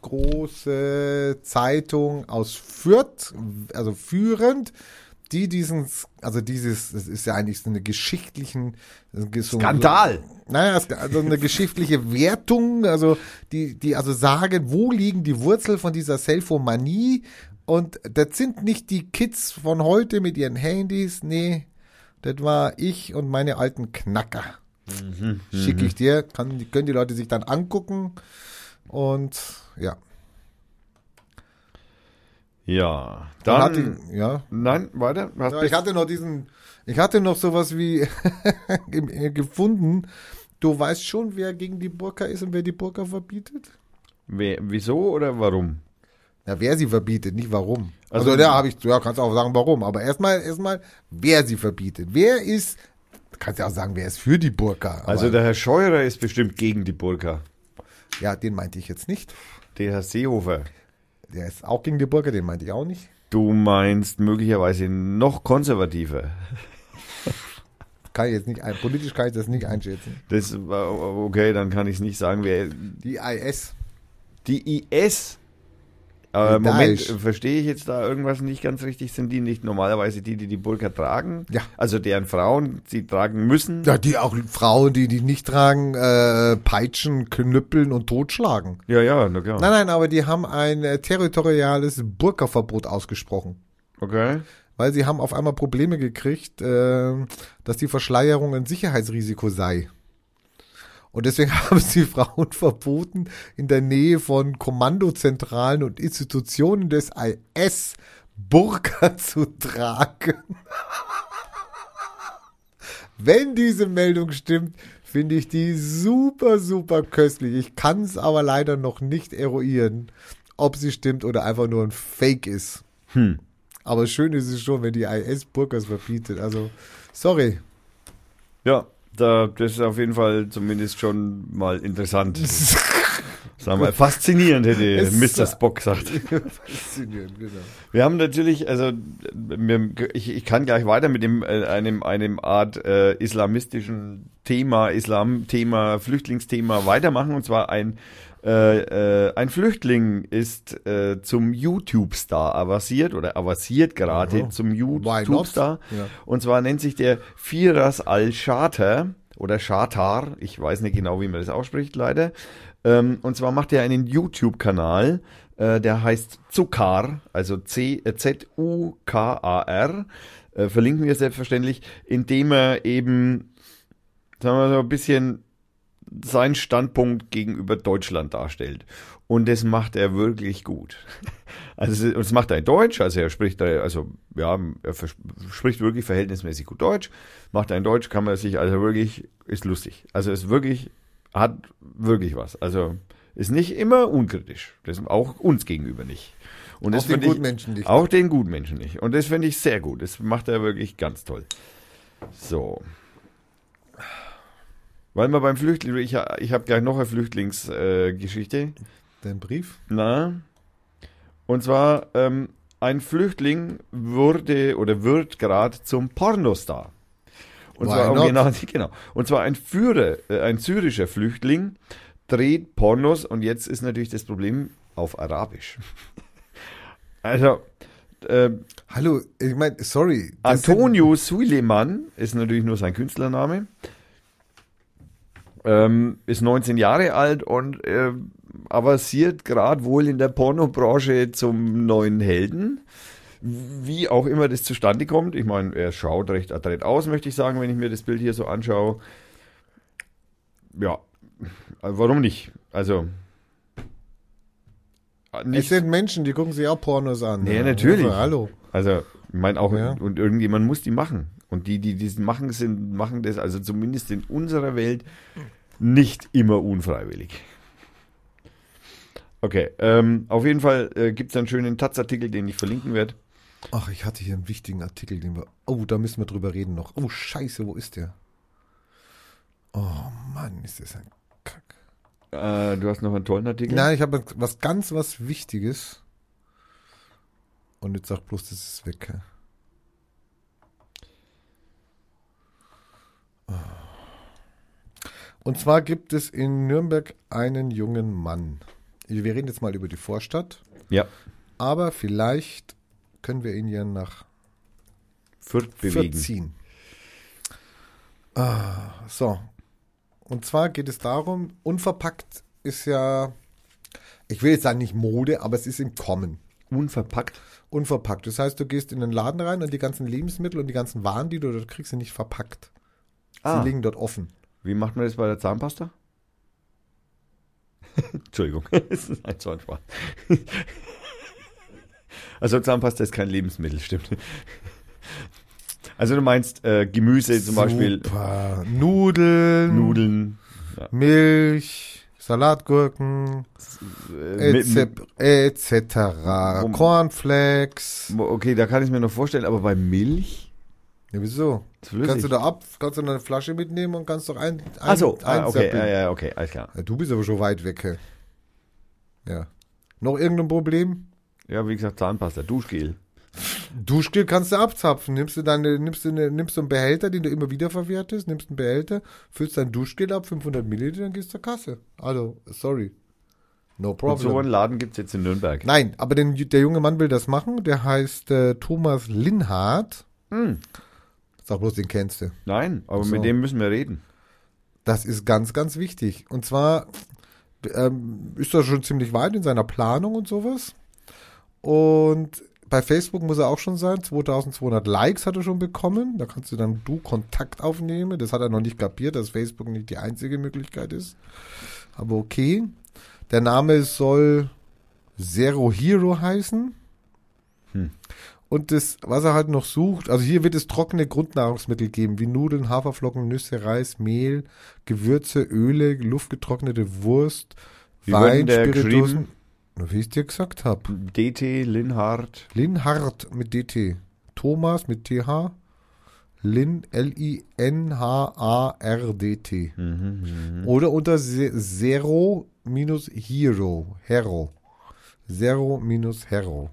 Zeitung aus Fürth, also führend, das ist ja eigentlich so eine Skandal. Also eine geschichtliche Wertung, also die also sagen, wo liegen die Wurzeln von dieser Selfomanie? Und das sind nicht die Kids von heute mit ihren Handys, nee, das war ich und meine alten Knacker. Schicke ich dir, können die Leute sich dann angucken und ja. Ja, dann. Ja. Nein, weiter. Ja, ich hatte noch sowas wie gefunden. Du weißt schon, wer gegen die Burka ist und wer die Burka verbietet? Wieso oder warum? Na, wer sie verbietet, nicht warum. Also kannst du auch sagen, warum. Aber erstmal, wer sie verbietet. Kannst ja auch sagen, wer ist für die Burka. Also der Herr Scheurer ist bestimmt gegen die Burka. Ja, den meinte ich jetzt nicht. Der Herr Seehofer. Der ist auch gegen die Burka, den meinte ich auch nicht. Du meinst möglicherweise noch konservativer. kann ich jetzt nicht politisch kann ich das nicht einschätzen. Das war okay, dann kann ich es nicht sagen, wer Die IS. die IS. Moment, Daesh. verstehe ich jetzt da irgendwas nicht ganz richtig? Sind die nicht normalerweise die Burka tragen? Ja. Also deren Frauen sie tragen müssen? Ja, die auch Frauen, die nicht tragen, peitschen, knüppeln und totschlagen. Ja, na klar. Nein, aber die haben ein territoriales Burka-Verbot ausgesprochen. Okay. Weil sie haben auf einmal Probleme gekriegt, dass die Verschleierung ein Sicherheitsrisiko sei. Und deswegen haben sie Frauen verboten, in der Nähe von Kommandozentralen und Institutionen des IS Burka zu tragen. Wenn diese Meldung stimmt, finde ich die super, super köstlich. Ich kann es aber leider noch nicht eruieren, ob sie stimmt oder einfach nur ein Fake ist. Aber schön ist es schon, wenn die IS Burkas verbietet. Also, sorry. Ja, das ist auf jeden Fall zumindest schon mal interessant. Sagen wir, faszinierend, hätte Mr. Spock gesagt. Faszinierend, genau. Wir haben natürlich, also ich kann gleich weiter mit einem Art islamistischen Thema, Islam-Thema, Flüchtlingsthema weitermachen. Und zwar ein Flüchtling ist zum YouTube-Star avanciert gerade zum YouTube-Star. Ja. Und zwar nennt sich der Firas al-Shatar oder Shatar, ich weiß nicht genau, wie man das ausspricht, leider. Und zwar macht er einen YouTube-Kanal, der heißt Zukar, also Z-U-K-A-R, verlinken wir selbstverständlich, indem er eben, sagen wir so, ein bisschen seinen Standpunkt gegenüber Deutschland darstellt. Und das macht er wirklich gut. Also das macht er in Deutsch, also er spricht wirklich verhältnismäßig gut Deutsch. Macht er in Deutsch, kann man sich also wirklich, ist lustig. Also ist wirklich, hat wirklich was. Also ist nicht immer unkritisch. Das auch uns gegenüber nicht. Und das Auch den Gutmenschen nicht. Auch den Gutmenschen nicht. Und das finde ich sehr gut. Das macht er wirklich ganz toll. So. Weil wir beim Flüchtling, ich habe gleich noch eine Flüchtlingsgeschichte. Dein Brief? Na. Und zwar, ein Flüchtling wird gerade zum Pornostar. Und Why zwar not? genau. Und zwar ein syrischer Flüchtling dreht Pornos und jetzt ist natürlich das Problem auf Arabisch. Also, Hallo, ich meine, sorry. Antonio Suleiman ist natürlich nur sein Künstlername. Ist 19 Jahre alt und avanciert gerade wohl in der Pornobranche zum neuen Helden. Wie auch immer das zustande kommt. Ich meine, er schaut recht adrett aus, möchte ich sagen, wenn ich mir das Bild hier so anschaue. Ja, warum nicht? Also, Es sind Menschen, die gucken sich auch Pornos an. Ja, natürlich. Also, hallo. Also, ich meine auch, Ja. und irgendjemand muss die machen. Und die das machen, machen das also zumindest in unserer Welt nicht immer unfreiwillig. Okay, auf jeden Fall gibt es einen schönen Taz-Artikel, den ich verlinken werde. Ach, ich hatte hier einen wichtigen Artikel, da müssen wir drüber reden noch. Oh, scheiße, wo ist der? Oh Mann, ist das ein Kack. Du hast noch einen tollen Artikel? Nein, ich habe was Wichtiges. Und jetzt sag bloß, das ist weg. hä? Und zwar gibt es in Nürnberg einen jungen Mann. Wir reden jetzt mal über die Vorstadt, Ja, aber vielleicht können wir ihn ja nach Fürth bewegen. Fürth ziehen. So. Und zwar geht es darum, unverpackt ist ja, ich will jetzt sagen nicht Mode, aber es ist im Kommen. Unverpackt? Unverpackt. Das heißt, du gehst in den Laden rein und die ganzen Lebensmittel und die ganzen Waren, die du dort kriegst, sind nicht verpackt. Ah. Sie liegen dort offen. Wie macht man das bei der Zahnpasta? Entschuldigung, das ist so ein Spaß. Also Zahnpasta ist kein Lebensmittel, stimmt. Also du meinst Gemüse zum Beispiel, Super. Nudeln, ja. Milch, Salatgurken, etc. Cornflakes. Okay, da kann ich mir noch vorstellen, aber bei Milch? Ja, wieso? Ist flüssig. Kannst du eine Flasche mitnehmen und kannst doch okay, okay, okay, alles klar. Ja, du bist aber schon weit weg. Hä? Ja. Noch irgendein Problem? Ja, wie gesagt, Zahnpasta, Duschgel. Duschgel kannst du abzapfen. Nimmst du einen Behälter, den du immer wieder verwertest, nimmst einen Behälter, füllst dein Duschgel ab, 500 Milliliter, dann gehst du zur Kasse. Also, sorry. No Und problem. so einen Laden gibt es jetzt in Nürnberg. Nein, aber der junge Mann will das machen. Der heißt Thomas Linhardt. Sag bloß, den kennst du. Nein, aber So. mit dem müssen wir reden. Das ist ganz, ganz wichtig. Und zwar ist er schon ziemlich weit in seiner Planung und sowas. Und bei Facebook muss er auch schon sein. 2200 Likes hat er schon bekommen. Da kannst du dann Kontakt aufnehmen. Das hat er noch nicht kapiert, dass Facebook nicht die einzige Möglichkeit ist. Aber okay. Der Name soll Zero Hero heißen. Und das, was er halt noch sucht, also hier wird es trockene Grundnahrungsmittel geben, wie Nudeln, Haferflocken, Nüsse, Reis, Mehl, Gewürze, Öle, luftgetrocknete Wurst, Wie Wein, wurde der Spirituosen. geschrieben? Na, wie ich es dir gesagt habe. DT, Linhardt. Linhardt mit DT. Thomas mit TH. Linhardt. Oder unter Zero-Hero. Zero-Hero.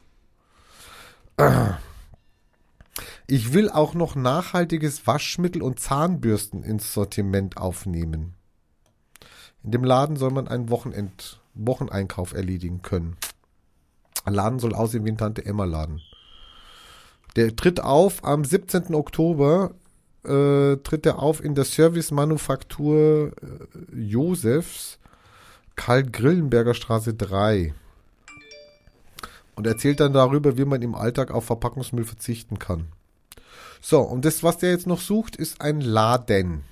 Ich will auch noch nachhaltiges Waschmittel und Zahnbürsten ins Sortiment aufnehmen. In dem Laden soll man einen Wocheneinkauf erledigen können. Der Laden soll aussehen wie ein Tante-Emma-Laden. Der tritt auf am 17. Oktober, tritt er auf in der Service-Manufaktur Josefs, Karl-Grillenberger Straße 3. Und erzählt dann darüber, wie man im Alltag auf Verpackungsmüll verzichten kann. So, und das, was der jetzt noch sucht, ist ein Laden.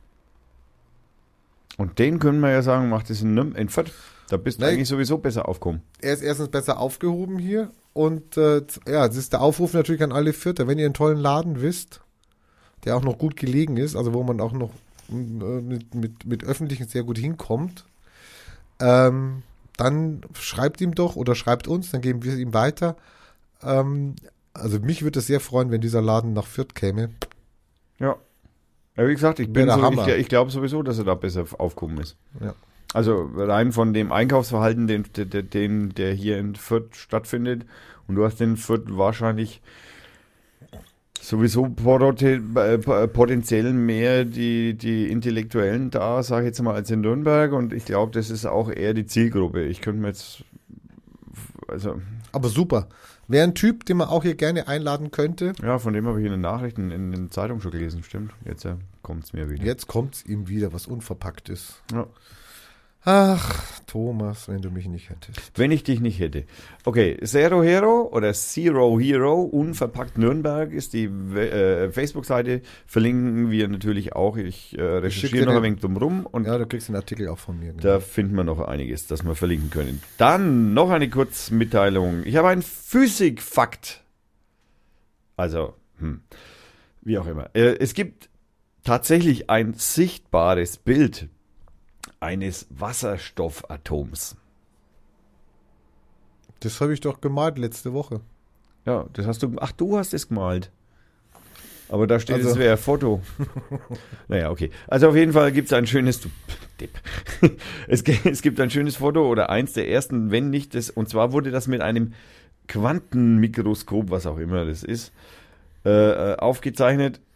Und den können wir ja sagen, macht es in Fürth. Da bist du Nein. eigentlich sowieso besser aufgekommen. Er ist erstens besser aufgehoben hier. Und ja, das ist der Aufruf natürlich an alle Vierter. Wenn ihr einen tollen Laden wisst, der auch noch gut gelegen ist, also wo man auch noch mit Öffentlichen sehr gut hinkommt, dann schreibt ihm doch oder schreibt uns, dann geben wir es ihm weiter. Also mich würde es sehr freuen, wenn dieser Laden nach Fürth käme. Ja. Ja, wie gesagt, ich glaube sowieso, dass er da besser aufgekommen ist. Ja. Also rein von dem Einkaufsverhalten, der hier in Fürth stattfindet. Und du hast in Fürth wahrscheinlich sowieso potenziell mehr die Intellektuellen da, sage ich jetzt mal, als in Nürnberg. Und ich glaube, das ist auch eher die Zielgruppe. Ich könnte mir jetzt, also... Aber super. Wäre ein Typ, den man auch hier gerne einladen könnte. Ja, von dem habe ich in den Nachrichten, in den Zeitungen schon gelesen, stimmt. Jetzt kommt es mir wieder. Jetzt kommt es ihm wieder, was unverpackt ist. Ja. Ach, Thomas, wenn du mich nicht hättest. Wenn ich dich nicht hätte. Okay, Zero Hero oder Zero Hero, unverpackt Nürnberg ist die Facebook-Seite. Verlinken wir natürlich auch. Ich recherchiere noch ein wenig drum rum und Ja, du kriegst den Artikel auch von mir. Genau. da finden wir noch einiges, das wir verlinken können. Dann noch eine Kurzmitteilung. Ich habe einen Physik-Fakt. Also, wie auch immer. Es gibt tatsächlich ein sichtbares Bild eines Wasserstoffatoms. Das habe ich doch gemalt letzte Woche. Ja, das hast du. Ach, du hast es gemalt. Aber da steht, Also- es wäre ein Foto. Naja, okay. Also auf jeden Fall gibt es ein schönes. Du Depp. Es gibt ein schönes Foto oder eins der ersten, wenn nicht das. Und zwar wurde das mit einem Quantenmikroskop, was auch immer das ist, aufgezeichnet.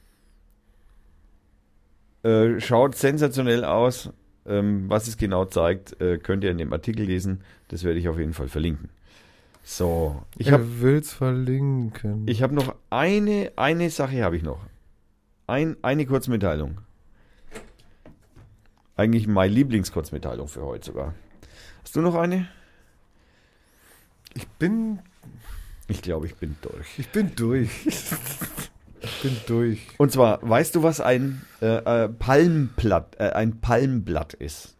Schaut sensationell aus. Was es genau zeigt, könnt ihr in dem Artikel lesen. Das werde ich auf jeden Fall verlinken. So, ich will's verlinken. habe noch eine Sache habe ich noch. Eine Kurzmitteilung. Eigentlich meine Lieblingskurzmitteilung für heute sogar. Hast du noch eine? Ich bin Ich glaube, ich bin durch. durch. Ich bin durch. Und zwar, weißt du, was ein Palmblatt ist?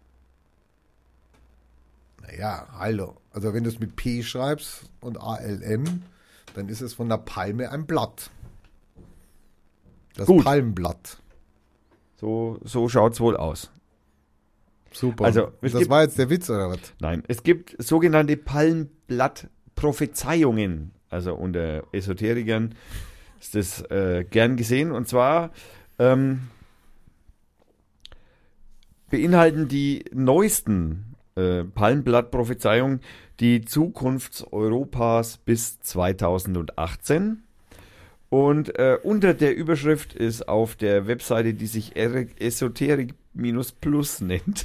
Naja, hallo. Also wenn du es mit P schreibst und ALM, dann ist es von der Palme ein Blatt. Das Gut. Palmblatt. So schaut es wohl aus. Super. Also, es das gibt- war jetzt der Witz, oder was? Nein, es gibt sogenannte Palmblatt-Prophezeiungen. Also unter Esoterikern ist das gern gesehen. Und zwar beinhalten die neuesten Palmblatt-Prophezeiung, die Zukunft Europas bis 2018. Und unter der Überschrift ist auf der Webseite, die sich Esoterik-Plus nennt.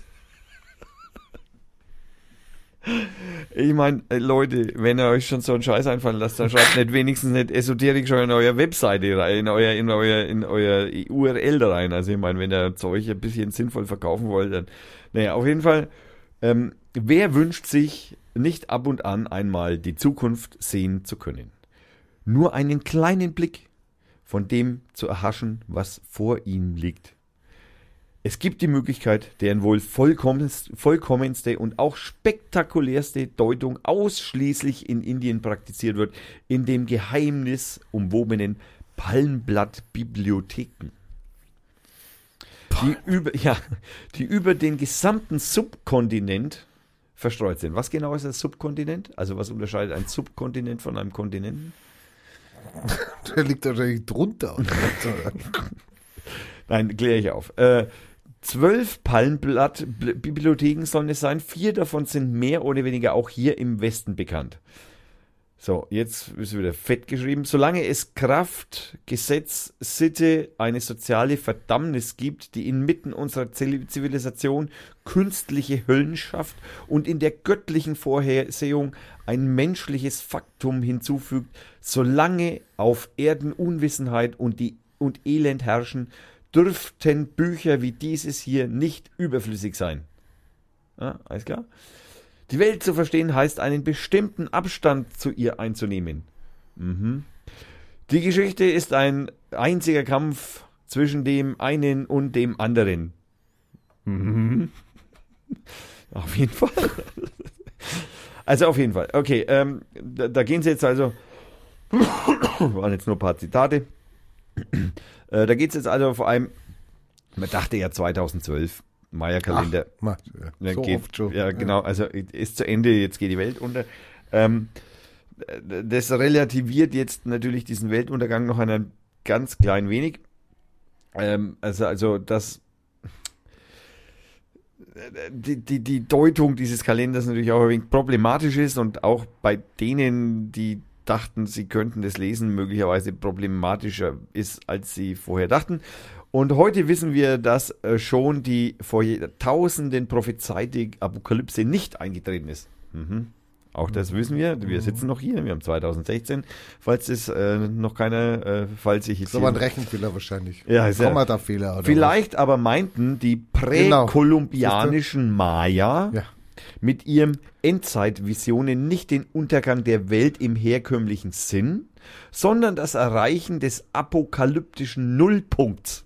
Ich meine, Leute, wenn ihr euch schon so einen Scheiß einfallen lasst, dann schreibt nicht wenigstens nicht Esoterik schon in eure Webseite rein, in euer URL da rein. Also ich meine, wenn ihr Zeug ein bisschen sinnvoll verkaufen wollt, dann, naja, auf jeden Fall, wer wünscht sich nicht ab und an einmal die Zukunft sehen zu können? Nur einen kleinen Blick von dem zu erhaschen, was vor ihm liegt. Es gibt die Möglichkeit, deren wohl vollkommenste und auch spektakulärste Deutung ausschließlich in Indien praktiziert wird, in dem geheimnisumwobenen Palmblatt-Bibliotheken, die über den gesamten Subkontinent verstreut sind. Was genau ist ein Subkontinent? Also was unterscheidet ein Subkontinent von einem Kontinenten? Der liegt wahrscheinlich drunter. Nein, kläre ich auf. 12 Palmblatt-Bibliotheken sollen es sein. 4 davon sind mehr oder weniger auch hier im Westen bekannt. So, jetzt ist wieder fett geschrieben. Solange es Kraft, Gesetz, Sitte, eine soziale Verdammnis gibt, die inmitten unserer Zivilisation künstliche Höllen schafft und in der göttlichen Vorhersehung ein menschliches Faktum hinzufügt, solange auf Erden Unwissenheit und Elend herrschen, dürften Bücher wie dieses hier nicht überflüssig sein. Ja, alles klar? Die Welt zu verstehen heißt, einen bestimmten Abstand zu ihr einzunehmen. Die Geschichte ist ein einziger Kampf zwischen dem einen und dem anderen. Auf jeden Fall. Also auf jeden Fall. Okay, da gehen sie jetzt also, waren jetzt nur ein paar Zitate. Da geht es jetzt also vor allem, man dachte ja 2012, Maya-Kalender. So geht, oft schon. Ja, genau, also ist zu Ende, jetzt geht die Welt unter. Das relativiert jetzt natürlich diesen Weltuntergang noch ein ganz klein wenig. Also das die Deutung dieses Kalenders natürlich auch ein wenig problematisch ist und auch bei denen, die dachten, sie könnten das lesen, möglicherweise problematischer ist, als sie vorher dachten. Und heute wissen wir, dass schon die vor Jahrtausenden prophezeite Apokalypse nicht eingetreten ist. Auch das wissen wir. Wir sitzen noch hier. Wir haben 2016. Falls es noch keiner, falls ich jetzt. Das ist aber ein Rechenfehler wahrscheinlich. Ja, ist Kommata-Fehler. Oder vielleicht was? Aber meinten die präkolumbianischen Maya mit ihren Endzeitvisionen nicht den Untergang der Welt im herkömmlichen Sinn, sondern das Erreichen des apokalyptischen Nullpunkts.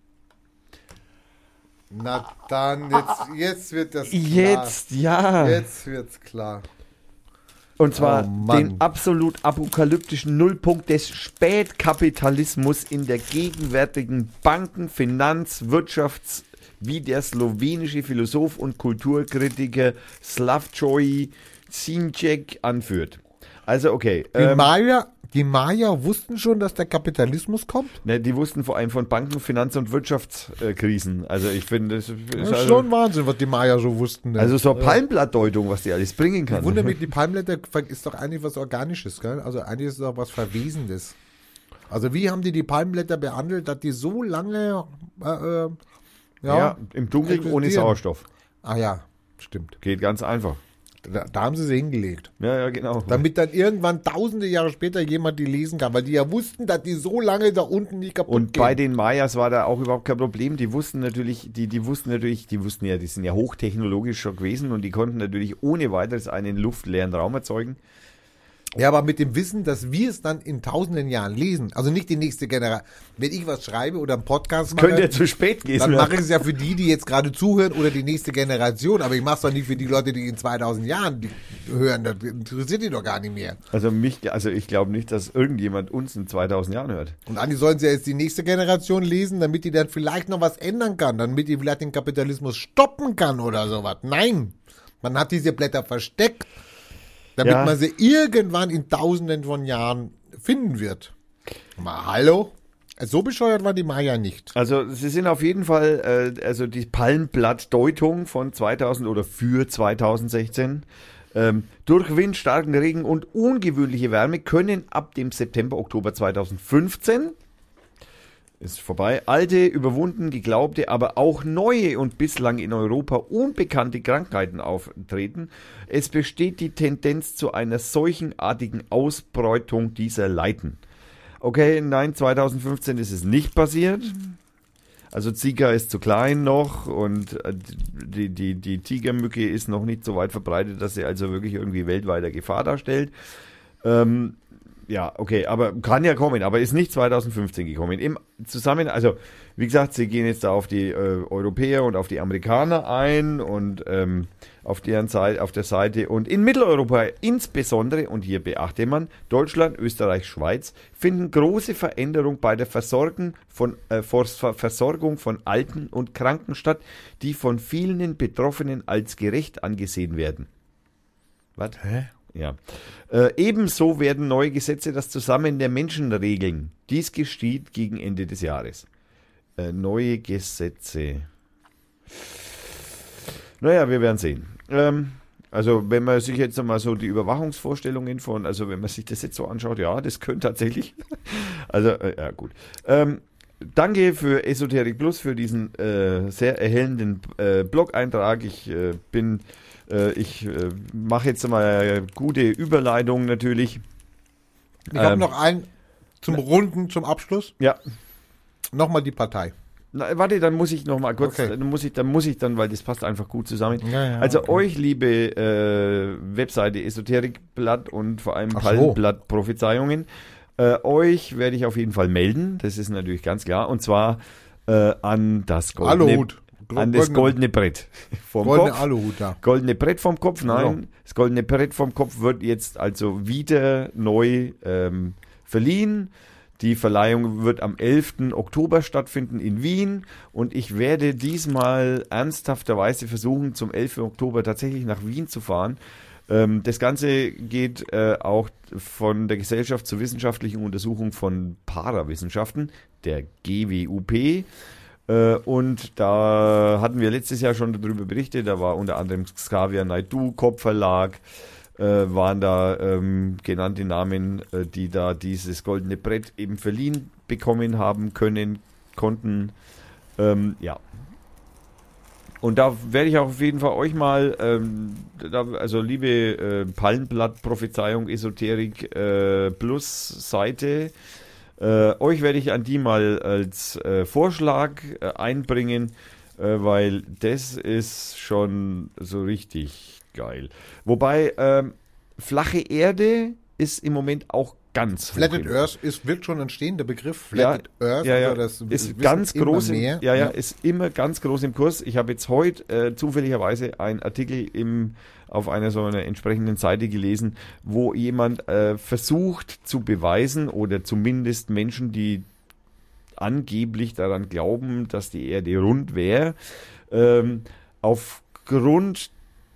Na dann, jetzt wird das klar. Jetzt, ja. Jetzt wird's klar. Und zwar den absolut apokalyptischen Nullpunkt des Spätkapitalismus in der gegenwärtigen Banken-, Finanz-, Wirtschafts- wie der slowenische Philosoph und Kulturkritiker Slavoj Zizek anführt. Also okay. Die Maya wussten schon, dass der Kapitalismus kommt? Ne, die wussten vor allem von Banken-, Finanz- und Wirtschaftskrisen. Also ich finde, das ist schon Wahnsinn, was die Maya so wussten. Ne? Also so eine Palmblattdeutung, was die alles bringen kann. Ich wundere mich, die Palmblätter ist doch eigentlich was Organisches, gell? Also eigentlich ist es doch was Verwesendes. Also wie haben die Palmblätter behandelt, dass die so lange im Dunkeln ohne Sauerstoff. Ah ja, stimmt. Geht ganz einfach. Da haben sie hingelegt. Ja, genau. Damit dann irgendwann tausende Jahre später jemand die lesen kann, weil die ja wussten, dass die so lange da unten nicht kaputt und gehen. Bei den Mayas war da auch überhaupt kein Problem. Die wussten natürlich, die sind ja hochtechnologisch schon gewesen und die konnten natürlich ohne weiteres einen luftleeren Raum erzeugen. Ja, aber mit dem Wissen, dass wir es dann in tausenden Jahren lesen, also nicht die nächste Generation. Wenn ich was schreibe oder einen Podcast mache, könnte ja zu spät gehen. Dann mache ich es ja für die jetzt gerade zuhören oder die nächste Generation, aber ich mache es doch nicht für die Leute, die in 2000 Jahren hören. Das interessiert die doch gar nicht mehr. Also ich glaube nicht, dass irgendjemand uns in 2000 Jahren hört. Und eigentlich sollen sie ja jetzt die nächste Generation lesen, damit die dann vielleicht noch was ändern kann, damit die vielleicht den Kapitalismus stoppen kann oder sowas. Nein, man hat diese Blätter versteckt, damit man sie irgendwann in tausenden von Jahren finden wird. Mal hallo? So bescheuert war die Maya nicht. Also sie sind auf jeden Fall, also die Palmblattdeutung von 2000 oder für 2016. Durch Wind, starken Regen und ungewöhnliche Wärme können ab dem September, Oktober 2015, ist vorbei, alte, überwunden, geglaubte, aber auch neue und bislang in Europa unbekannte Krankheiten auftreten. Es besteht die Tendenz zu einer seuchenartigen Ausbreitung dieser Leiten. Okay, nein, 2015 ist es nicht passiert. Also Zika ist zu klein noch und die Tigermücke ist noch nicht so weit verbreitet, dass sie also wirklich irgendwie weltweiter Gefahr darstellt. Ja, okay, aber kann ja kommen, aber ist nicht 2015 gekommen. Also wie gesagt, sie gehen jetzt da auf die Europäer und auf die Amerikaner ein und auf der Seite und in Mitteleuropa insbesondere, und hier beachte man, Deutschland, Österreich, Schweiz, finden große Veränderungen bei der Versorgung von Alten und Kranken statt, die von vielen Betroffenen als gerecht angesehen werden. Was? Hä? Ja. Ebenso werden neue Gesetze das Zusammen der Menschen regeln. Dies geschieht gegen Ende des Jahres. Neue Gesetze. Naja, wir werden sehen. Also wenn man sich jetzt mal so die Überwachungsvorstellungen also wenn man sich das jetzt so anschaut, ja, das könnte tatsächlich. Also, ja gut. Danke für Esoterik Plus, für diesen sehr erhellenden Blog-Eintrag. Ich mache jetzt mal eine gute Überleitung natürlich. Ich habe noch einen zum Abschluss. Ja. Nochmal die Partei. Na, warte, dann muss ich noch mal kurz, Okay. dann muss ich, weil das passt einfach gut zusammen. Ja, Also okay. euch, liebe Webseite Esoterikblatt und vor allem Ach so. Palmblatt Prophezeiungen, euch werde ich auf jeden Fall melden, das ist natürlich ganz klar, und zwar an das Aluhut. goldene Brett vom Goldene Kopf. Aluhut, ja. Goldene Brett vom Kopf, nein. Ja. Das goldene Brett vom Kopf wird jetzt also wieder neu verliehen. Die Verleihung wird am 11. Oktober stattfinden in Wien und ich werde diesmal ernsthafterweise versuchen, zum 11. Oktober tatsächlich nach Wien zu fahren. Das Ganze geht auch von der Gesellschaft zur wissenschaftlichen Untersuchung von Parawissenschaften, der GWUP. Und da hatten wir letztes Jahr schon darüber berichtet, da war unter anderem Xavier Naidoo, Kopfverlag, waren da genannte Namen, die da dieses goldene Brett eben verliehen bekommen haben konnten. Ja. Und da werde ich auch auf jeden Fall euch mal, also liebe Palmblatt-Prophezeiung, Esoterik Plus Seite, euch werde ich an die mal als Vorschlag einbringen, weil das ist schon so richtig geil. Wobei flache Erde ist im Moment auch ganz hoch Flatted im- Earth wird schon entstehen, der Begriff Flatted Earth. ja, ja. Also das Ist wissen ganz immer groß, mehr. ist immer ganz groß im Kurs. Ich habe jetzt heute zufälligerweise einen Artikel auf einer so einer entsprechenden Seite gelesen, wo jemand versucht zu beweisen oder zumindest Menschen, die angeblich daran glauben, dass die Erde rund wäre, aufgrund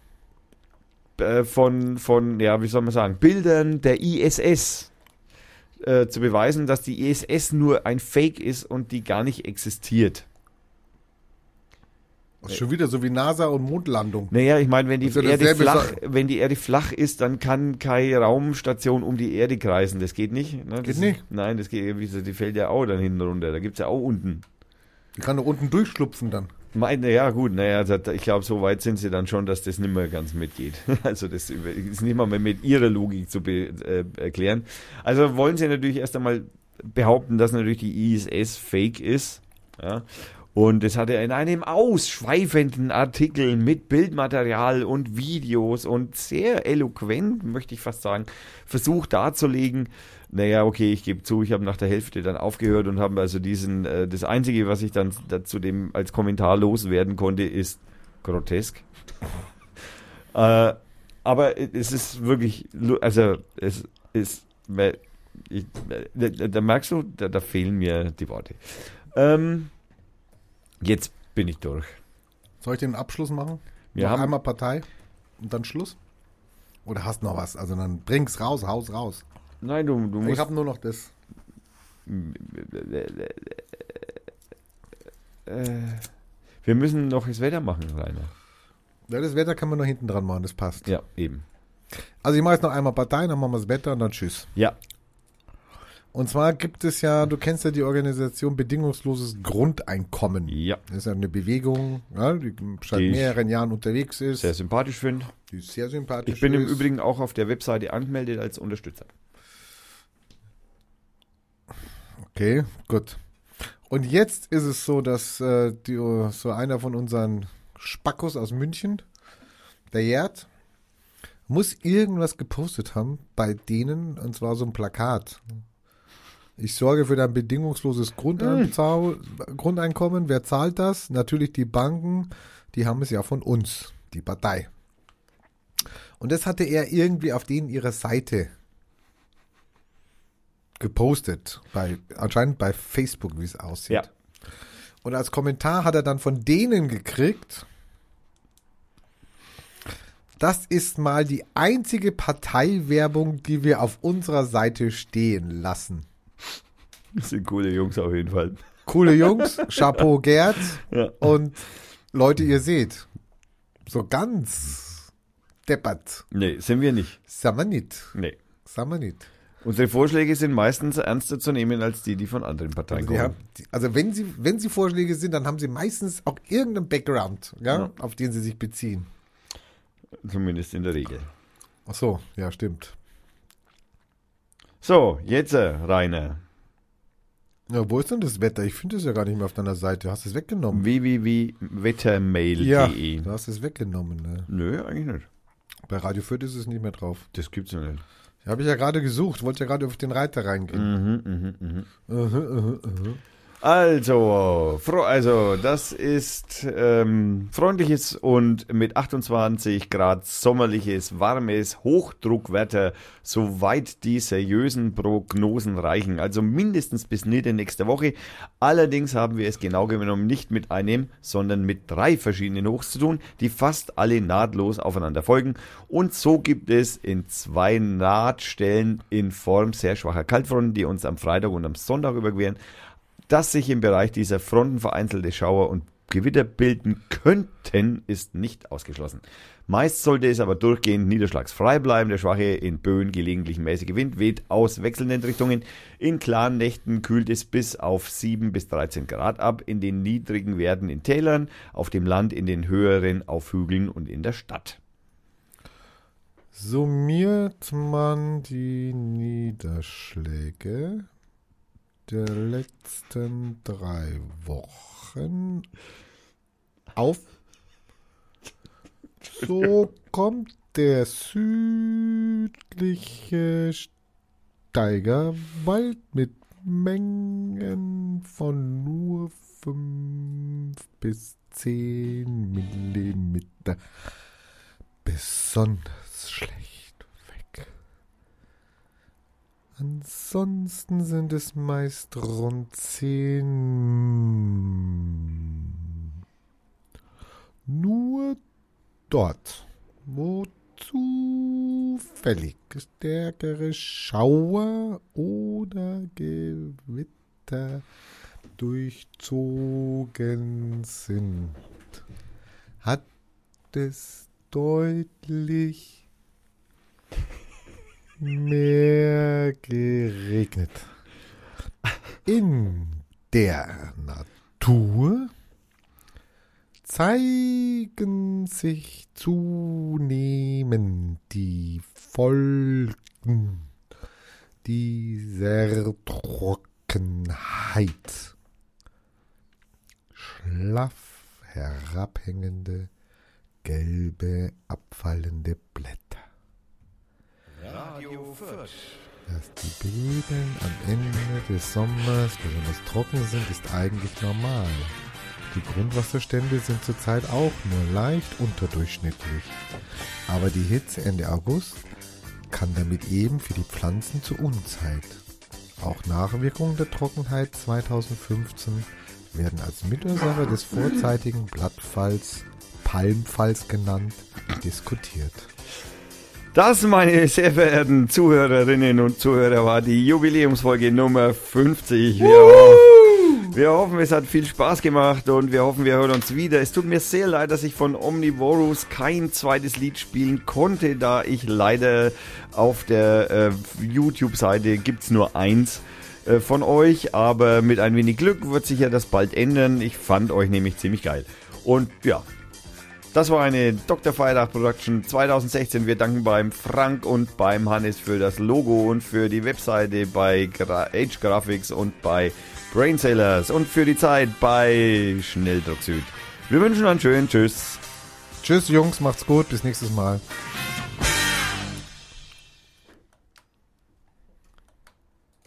von, ja, wie soll man sagen, Bildern der ISS zu beweisen, dass die ISS nur ein Fake ist und die gar nicht existiert. Das ist schon wieder so wie NASA und Mondlandung. Naja, ich meine, wenn die Das ist ja Erde dasselbe wenn die Erde flach ist, dann kann keine Raumstation um die Erde kreisen. Das geht nicht. Ne? Geht nicht? Nein, das geht, die fällt ja auch dann hinten runter. Da gibt es ja auch unten. Die kann da unten durchschlupfen dann. Ja gut, ich glaube, so weit sind sie dann schon, dass das nicht mehr ganz mitgeht. Also das ist nicht mal mehr mit ihrer Logik zu erklären. Also wollen sie natürlich erst einmal behaupten, dass natürlich die ISS fake ist. Ja. Und das hat er in einem ausschweifenden Artikel mit Bildmaterial und Videos und sehr eloquent, möchte ich fast sagen, versucht darzulegen. Naja, okay, ich gebe zu, ich habe nach der Hälfte dann aufgehört und habe also das Einzige, was ich dann dazu dem als Kommentar loswerden konnte, ist grotesk. Aber es ist wirklich, also es ist, da merkst du, da fehlen mir die Worte. Jetzt bin ich durch. Soll ich den Abschluss machen? Wir noch haben- einmal Partei und dann Schluss? Oder hast noch was? Also dann bring's raus, haus raus. Nein, du Ich musst. habe nur noch das. Wir müssen noch das Wetter machen, Rainer. Ja, das Wetter kann man noch hinten dran machen, das passt. Ja, eben. Also ich mache jetzt noch einmal Partei, dann machen wir das Wetter und dann tschüss. Ja, Und zwar gibt es ja, du kennst ja die Organisation Bedingungsloses Grundeinkommen. ja. Das ist ja eine Bewegung, ja, die seit Die ich mehreren Jahren unterwegs ist. Sehr sympathisch finde. Die sehr sympathisch Ich bin im ist. Übrigen auch auf der Webseite angemeldet als Unterstützer. Okay, gut. Und jetzt ist es so, dass so einer von unseren Spackos aus München, der Gerd, muss irgendwas gepostet haben bei denen, und zwar so ein Plakat. Ich sorge für dein bedingungsloses Grundeinkommen. Wer zahlt das? Natürlich die Banken, die haben es ja von uns, die Partei. Und das hatte er irgendwie auf denen ihrer Seite gepostet, anscheinend bei Facebook, wie es aussieht. Ja. Und als Kommentar hat er dann von denen gekriegt, das ist mal die einzige Parteiwerbung, die wir auf unserer Seite stehen lassen. Das sind coole Jungs auf jeden Fall. Coole Jungs, Chapeau Gerd Ja. und Leute, ihr seht, so ganz deppert. Nee, sind wir nicht. Sagen wir nicht. Nee. Sagen wir nicht. Unsere Vorschläge sind meistens ernster zu nehmen als die von anderen Parteien kommen. Also wenn sie Vorschläge sind, dann haben sie meistens auch irgendeinen Background, ja, auf den sie sich beziehen. Zumindest in der Regel. Ach so, ja, stimmt. So, jetzt, Rainer. Ja, wo ist denn das Wetter? Ich finde es ja gar nicht mehr auf deiner Seite. Hast du es weggenommen? www.wettermail.de. Ja, du hast es weggenommen. Ne? Nö, eigentlich nicht. Bei Radio Fürth ist es nicht mehr drauf. Das gibt's ja nicht. Habe ich ja gerade gesucht. Wollte ja gerade auf den Reiter reingehen. Also, das ist freundliches und mit 28 Grad sommerliches, warmes Hochdruckwetter, soweit die seriösen Prognosen reichen. Also mindestens bis Mitte nächster Woche. Allerdings haben wir es genau genommen nicht mit einem, sondern mit 3 verschiedenen Hochs zu tun, die fast alle nahtlos aufeinander folgen. Und so gibt es in 2 Nahtstellen in Form sehr schwacher Kaltfronten, die uns am Freitag und am Sonntag überqueren. Dass sich im Bereich dieser Fronten vereinzelte Schauer und Gewitter bilden könnten, ist nicht ausgeschlossen. Meist sollte es aber durchgehend niederschlagsfrei bleiben. Der schwache, in Böen gelegentlich mäßige Wind weht aus wechselnden Richtungen. In klaren Nächten kühlt es bis auf 7 bis 13 Grad ab. In den niedrigen Werten in Tälern, auf dem Land, in den höheren auf Hügeln und in der Stadt. Summiert man die Niederschläge der letzten 3 Wochen auf, so kommt der südliche Steigerwald mit Mengen von nur 5 bis 10 Millimeter besonders schlecht weg. Ansonsten sind es meist rund 10. Nur dort, wo zufällig stärkere Schauer oder Gewitter durchzogen sind, hat es deutlich mehr geregnet. In der Natur zeigen sich zunehmend die Folgen dieser Trockenheit. Schlaff herabhängende, gelbe, abfallende Blätter. Radio Fürth. Dass die Böden am Ende des Sommers besonders trocken sind, ist eigentlich normal. Die Grundwasserstände sind zurzeit auch nur leicht unterdurchschnittlich. Aber die Hitze Ende August kann damit eben für die Pflanzen zur Unzeit. Auch Nachwirkungen der Trockenheit 2015 werden als Mitursache des vorzeitigen Blattfalls, Palmfalls genannt, diskutiert. Das, meine sehr verehrten Zuhörerinnen und Zuhörer, war die Jubiläumsfolge Nummer 50. Wir hoffen, es hat viel Spaß gemacht und wir hoffen, wir hören uns wieder. Es tut mir sehr leid, dass ich von Omnivorous kein zweites Lied spielen konnte, da ich leider auf der YouTube-Seite gibt's nur eins von euch, aber mit ein wenig Glück wird sich ja das bald ändern. Ich fand euch nämlich ziemlich geil. Und ja, das war eine Dr. Feiertag Production 2016. Wir danken beim Frank und beim Hannes für das Logo und für die Webseite bei Age Graphics und bei Brainsailers und für die Zeit bei Schnelldruck Süd. Wir wünschen einen schönen Tschüss. Tschüss Jungs, macht's gut, bis nächstes Mal.